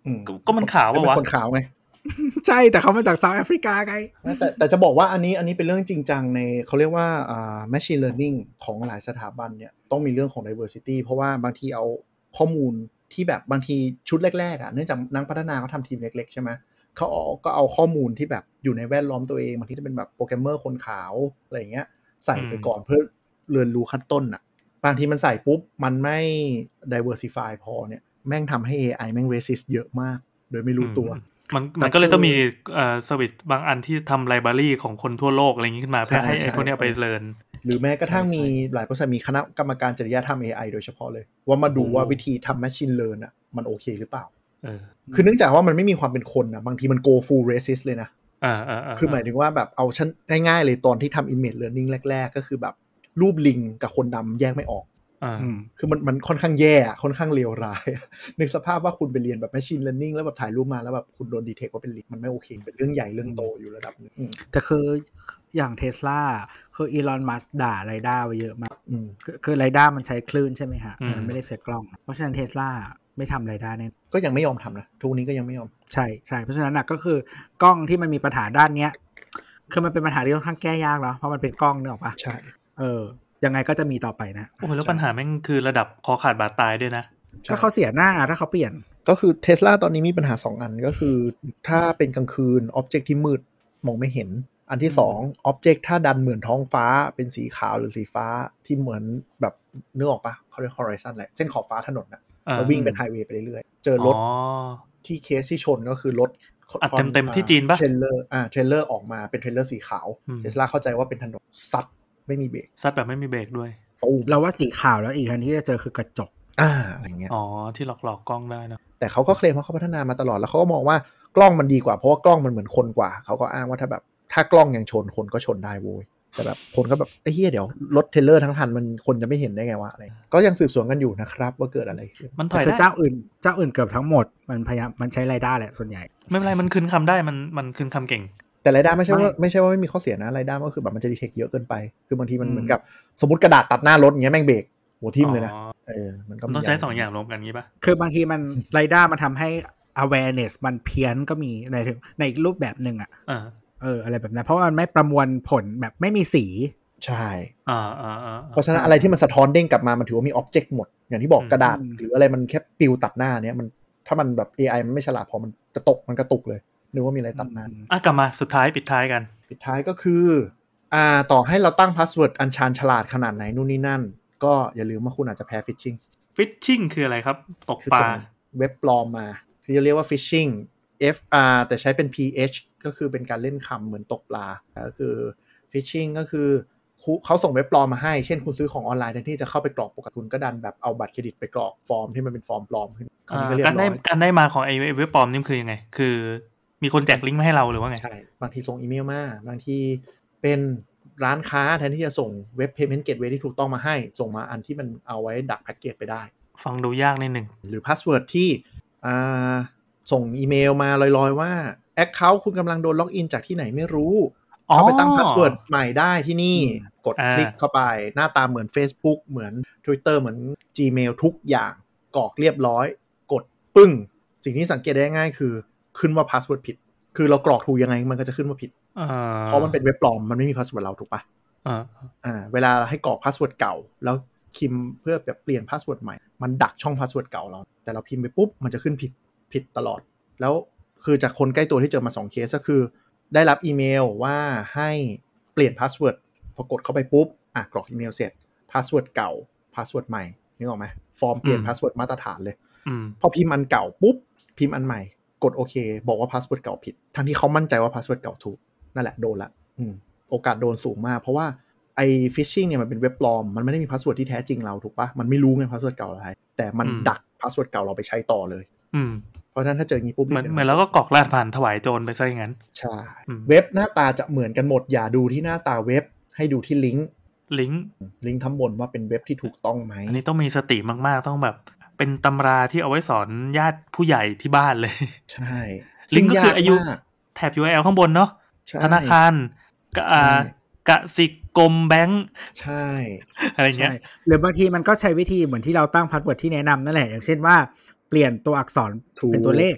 ก็มันขาวป่ะวะเป็นคนขาวไงใช่แต่เขามาจากเซาท์แอฟริกาไงแต่แต่จะบอกว่าอันนี้อันนี้เป็นเรื่องจริงจังในเขาเรียกว่าอ่า machine learning ของหลายสถาบันเนี่ยต้องมีเรื่องของ diversity เพราะว่าบางทีเอาข้อมูลที่แบบบางทีชุดแรกๆอ่ะเนื่องจากนักพัฒนาเขาทำทีมเล็กๆใช่ไหมเขาเอาก็เอาข้อมูลที่แบบอยู่ในแวดล้อมตัวเองบางทีจะเป็นแบบโปรแกรมเมอร์คนขาวอะไรอย่างเงี้ยใส่ไปก่อนเพื่อเรียนรู้ขั้นต้นอ่ะบางทีมันใส่ปุ๊บมันไม่ diversify พอเนี่ยแม่งทำให้ เอ ไอ แม่ง racist เยอะมากโดยไม่รู้ตัวมันมันก็เลยต้องมีเอ่อสวิตช์บางอันที่ทำไลบรารีของคนทั่วโลกอะไรอย่างนี้ขึ้นมาเพื่อให้ไอ้พวกนี้ไปเรียนหรือแม้กระทั่งมีหลายบริษัทมีคณะกรรมการจริยธรรม เอ ไอ โดยเฉพาะเลยว่ามาดูว่าวิธีทำ machine learn อ่ะมันโอเคหรือเปล่าเออคือเนื่องจากว่ามันไม่มีความเป็นคนนะบางทีมัน go full racist เลยนะอ่าๆๆคือหมายถึงว่าแบบเอาชั้นง่ายๆเลยตอนที่ทำ image learning แรกๆก็คือแบบรูปลิงกับคนดำแยกไม่ออกคือมันมันค่อนข้างแย่ค่อนข้างเลวร้ายนึกสภาพว่าคุณไปเรียนแบบ machine learning แล้วแบบถ่ายรูปมาแล้วแบบคุณโดน detect ว่าเป็นลิงมันไม่โอเคเป็นเรื่องใหญ่เรื่องโตอยู่ระดับนึงแต่คืออย่าง Tesla คือ Elon Musk ด่า Radar ไว้เยอะมากคือคือ Radar มันใช้คลื่นใช่ไหมฮะมันไม่ได้ใช้กล้องเพราะฉะนั้น Tesla ไม่ทำ Radar แน่ก็ยังไม่ยอมทำนะทุกนี้ก็ยังไม่ยอมใช่ใช่เพราะฉะนั้นนะก็คือกล้องที่มันมีปัญหาด้านเนี้ยคือมันเป็นปัญหาที่ค่อนข้างแก้ยากเนาะเพราะมันเป็นกล้องนึกออกปะใช่เออยังไงก็จะมีต่อไปนะโอ้โหแล้วปัญหาแม่งคือระดับคอขาดบาดตายด้วยนะก็เขาเสียหน้าถ้าเขาเปลี่ยนก็คือ Tesla ตอนนี้มีปัญหาสองอันก็คือถ้าเป็นกลางคืน object ที่มืดมองไม่เห็นอันที่สอง object ถ้าดันเหมือนท้องฟ้าเป็นสีขาวหรือสีฟ้าที่เหมือนแบบนึกออกปะเขาเรียก horizon แหละเส้นขอบฟ้าถนนนะแล้ววิ่งเป็นไฮเวย์ไปเรื่อยๆเจอรถที่เคสที่ชนก็คือรถอัดเต็มๆที่จีนปะเทรลเลอร์อ่าเทรลเลอร์ออกมาเป็นเทรลเลอร์สีขาว Tesla เข้าใจว่าเป็นถนนซัดไม่มีเบรกซัดแบบไม่มีเบรกด้วยเราว่าสีขาวแล้วอีกอันที่จะเจอคือกระจกอ่าอะไรเงี้ยอ๋อที่หลอกๆกล้องได้นะแต่เขาก็เคลมว่าเขาพัฒนามาตลอดแล้วเขาก็มองว่ากล้องมันดีกว่าเพราะว่ากล้องมันเหมือนคนกว่าเขาก็อ้างว่าถ้าแบบถ้ากล้องยังชนคนก็ชนได้โว้ยแต่แบบคนก็แบบไอ้เหี้ยเดี๋ยวรถเทรลเลอร์ทั้งคันมันคนจะไม่เห็นได้ไงวะอะไรก็ยังสืบสวนกันอยู่นะครับว่าเกิดอะไรขึ้นมันถอยได้เจ้าอื่นเจ้าอื่นเกือบทั้งหมดมันพยายามมันใช้ไรด้าแหละส่วนใหญ่ไม่เป็นไรมันคืนคำได้มันมันคืนคำเก่งแต่ไรด้าไม่ใช่ว่าไม่ใช่ว่าไม่มีข้อเสียนะไรด้าก็คือแบบมันจะดีเทคเยอะเกินไปคือบางทีมันเหมือนกับสมมติกระดาษตัดหน้ารถอย่างเงี้ยแม่งเบรกหัวทิ่มเลยนะเออมันก็ต้องใช้สองอย่างรวมกันงี้ป่ะคือบางทีมันไรด้ามันทำให้ awareness มันเพี้ยนก็มีในถึงในอีกรูปแบบนึงอ่ะเอออะไรแบบนั้นเพราะว่ามันไม่ประมวลผลแบบไม่มีสีใช่อ่าๆเพราะฉะนั้นอะไรที่มันสะท้อนเด้งกลับมามันถือว่ามีอ็อบเจกต์หมดอย่างที่บอกกระดาษหรืออะไรมันแค่ปิวตัดหน้าเนี้ยมันถ้ามันแบบ เอ ไอ มันไม่ฉลาดพอมันจะตกมันกระตุกเลยนึกว่ามีอะไรตัดหน้าอ่ะกลับมาสุดท้ายปิดท้ายกันปิดท้ายก็คืออ่าต่อให้เราตั้งพาสเวิร์ดอันชาญฉลาดขนาดไหนนู่นนี่นั่นก็อย่าลืมว่าคุณอาจจะแพ้ฟิชชิงฟิชชิงคืออะไรครับตกปลาเว็บปลอมมาที่จะเรียกว่าฟิชชิง F R แต่ใช้เป็น P H ก็คือเป็นการเล่นคำเหมือนตกปลาก็คือฟิชชิงก็คือเขาส่งเว็บปลอมมาให้เช่นคุณซื้อของออนไลน์แทนที่จะเข้าไปกรอกปกติคุณก็ดันแบบเอาบัตรเครดิตไปกรอกฟอร์มที่มันเป็นฟอร์มปลอมขึ้นการได้การได้มาของไอ้เว็บปลอมนี่คือยังไงคือมีคนแจกลิงก์มาให้เราหรือว่าไงใช่บางทีส่งอีเมลมาบางทีเป็นร้านค้าแทนที่จะส่งเว็บ payment gateway ที่ถูกต้องมาให้ส่งมาอันที่มันเอาไว้ดักแพ็กเกจไปได้ฟังดูยากนิดนึงหรือพาสเวิร์ดที่อ่าส่งอีเมลมาลอยๆว่า Account คุณกำลังโดนล็อกอินจากที่ไหนไม่รู้เข้าไปตั้งพาสเวิร์ดใหม่ได้ที่นี่กดคลิกเข้าไปหน้าตาเหมือน Facebook เหมือน Twitter เหมือน Gmail ทุกอย่างกรอกเรียบร้อยกดปึ้งสิ่งที่สังเกตได้ง่ายคือขึ้นว่าพาสเวิร์ดผิดคือเรากรอกถูกยังไงมันก็จะขึ้นว่าผิดเพราะมันเป็นเว็บปลอมมันไม่มีพาสเวิร์ดเราถูกปะอ่าอ่าเวลาให้กรอกพาสเวิร์ดเก่าแล้วพิมพ์เพื่อแบบเปลี่ยนพาสเวิร์ดใหม่มันดักช่องพาสเวิร์ดเก่าเราแต่เราพิมพ์ไปปุ๊บมันจะขึ้นผิดผิดตลอดแล้วคือจากคนใกล้ตัวที่เจอมาสองเคสก็คือได้รับอีเมลว่าให้เปลี่ยนพาสเวิร์ดพอกดเข้าไปปุ๊บอ่ะกรอกอีเมลเสร็จพาสเวิร์ดเก่าพาสเวิร์ดใหม่นึกออกไหมฟอร์มเปลี่ยนพาสเวิร์ดมาตรฐานเลยพอพิมพ์อันเก่าปุ๊บพิมพ์อันใหม่กดโอเคบอกว่าพาสเวิร์ดเก่าผิดทั้งที่เขามั่นใจว่าพาสเวิร์ดเก่าถูกนั่นแหละโดนละอืมโอกาสโดนสูงมากเพราะว่าไอ้ฟิชชิงเนี่ยมันเป็นเว็บปลอมมันไม่ได้มีพาสเวิร์ดที่แท้จริงเราถูกปะมันไม่รู้ไงพาสเวิร์ดเก่าอะไรแต่มันดักพาสเวิร์ดเก่าเราไปใช้ต่อเลยอืมเพราะฉะนั้นถ้าเจออย่างนี้ปุ๊บเหมือนเหมือนแล้วก็กรอกรหัสผ่านถวายโจรไปซะอย่างนั้นใช่เว็บหน้าตาจะเหมือนกันหมดอย่าดูที่หน้าตาเว็บให้ดูที่ลิงก์ลิงก์ลิงก์ทั้งบนว่าเป็นเว็บที่ถูกต้องไหมอันนี้ต้องมีสติมากๆต้องแบบเป็นตำราที่เอาไว้สอนญาติผู้ใหญ่ที่บ้านเลยใช่ลิงก์ก็คืออายุแถบ ยู อาร์ แอล ข้างบนเนาะธนาคารกะกสิกรมแบงค์ใช่อะไรเงี้ยหรือบางทีมันก็ใช้วิธีเหมือนที่เราตั้งพาสเวิร์ดที่แนะนำนั่นแหละอย่างเช่นว่าเปลี่ยนตัวอักษรเป็นตัวเลข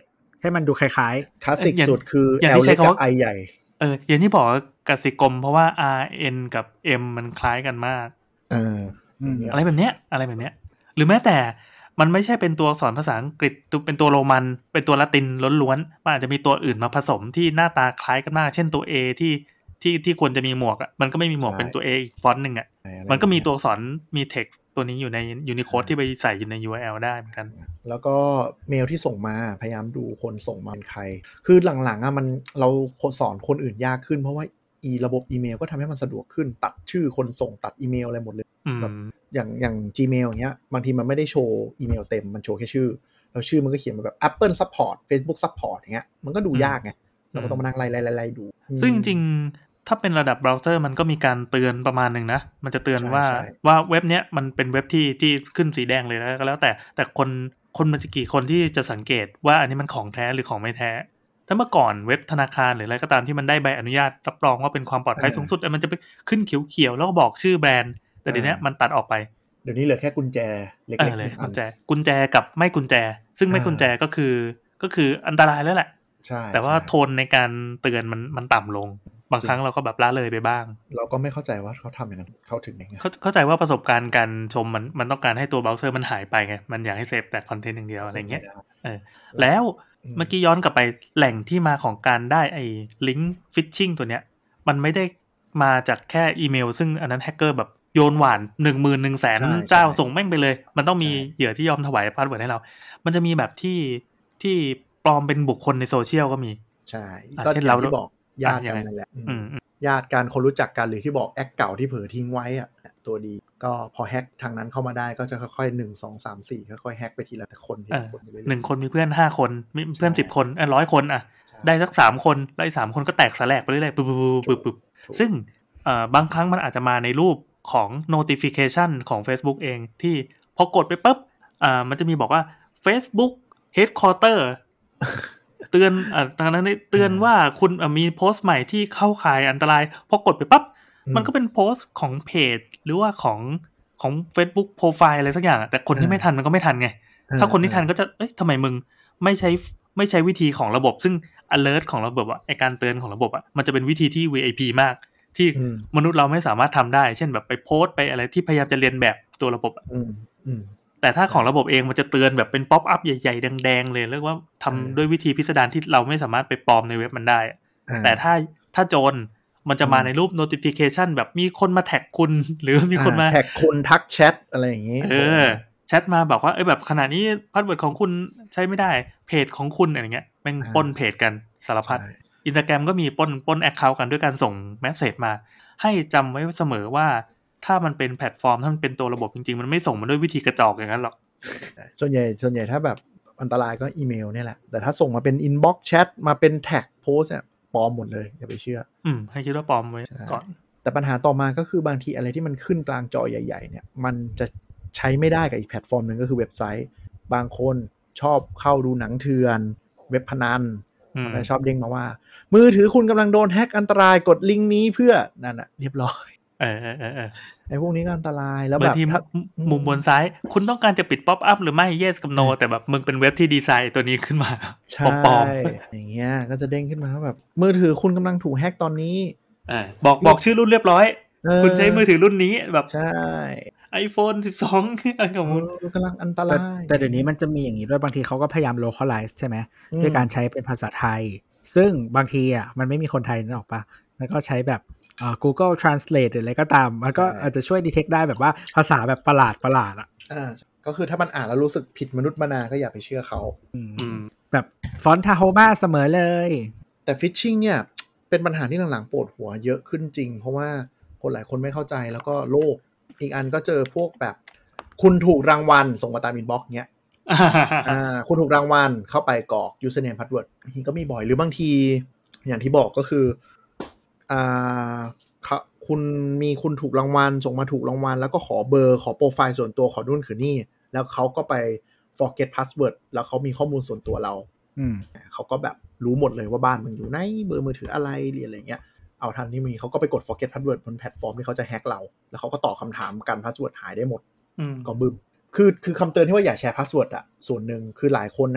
ให้มันดูคล้ายๆคลาสสิกสุดคืออย่าง L ที่ใช้เล็กคำกับว่า I ใหญ่เอออย่างที่บอกกสิกรมเพราะว่า R N กับ M มันคล้ายกันมากเอออะไรแบบเนี้ยอะไรแบบเนี้ยหรือแม้แต่มันไม่ใช่เป็นตัวอักษรภาษาอังกฤษเป็นตัวโรมันเป็นตัวละตินล้วนๆมันอาจจะมีตัวอื่นมาผสมที่หน้าตาคล้ายกันมากเช่นตัว A ที่ที่ที่ควรจะมีหมวกอ่ะมันก็ไม่มีหมวกเป็นตัว A อีกฟอนต์นึงอ่ะมันก็มีตัวอักษรมี text ตัวนี้อยู่ใน Unicode ที่ไปใส่อยู่ใน ยู อาร์ แอล ได้เหมือนกันแล้วก็เมลที่ส่งมาพยายามดูคนส่งมาเป็นใครคือหลังๆอ่ะมันเราสอนคนอื่นยากขึ้นเพราะว่าอีระบบอีเมลก็ทำให้มันสะดวกขึ้นตัดชื่อคนส่งตัดอีเมลอะไรหมดเลยแบบอย่างอย่าง Gmail อย่างเงี้ยบางทีมันไม่ได้โชว์อีเมลเต็มมันโชว์แค่ชื่อแล้วชื่อมันก็เขียนมาแบบ Apple Support Facebook Support อย่างเงี้ยมันก็ดูยากไงเราก็ต้องมานั่งไล่ๆๆดูซึ่งจริงๆถ้าเป็นระดับเบราว์เซอร์มันก็มีการเตือนประมาณนึงนะมันจะเตือนว่าว่าเว็บเนี้ยมันเป็นเว็บที่ที่ขึ้นสีแดงเลยแล้วก็แล้วแต่แต่คนคนมันจะกี่คนที่จะสังเกตว่าอันนี้มันของแท้หรือของไม่แท้ถ้าเมื่อก่อนเว็บธนาคารหรืออะไรก็ตามที่มันได้ใบอนุญาตรับรองว่าเป็นความปลอดภัยสูงสุดมันจะไปขึ้นเขียวๆแล้วก็บอกชื่อแบรนด์แต่เดี๋ยวนี้มันตัดออกไปเดี๋ยวนี้เหลือแค่กุญแจเล็กๆเลยกุญแจกุญแจกับไม่กุญแจซึ่งไม่กุญแจก็คือก็คืออันตรายแล้วแหละใช่แต่ว่าโทนในการเตือนมันมันต่ำลงบางครั้งเราก็แบบละเลยไปบ้างเราก็ไม่เข้าใจว่าเขาทำอย่างนั้นเขาถึงยังไงเขาเข้าใจว่าประสบการณ์การชมมันมันต้องการให้ตัวเบราว์เซอร์มันหายไปไงมันอยากให้เซฟแต่คอนเทนต์อย่างเดียวอะไรเงี้ยเออแล้วเมื่อกี้ย้อนกลับไปแหล่งที่มาของการได้ไอ้ลิงก์ฟิชชิงตัวเนี้ยมันไม่ได้มาจากแค่อีเมลซึ่งอันนั้นแฮกเกอร์แบบโยนหวาน หนึ่งหมื่นหนึ่งแสน เจ้าส่งแม่งไปเลยมันต้องมีเหยื่อที่ยอมถวายพาสเวิร์ดให้เรามันจะมีแบบที่ที่ปลอมเป็นบุคคลในโซเชียลก็มีใช่ก็เช่นเราที่บอกญาติกันนั่นแหละญาติการคนรู้จักกันหรือที่บอกแอคเก่าที่เผลอทิ้งไว้อะตัวดีก็พอแฮกทางนั้นเข้ามาได้ก็จะค่อยๆหนึ่ง สอง สาม สี่ค่อยๆแฮกไปทีละคนทีละคนไปเรื่อยๆหนึ่งคนมีเพื่อนห้าคนมีเพื่อนสิบคนเอ้ยหนึ่งร้อยคนอ่ะได้สักสามคนแล้วอีกสามคนก็แตกสลายไปเรื่อยๆปึ๊บๆๆๆซึ่งเอ่อบางครั้งมันอาจจะมาในรูปของ notification ของ Facebook เองที่พอกดไปปุ๊บอ่ามันจะมีบอกว่า Facebook Headquarter เตือนอ่าตอนนั้นเตือนว่าคุณมีโพสต์ใหม่ที่เข้าข่ายอันตรายพอกดไปปั๊บมันก็เป็นโพสต์ของเพจหรือว่าของของ Facebook Profile อะไรสักอย่างแต่คนที่ไม่ทันมันก็ไม่ทันไงถ้าคนที่ทันก็จะเอ๊ะทำไมมึงไม่ใช้ไม่ใช้วิธีของระบบซึ่ง alert ของระบบอ่ะไอ้การเตือนของระบบอ่ะมันจะเป็นวิธีที่ วี ไอ พี มากที่มนุษย์เราไม่สามารถทำได้เช่นแบบไปโพสต์ไปอะไรที่พยายามจะเรียนแบบตัวระบบอ่ะแต่ถ้าของระบบเองมันจะเตือนแบบเป็นป๊อปอัพใหญ่ๆแดงๆเลยเรียกว่าทำด้วยวิธีพิสดารที่เราไม่สามารถไปปลอมในเว็บมันได้แต่ถ้าถ้าโจรมันจะมาในรูป notification แบบมีคนมาแท็กคุณหรือมีคนมาแท็กคุณทักแชทอะไรอย่างงี้เออแชทมาบอกว่าเอ้ยแบบขณะนี้พาสเวิร์ดของคุณใช้ไม่ได้เพจของคุณอะไรเงี้ยแม่งปล้นเพจกันสารพัด Instagram ก็มีปล้นปล้น account กันด้วยการส่งเมสเสจมาให้จำไว้เสมอว่าถ้ามันเป็นแพลตฟอร์มถ้ามันเป็นตัวระบบจริงๆมันไม่ส่งมาด้วยวิธีกระจอกอย่างนั้นหรอกส่วนใหญ่ส่วนใหญ่ถ้าแบบอันตรายก็อีเมลเนี่ยแหละแต่ถ้าส่งมาเป็น inbox chat มาเป็นแท็กโพสเนี่ยปลอมหมดเลยอย่าไปเชื่ออืมให้คิดว่าปลอมไว้ก่อนแต่ปัญหาต่อมาก็คือบางทีอะไรที่มันขึ้นกลางจอใหญ่ๆเนี่ยมันจะใช้ไม่ได้กับอีกแพลตฟอร์มนึงก็คือเว็บไซต์บางคนชอบเข้าดูหนังเถื่อนเว็บพนันมันชอบเด้งมาว่ามือถือคุณกำลังโดนแฮกอันตรายกดลิงก์นี้เพื่อนั่นน่ะเรียบร้อยเออเออเออไอ้พวกนี้ก็อันตรายแล้วแบบมุมบนซ้ายคุณต้องการจะปิดป๊อปอัพหรือไม่ yes กับ no แต่แบบมึงเป็นเว็บที่ดีไซน์ตัวนี้ขึ้นมาปลอมๆอย่างเงี้ยก็จะเด้งขึ้นมาแบบมือถือคุณกำลังถูกแฮกตอนนี้อ่าบอกบอกชื่อรุ่นเรียบร้อยคุณใช้มือถือรุ่นนี้แบบใช่ iPhone สิบสองอะไรของมึงกำลังอันตรายแต่เดี๋ยวนี้มันจะมีอย่างนี้ด้วยบางทีเขาก็พยายาม localize ใช่ไหมด้วยการใช้เป็นภาษาไทยซึ่งบางทีอ่ะมันไม่มีคนไทยนึกออกปะแล้วก็ใช้แบบอ่า Google Translate หรืออะไรก็ตามมันก็อาจจะช่วย detect ได้แบบว่าภาษาแบบประหลาดประหลาดอ่ะอ่าก็คือถ้ามันอ่านแล้วรู้สึกผิดมนุษย์มนาก็อย่าไปเชื่อเขาแบบฟอนต์ทาโฮมาเสมอเลยแต่ฟิชชิงเนี่ยเป็นปัญหาที่หลังๆปวดหัวเยอะขึ้นจริงเพราะว่าคนหลายคนไม่เข้าใจแล้วก็โลกอีกอันก็เจอพวกแบบคุณถูกรางวัลส่งมาตามอินบ็อกซ์เนี้ยอ่าคุณถูกรางวัลเข้าไปกรอก username password นี่ก็มีบ่อยหรือบางทีอย่างที่บอกก็คืออ่าคุณมีคุณถูกรางวัลส่งมาถูกรางวัลแล้วก็ขอเบอร์ขอโปรไฟล์ส่วนตัวขอนู่นคือนี่แล้วเขาก็ไป forget password แล้วเขามีข้อมูลส่วนตัวเราอืมเขาก็แบบรู้หมดเลยว่าบ้านมึงอยู่ไหนเบอร์มือถืออะไรอะไรเงี้ยเอาทันที่มีเขาก็ไปกด forget password บนแพลตฟอร์มที่เขาจะแฮกเราแล้วเขาก็ตอบคำถามกัน password หายได้หมดก็บึ้มคือคือคำเตือนที่ว่าอย่าแชร์ password อ่ะส่วนหนึ่งคือหลายคนน่ะ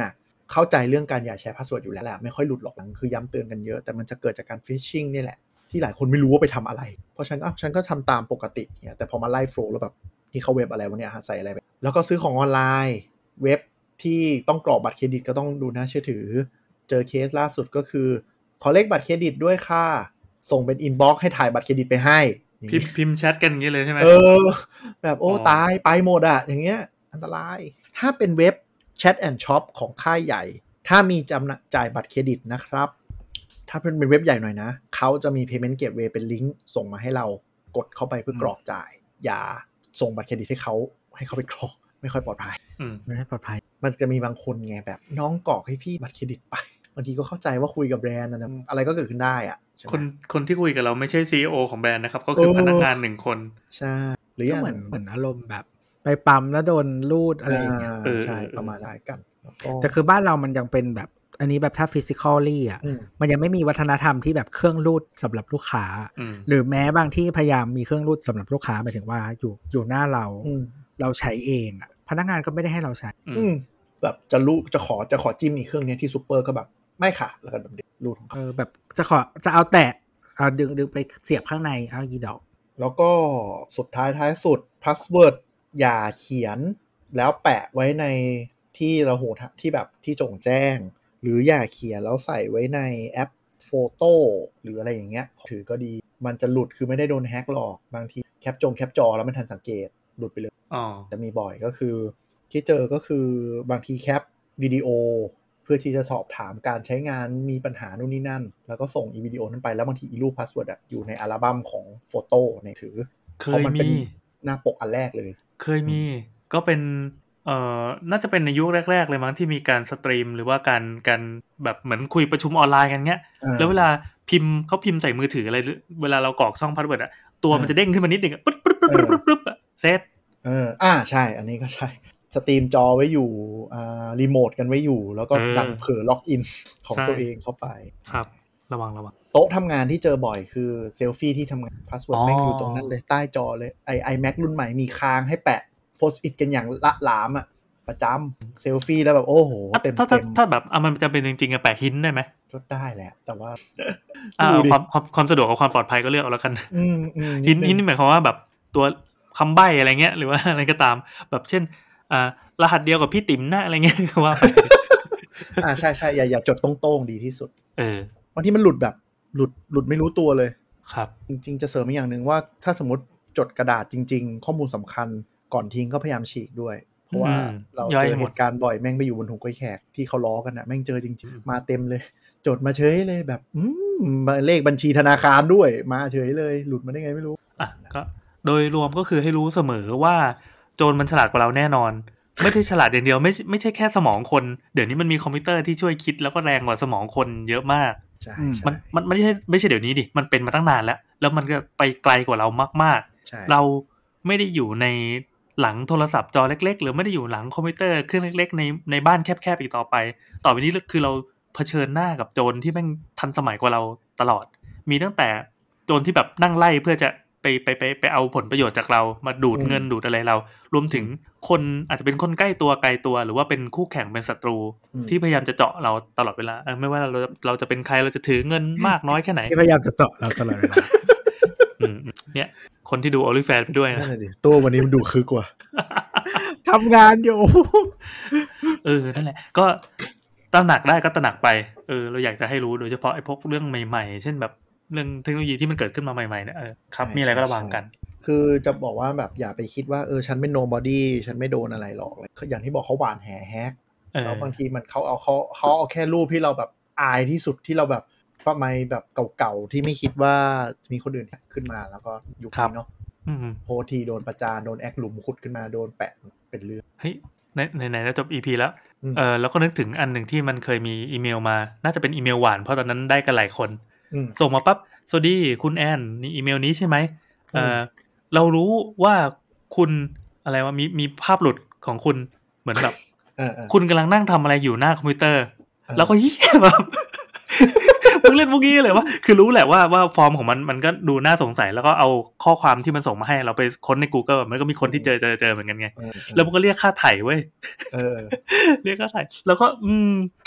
เข้าใจเรื่องการอย่าแชร์พาสเวิร์ดอยู่แล้วแหละไม่ค่อยหลุดหรอกหลังคือย้ำเตือนกันเยอะแต่มันจะเกิดจากการฟิชชิ่งนี่แหละที่หลายคนไม่รู้ว่าไปทำอะไรเพราะฉันอ้าวฉันก็ทำตามปกติเนี่ยแต่พอมาไล่โฟล์แล้วแบบนี่เขาเว็บอะไรวะเนี่ยใส่อะไรไปแล้วก็ซื้อของออนไลน์เว็บที่ต้องกรอกบัตรเครดิตก็ต้องดูน่าเชื่อถือเจอเคสล่าสุดก็คือขอเลขบัตรเครดิตด้วยค่ะส่งเป็นอินบ็อกซ์ให้ถ่ายบัตรเครดิตไปให้พิมพ์พิมพ์แชทกันอย่างนี้เลยใช่ไหมเออแบบโอ้ตายไปหมดอะอย่างเงี้ยอันตรายถ้าเป็นเว็บแชทแอนด์ช็อปของค่ายใหญ่ถ้ามีจำหน่ายจ่ายบัตรเครดิตนะครับถ้าเป็นเว็บใหญ่หน่อยนะเขาจะมี payment gateway เป็นลิงก์ส่งมาให้เรากดเข้าไปเพื่อกรอกจ่ายอย่าส่งบัตรเครดิตให้เขาให้เขาไปกรอกไม่ค่อยปลอดภัยไม่ค่อยปลอดภัยมันจะมีบางคนไงแบบน้องกรอกให้พี่บัตรเครดิตไปบางทีก็เข้าใจว่าคุยกับแบรนด์นะอะไรก็เกิดขึ้นได้อะคนคนที่คุยกับเราไม่ใช่ ซี อี โอ ของแบรนด์นะครับก็คือพนักงานหนึ่งคนใช่หรือเหมือนเหมือนอารมณ์แบบไปปั๊มแล้วโดนลูดอะไรอย่างเงี้ยใช่ประมาณนั้นกันแต่คือบ้านเรามันยังเป็นแบบอันนี้แบบถ้า physically อ่ะมันยังไม่มีวัฒนธรรมที่แบบเครื่องรูดสำหรับลูกค้าหรือแม้บางที่พยายามมีเครื่องรูดสำหรับลูกค้าหมายถึงว่าอยู่อยู่หน้าเราเราใช้เองอ่ะพนักงานก็ไม่ได้ให้เราใช้แบบจะรูดจะขอจะขอจิ้มอีกเครื่องนี้ที่ซูเปอร์ก็แบบไม่ค่ะแล้วก็แบบรูดของเขาเออแบบจะขอจะเอาแตะเอาดึงดึงไปเสียบข้างในเอายีดอกแล้วก็สุดท้ายท้ายสุดพาสเวิร์ดอย่าเขียนแล้วแปะไว้ในที่ระหูที่แบบที่จงแจ้งหรืออย่าเขียนแล้วใส่ไว้ในแอปโฟโต้หรืออะไรอย่างเงี้ยถือก็ดีมันจะหลุดคือไม่ได้โดนแฮกหรอกบางทีแคปจงแคปจอแล้วไม่ทันสังเกตหลุดไปเลยอ๋อจะมีบ่อยก็คือที่เจอก็คือบางทีแคปวิดีโอเพื่อที่จะสอบถามการใช้งานมีปัญหานู่นนี่นั่นแล้วก็ส่งอีวิดีโอนั้นไปแล้วบางทีอีรูปพาสเวิร์ดอะอยู่ในอัลบั้มของโฟโต้ในถือเคยมีหน้าปกอันแรกเลยเคยมีก็เป็นเอ่อน่าจะเป็นในยุคแรกๆเลยมั้งที่มีการสตรีมหรือว่าการการแบบเหมือนคุยประชุมออนไลน์กันเงี้ยแล้วเวลาพิมพ์เขาพิมพ์ใส่มือถืออะไรเวลาเรากรอกช่องพาสเวิร์ดอะตัวมันจะเด้งขึ้นมานิดนึงปึ๊บปึ๊บปึ๊บปึ๊บปึ๊บอะเซตเอออ่าใช่อันนี้ก็ใช่สตรีมจอไว้อยู่อ่ารีโมทกันไว้อยู่แล้วก็ดันเผลอล็อกอินของตัวเองเข้าไปครับระวังระวังโต๊ะทำงานที่เจอบ่อยคือเซลฟี่ที่ทำงานพาสเวิร์ดแม่งอยู่ตรงนั้นเลยใต้จอเลยไอไอแม็กรุ่นใหม่มีค้างให้แปะโพสต์อิทกันอย่างละหลามอ่ะประจำเซลฟี่แล้วแบบโอ้โหเต็มเต็มถ้าแบบอ่ะมันจะเป็นจริงๆอะแปะหินได้ไหมก็ได้แหละแต่ว่าอ่าความความความสะดวกกับความปลอดภัยก็เลือกเอาแล้วกันหินหินนี่หมายความว่าแบบตัวคำใบ้อะไรเงี้ยหรือว่าอะไรก็ตามแบบเช่นอ่ารหัสเดียวกับพี่ติ๋มนะอะไรเงี้ยว่าไปอ่าใช่ใช่อย่าอย่าจดตรงๆดีที่สุดเออบางทีมันหลุดแบบหลุดหลุดไม่รู้ตัวเลยครับจริงๆจะเสริมอีกอย่างหนึ่งว่าถ้าสมมติจดกระดาษจริงๆข้อมูลสำคัญก่อนทิ้งก็พยายามฉีกด้วยเพราะว่าเราเจอเหตุการณ์บ่อยแม่งไปอยู่บนถุงกล้วยแขกที่เขาล้อกันนะแม่งเจอจริงๆมาเต็มเลยจดมาเฉยเลยแบบอืมเลขบัญชีธนาคารด้วยมาเฉยเลยหลุดมาได้ไงไม่รู้อ่ะก็โดยรวมก็คือให้รู้เสมอว่าโจรมันฉลาดกว่าเราแน่นอนไม่ได้ฉลาดอย่างเดียวไม่ไม่ใช่แค่สมองคนเดี๋ยวนี้มันมีคอมพิวเตอร์ที่ช่วยคิดแล้วก็แรงกว่าสมองคนเยอะมากใช่มันมันไม่ใช่ไม่ใช่เดี๋ยวนี้ดิมันเป็นมาตั้งนานแล้วแล้วมันก็ไปไกลกว่าเรามากๆเราไม่ได้อยู่ในหลังโทรศัพท์จอเล็กๆหรือไม่ได้อยู่หลังคอมพิวเตอร์เครื่องเล็กๆในในบ้านแคบๆอีกต่อไปต่อไปนี้คือเราเผชิญหน้ากับโจรที่แม่งทันสมัยกว่าเราตลอดมีตั้งแต่โจรที่แบบนั่งไล่เพื่อจะไปไปไปไปเอาผลประโยชน์จากเรามาดูดเงินดูดอะไรเรารวมถึงคนอาจจะเป็นคนใกล้ตัวไกลตัวหรือว่าเป็นคู่แข่งเป็นศัตรูที่พยายามจะเจาะเราตลอดเวลาไม่ว่าเราเราจะเป็นใครเราจะถือเงินมากน้อยแค่ไหนที่พยายามจะเจาะเราตลอดเวลาเนี่ยคนที่ดู OnlyFans ไปด้วยนะตัววันนี้มันดูคือกว่าทำงานอยู่เออนั่นแหละก็ตระหนักได้ก็ตระหนักไปเออเราอยากจะให้รู้โดยเฉพาะไอ้พวกเรื่องใหม่ๆเช่นแบบเรื่องเทคโนโลยีที่มันเกิดขึ้นมาใหม่ๆเนี่ยเออครับมีอะไรก็ระวังกันคือจะบอกว่าแบบอย่าไปคิดว่าเออฉันเป็น nobody ฉันไม่โดนอะไรหรอกอย่างที่บอกเขาหวานแหแฮกแล้วบางทีมันเขาเอาเขาเขาเอาแค่รูปที่เราแบบอายที่สุดที่เราแบบประมาณแบบเก่าๆที่ไม่คิดว่ามีคนอื่นขึ้นมาแล้วก็ยุคนี้เนาะโพทีโดนประจานโดนแอคหลุมขุดขึ้นมาโดนแปะเป็นเรื่องเฮ้ยในไหนๆแล้วจบ อี พี แล้วเออแล้วก็นึกถึงอันหนึ่งที่มันเคยมีอีเมลมาน่าจะเป็นอีเมลหวานเพราะตอนนั้นได้กันหลายคนส่งมาปั๊บสวัสดีคุณแอนนี่อีเมลนี้ใช่ไหมเออเรารู้ว่าคุณอะไรว่ามีมีภาพหลุดของคุณเหมือนแบบคุณกำลังนั่งทำอะไรอยู่หน้าคอมพิวเตอร์แล้วก็เหี้ยแบบมึงเล่นพวกนี้เลยว่าคือรู้แหละว่าว่าฟอร์มของมันมันก็ดูน่าสงสัยแล้วก็เอาข้อความที่มันส่งมาให้เราไปค้นใน Google มันก็มีคนที่เจอเจอเจอเหมือนกันไงแล้วมันก็เรียกค่าไถ่เว้ยเออเรียกค่าไถ่แล้วก็อืม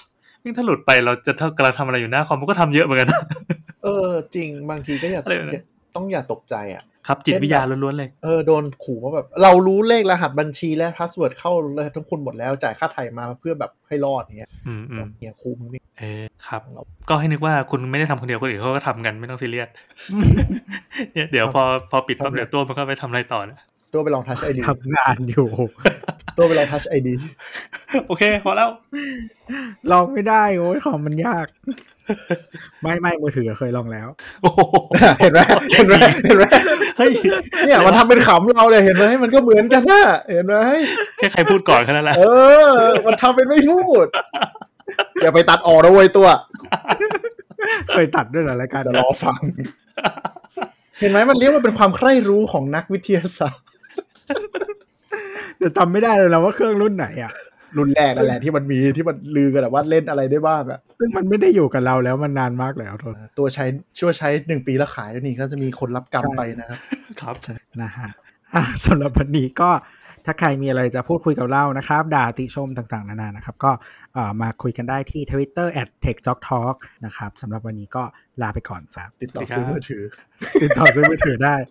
ยิ่งถ้าหลุดไปเราจะกำลังทำอะไรอยู่หน้าคอมมันก็ทำเยอะเหมือนกันเออจริงบางทีก็อย่าต้องอย่าตกใจอ่ะครับจิตวิทยาล้วนๆเลยเออโดนขู่ว่าแบบเรารู้เลขรหัสบัญชีและพาสเวิร์ดเข้าเลยทั้งคุณหมดแล้วจ่ายค่าไถ่มาเพื่อแบบให้รอดเงี้ยอืมๆเนี่ยคุมนี่เออครับก็ให้นึกว่าคุณไม่ได้ทำคนเดียวคนอื่นเขาก็ทำกันไม่ต้องซีเรียสเนี่ยเดี๋ยวพอพอปิดปั๊บเดี๋ยวตัวมันก็ไปทำอะไรต่อนะตัวไปลองทัชไอดีทำงานอยู่ตัวไปลองทัชไอดีโอเคพอแล้วลองไม่ได้โอ้ยของมันยากไม่ไม่มือถือเคยลองแล้วเห็นไหมเห็นไหมเห็นไหมเฮ้ยเนี่ยมันทำเป็นขำเราเลยเห็นไหมมันก็เหมือนกันนะเห็นไหมแค่ใครพูดก่อนแค่นั้นแหละเออมันทำเป็นไม่พูดอย่าไปตัดออกนะเว้ยตัวเคยตัดด้วยเหรอรายการเดี๋ยวรอฟังเห็นไหมมันเรียกว่าเป็นความใคร่รู้ของนักวิทยาศาสตร์แต่จำไม่ได้เลยนะว่าเครื่องรุ่นไหนอ่ะรุ่นแรกนั่นแหละที่มันมีที่มันลือกันว่าเล่นอะไรได้บ้างอ่ะซึ่งมันไม่ได้อยู่กับเราแล้วมันนานมากแล้วตัวใช้ช่วยใช้หนึ่งปีแล้วขายแล้วนี่ก็จะมีคนรับกรรมไปนะครับครับนะฮะสำหรับวันนี้ก็ถ้าใครมีอะไรจะพูดคุยกับเรานะครับด่าติชมต่างๆนานานะครับก็มาคุยกันได้ที่ Twitterแอท เทค จ็อก ทอล์ก นะครับสำหรับวันนี้ก็ลาไปก่อนครับติดต่อซื้อมือถือติดต่อซื้อมือถือได้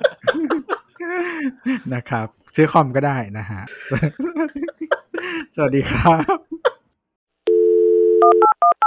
นะครับซื้อคอมก็ได้นะฮะสวัสดีครับ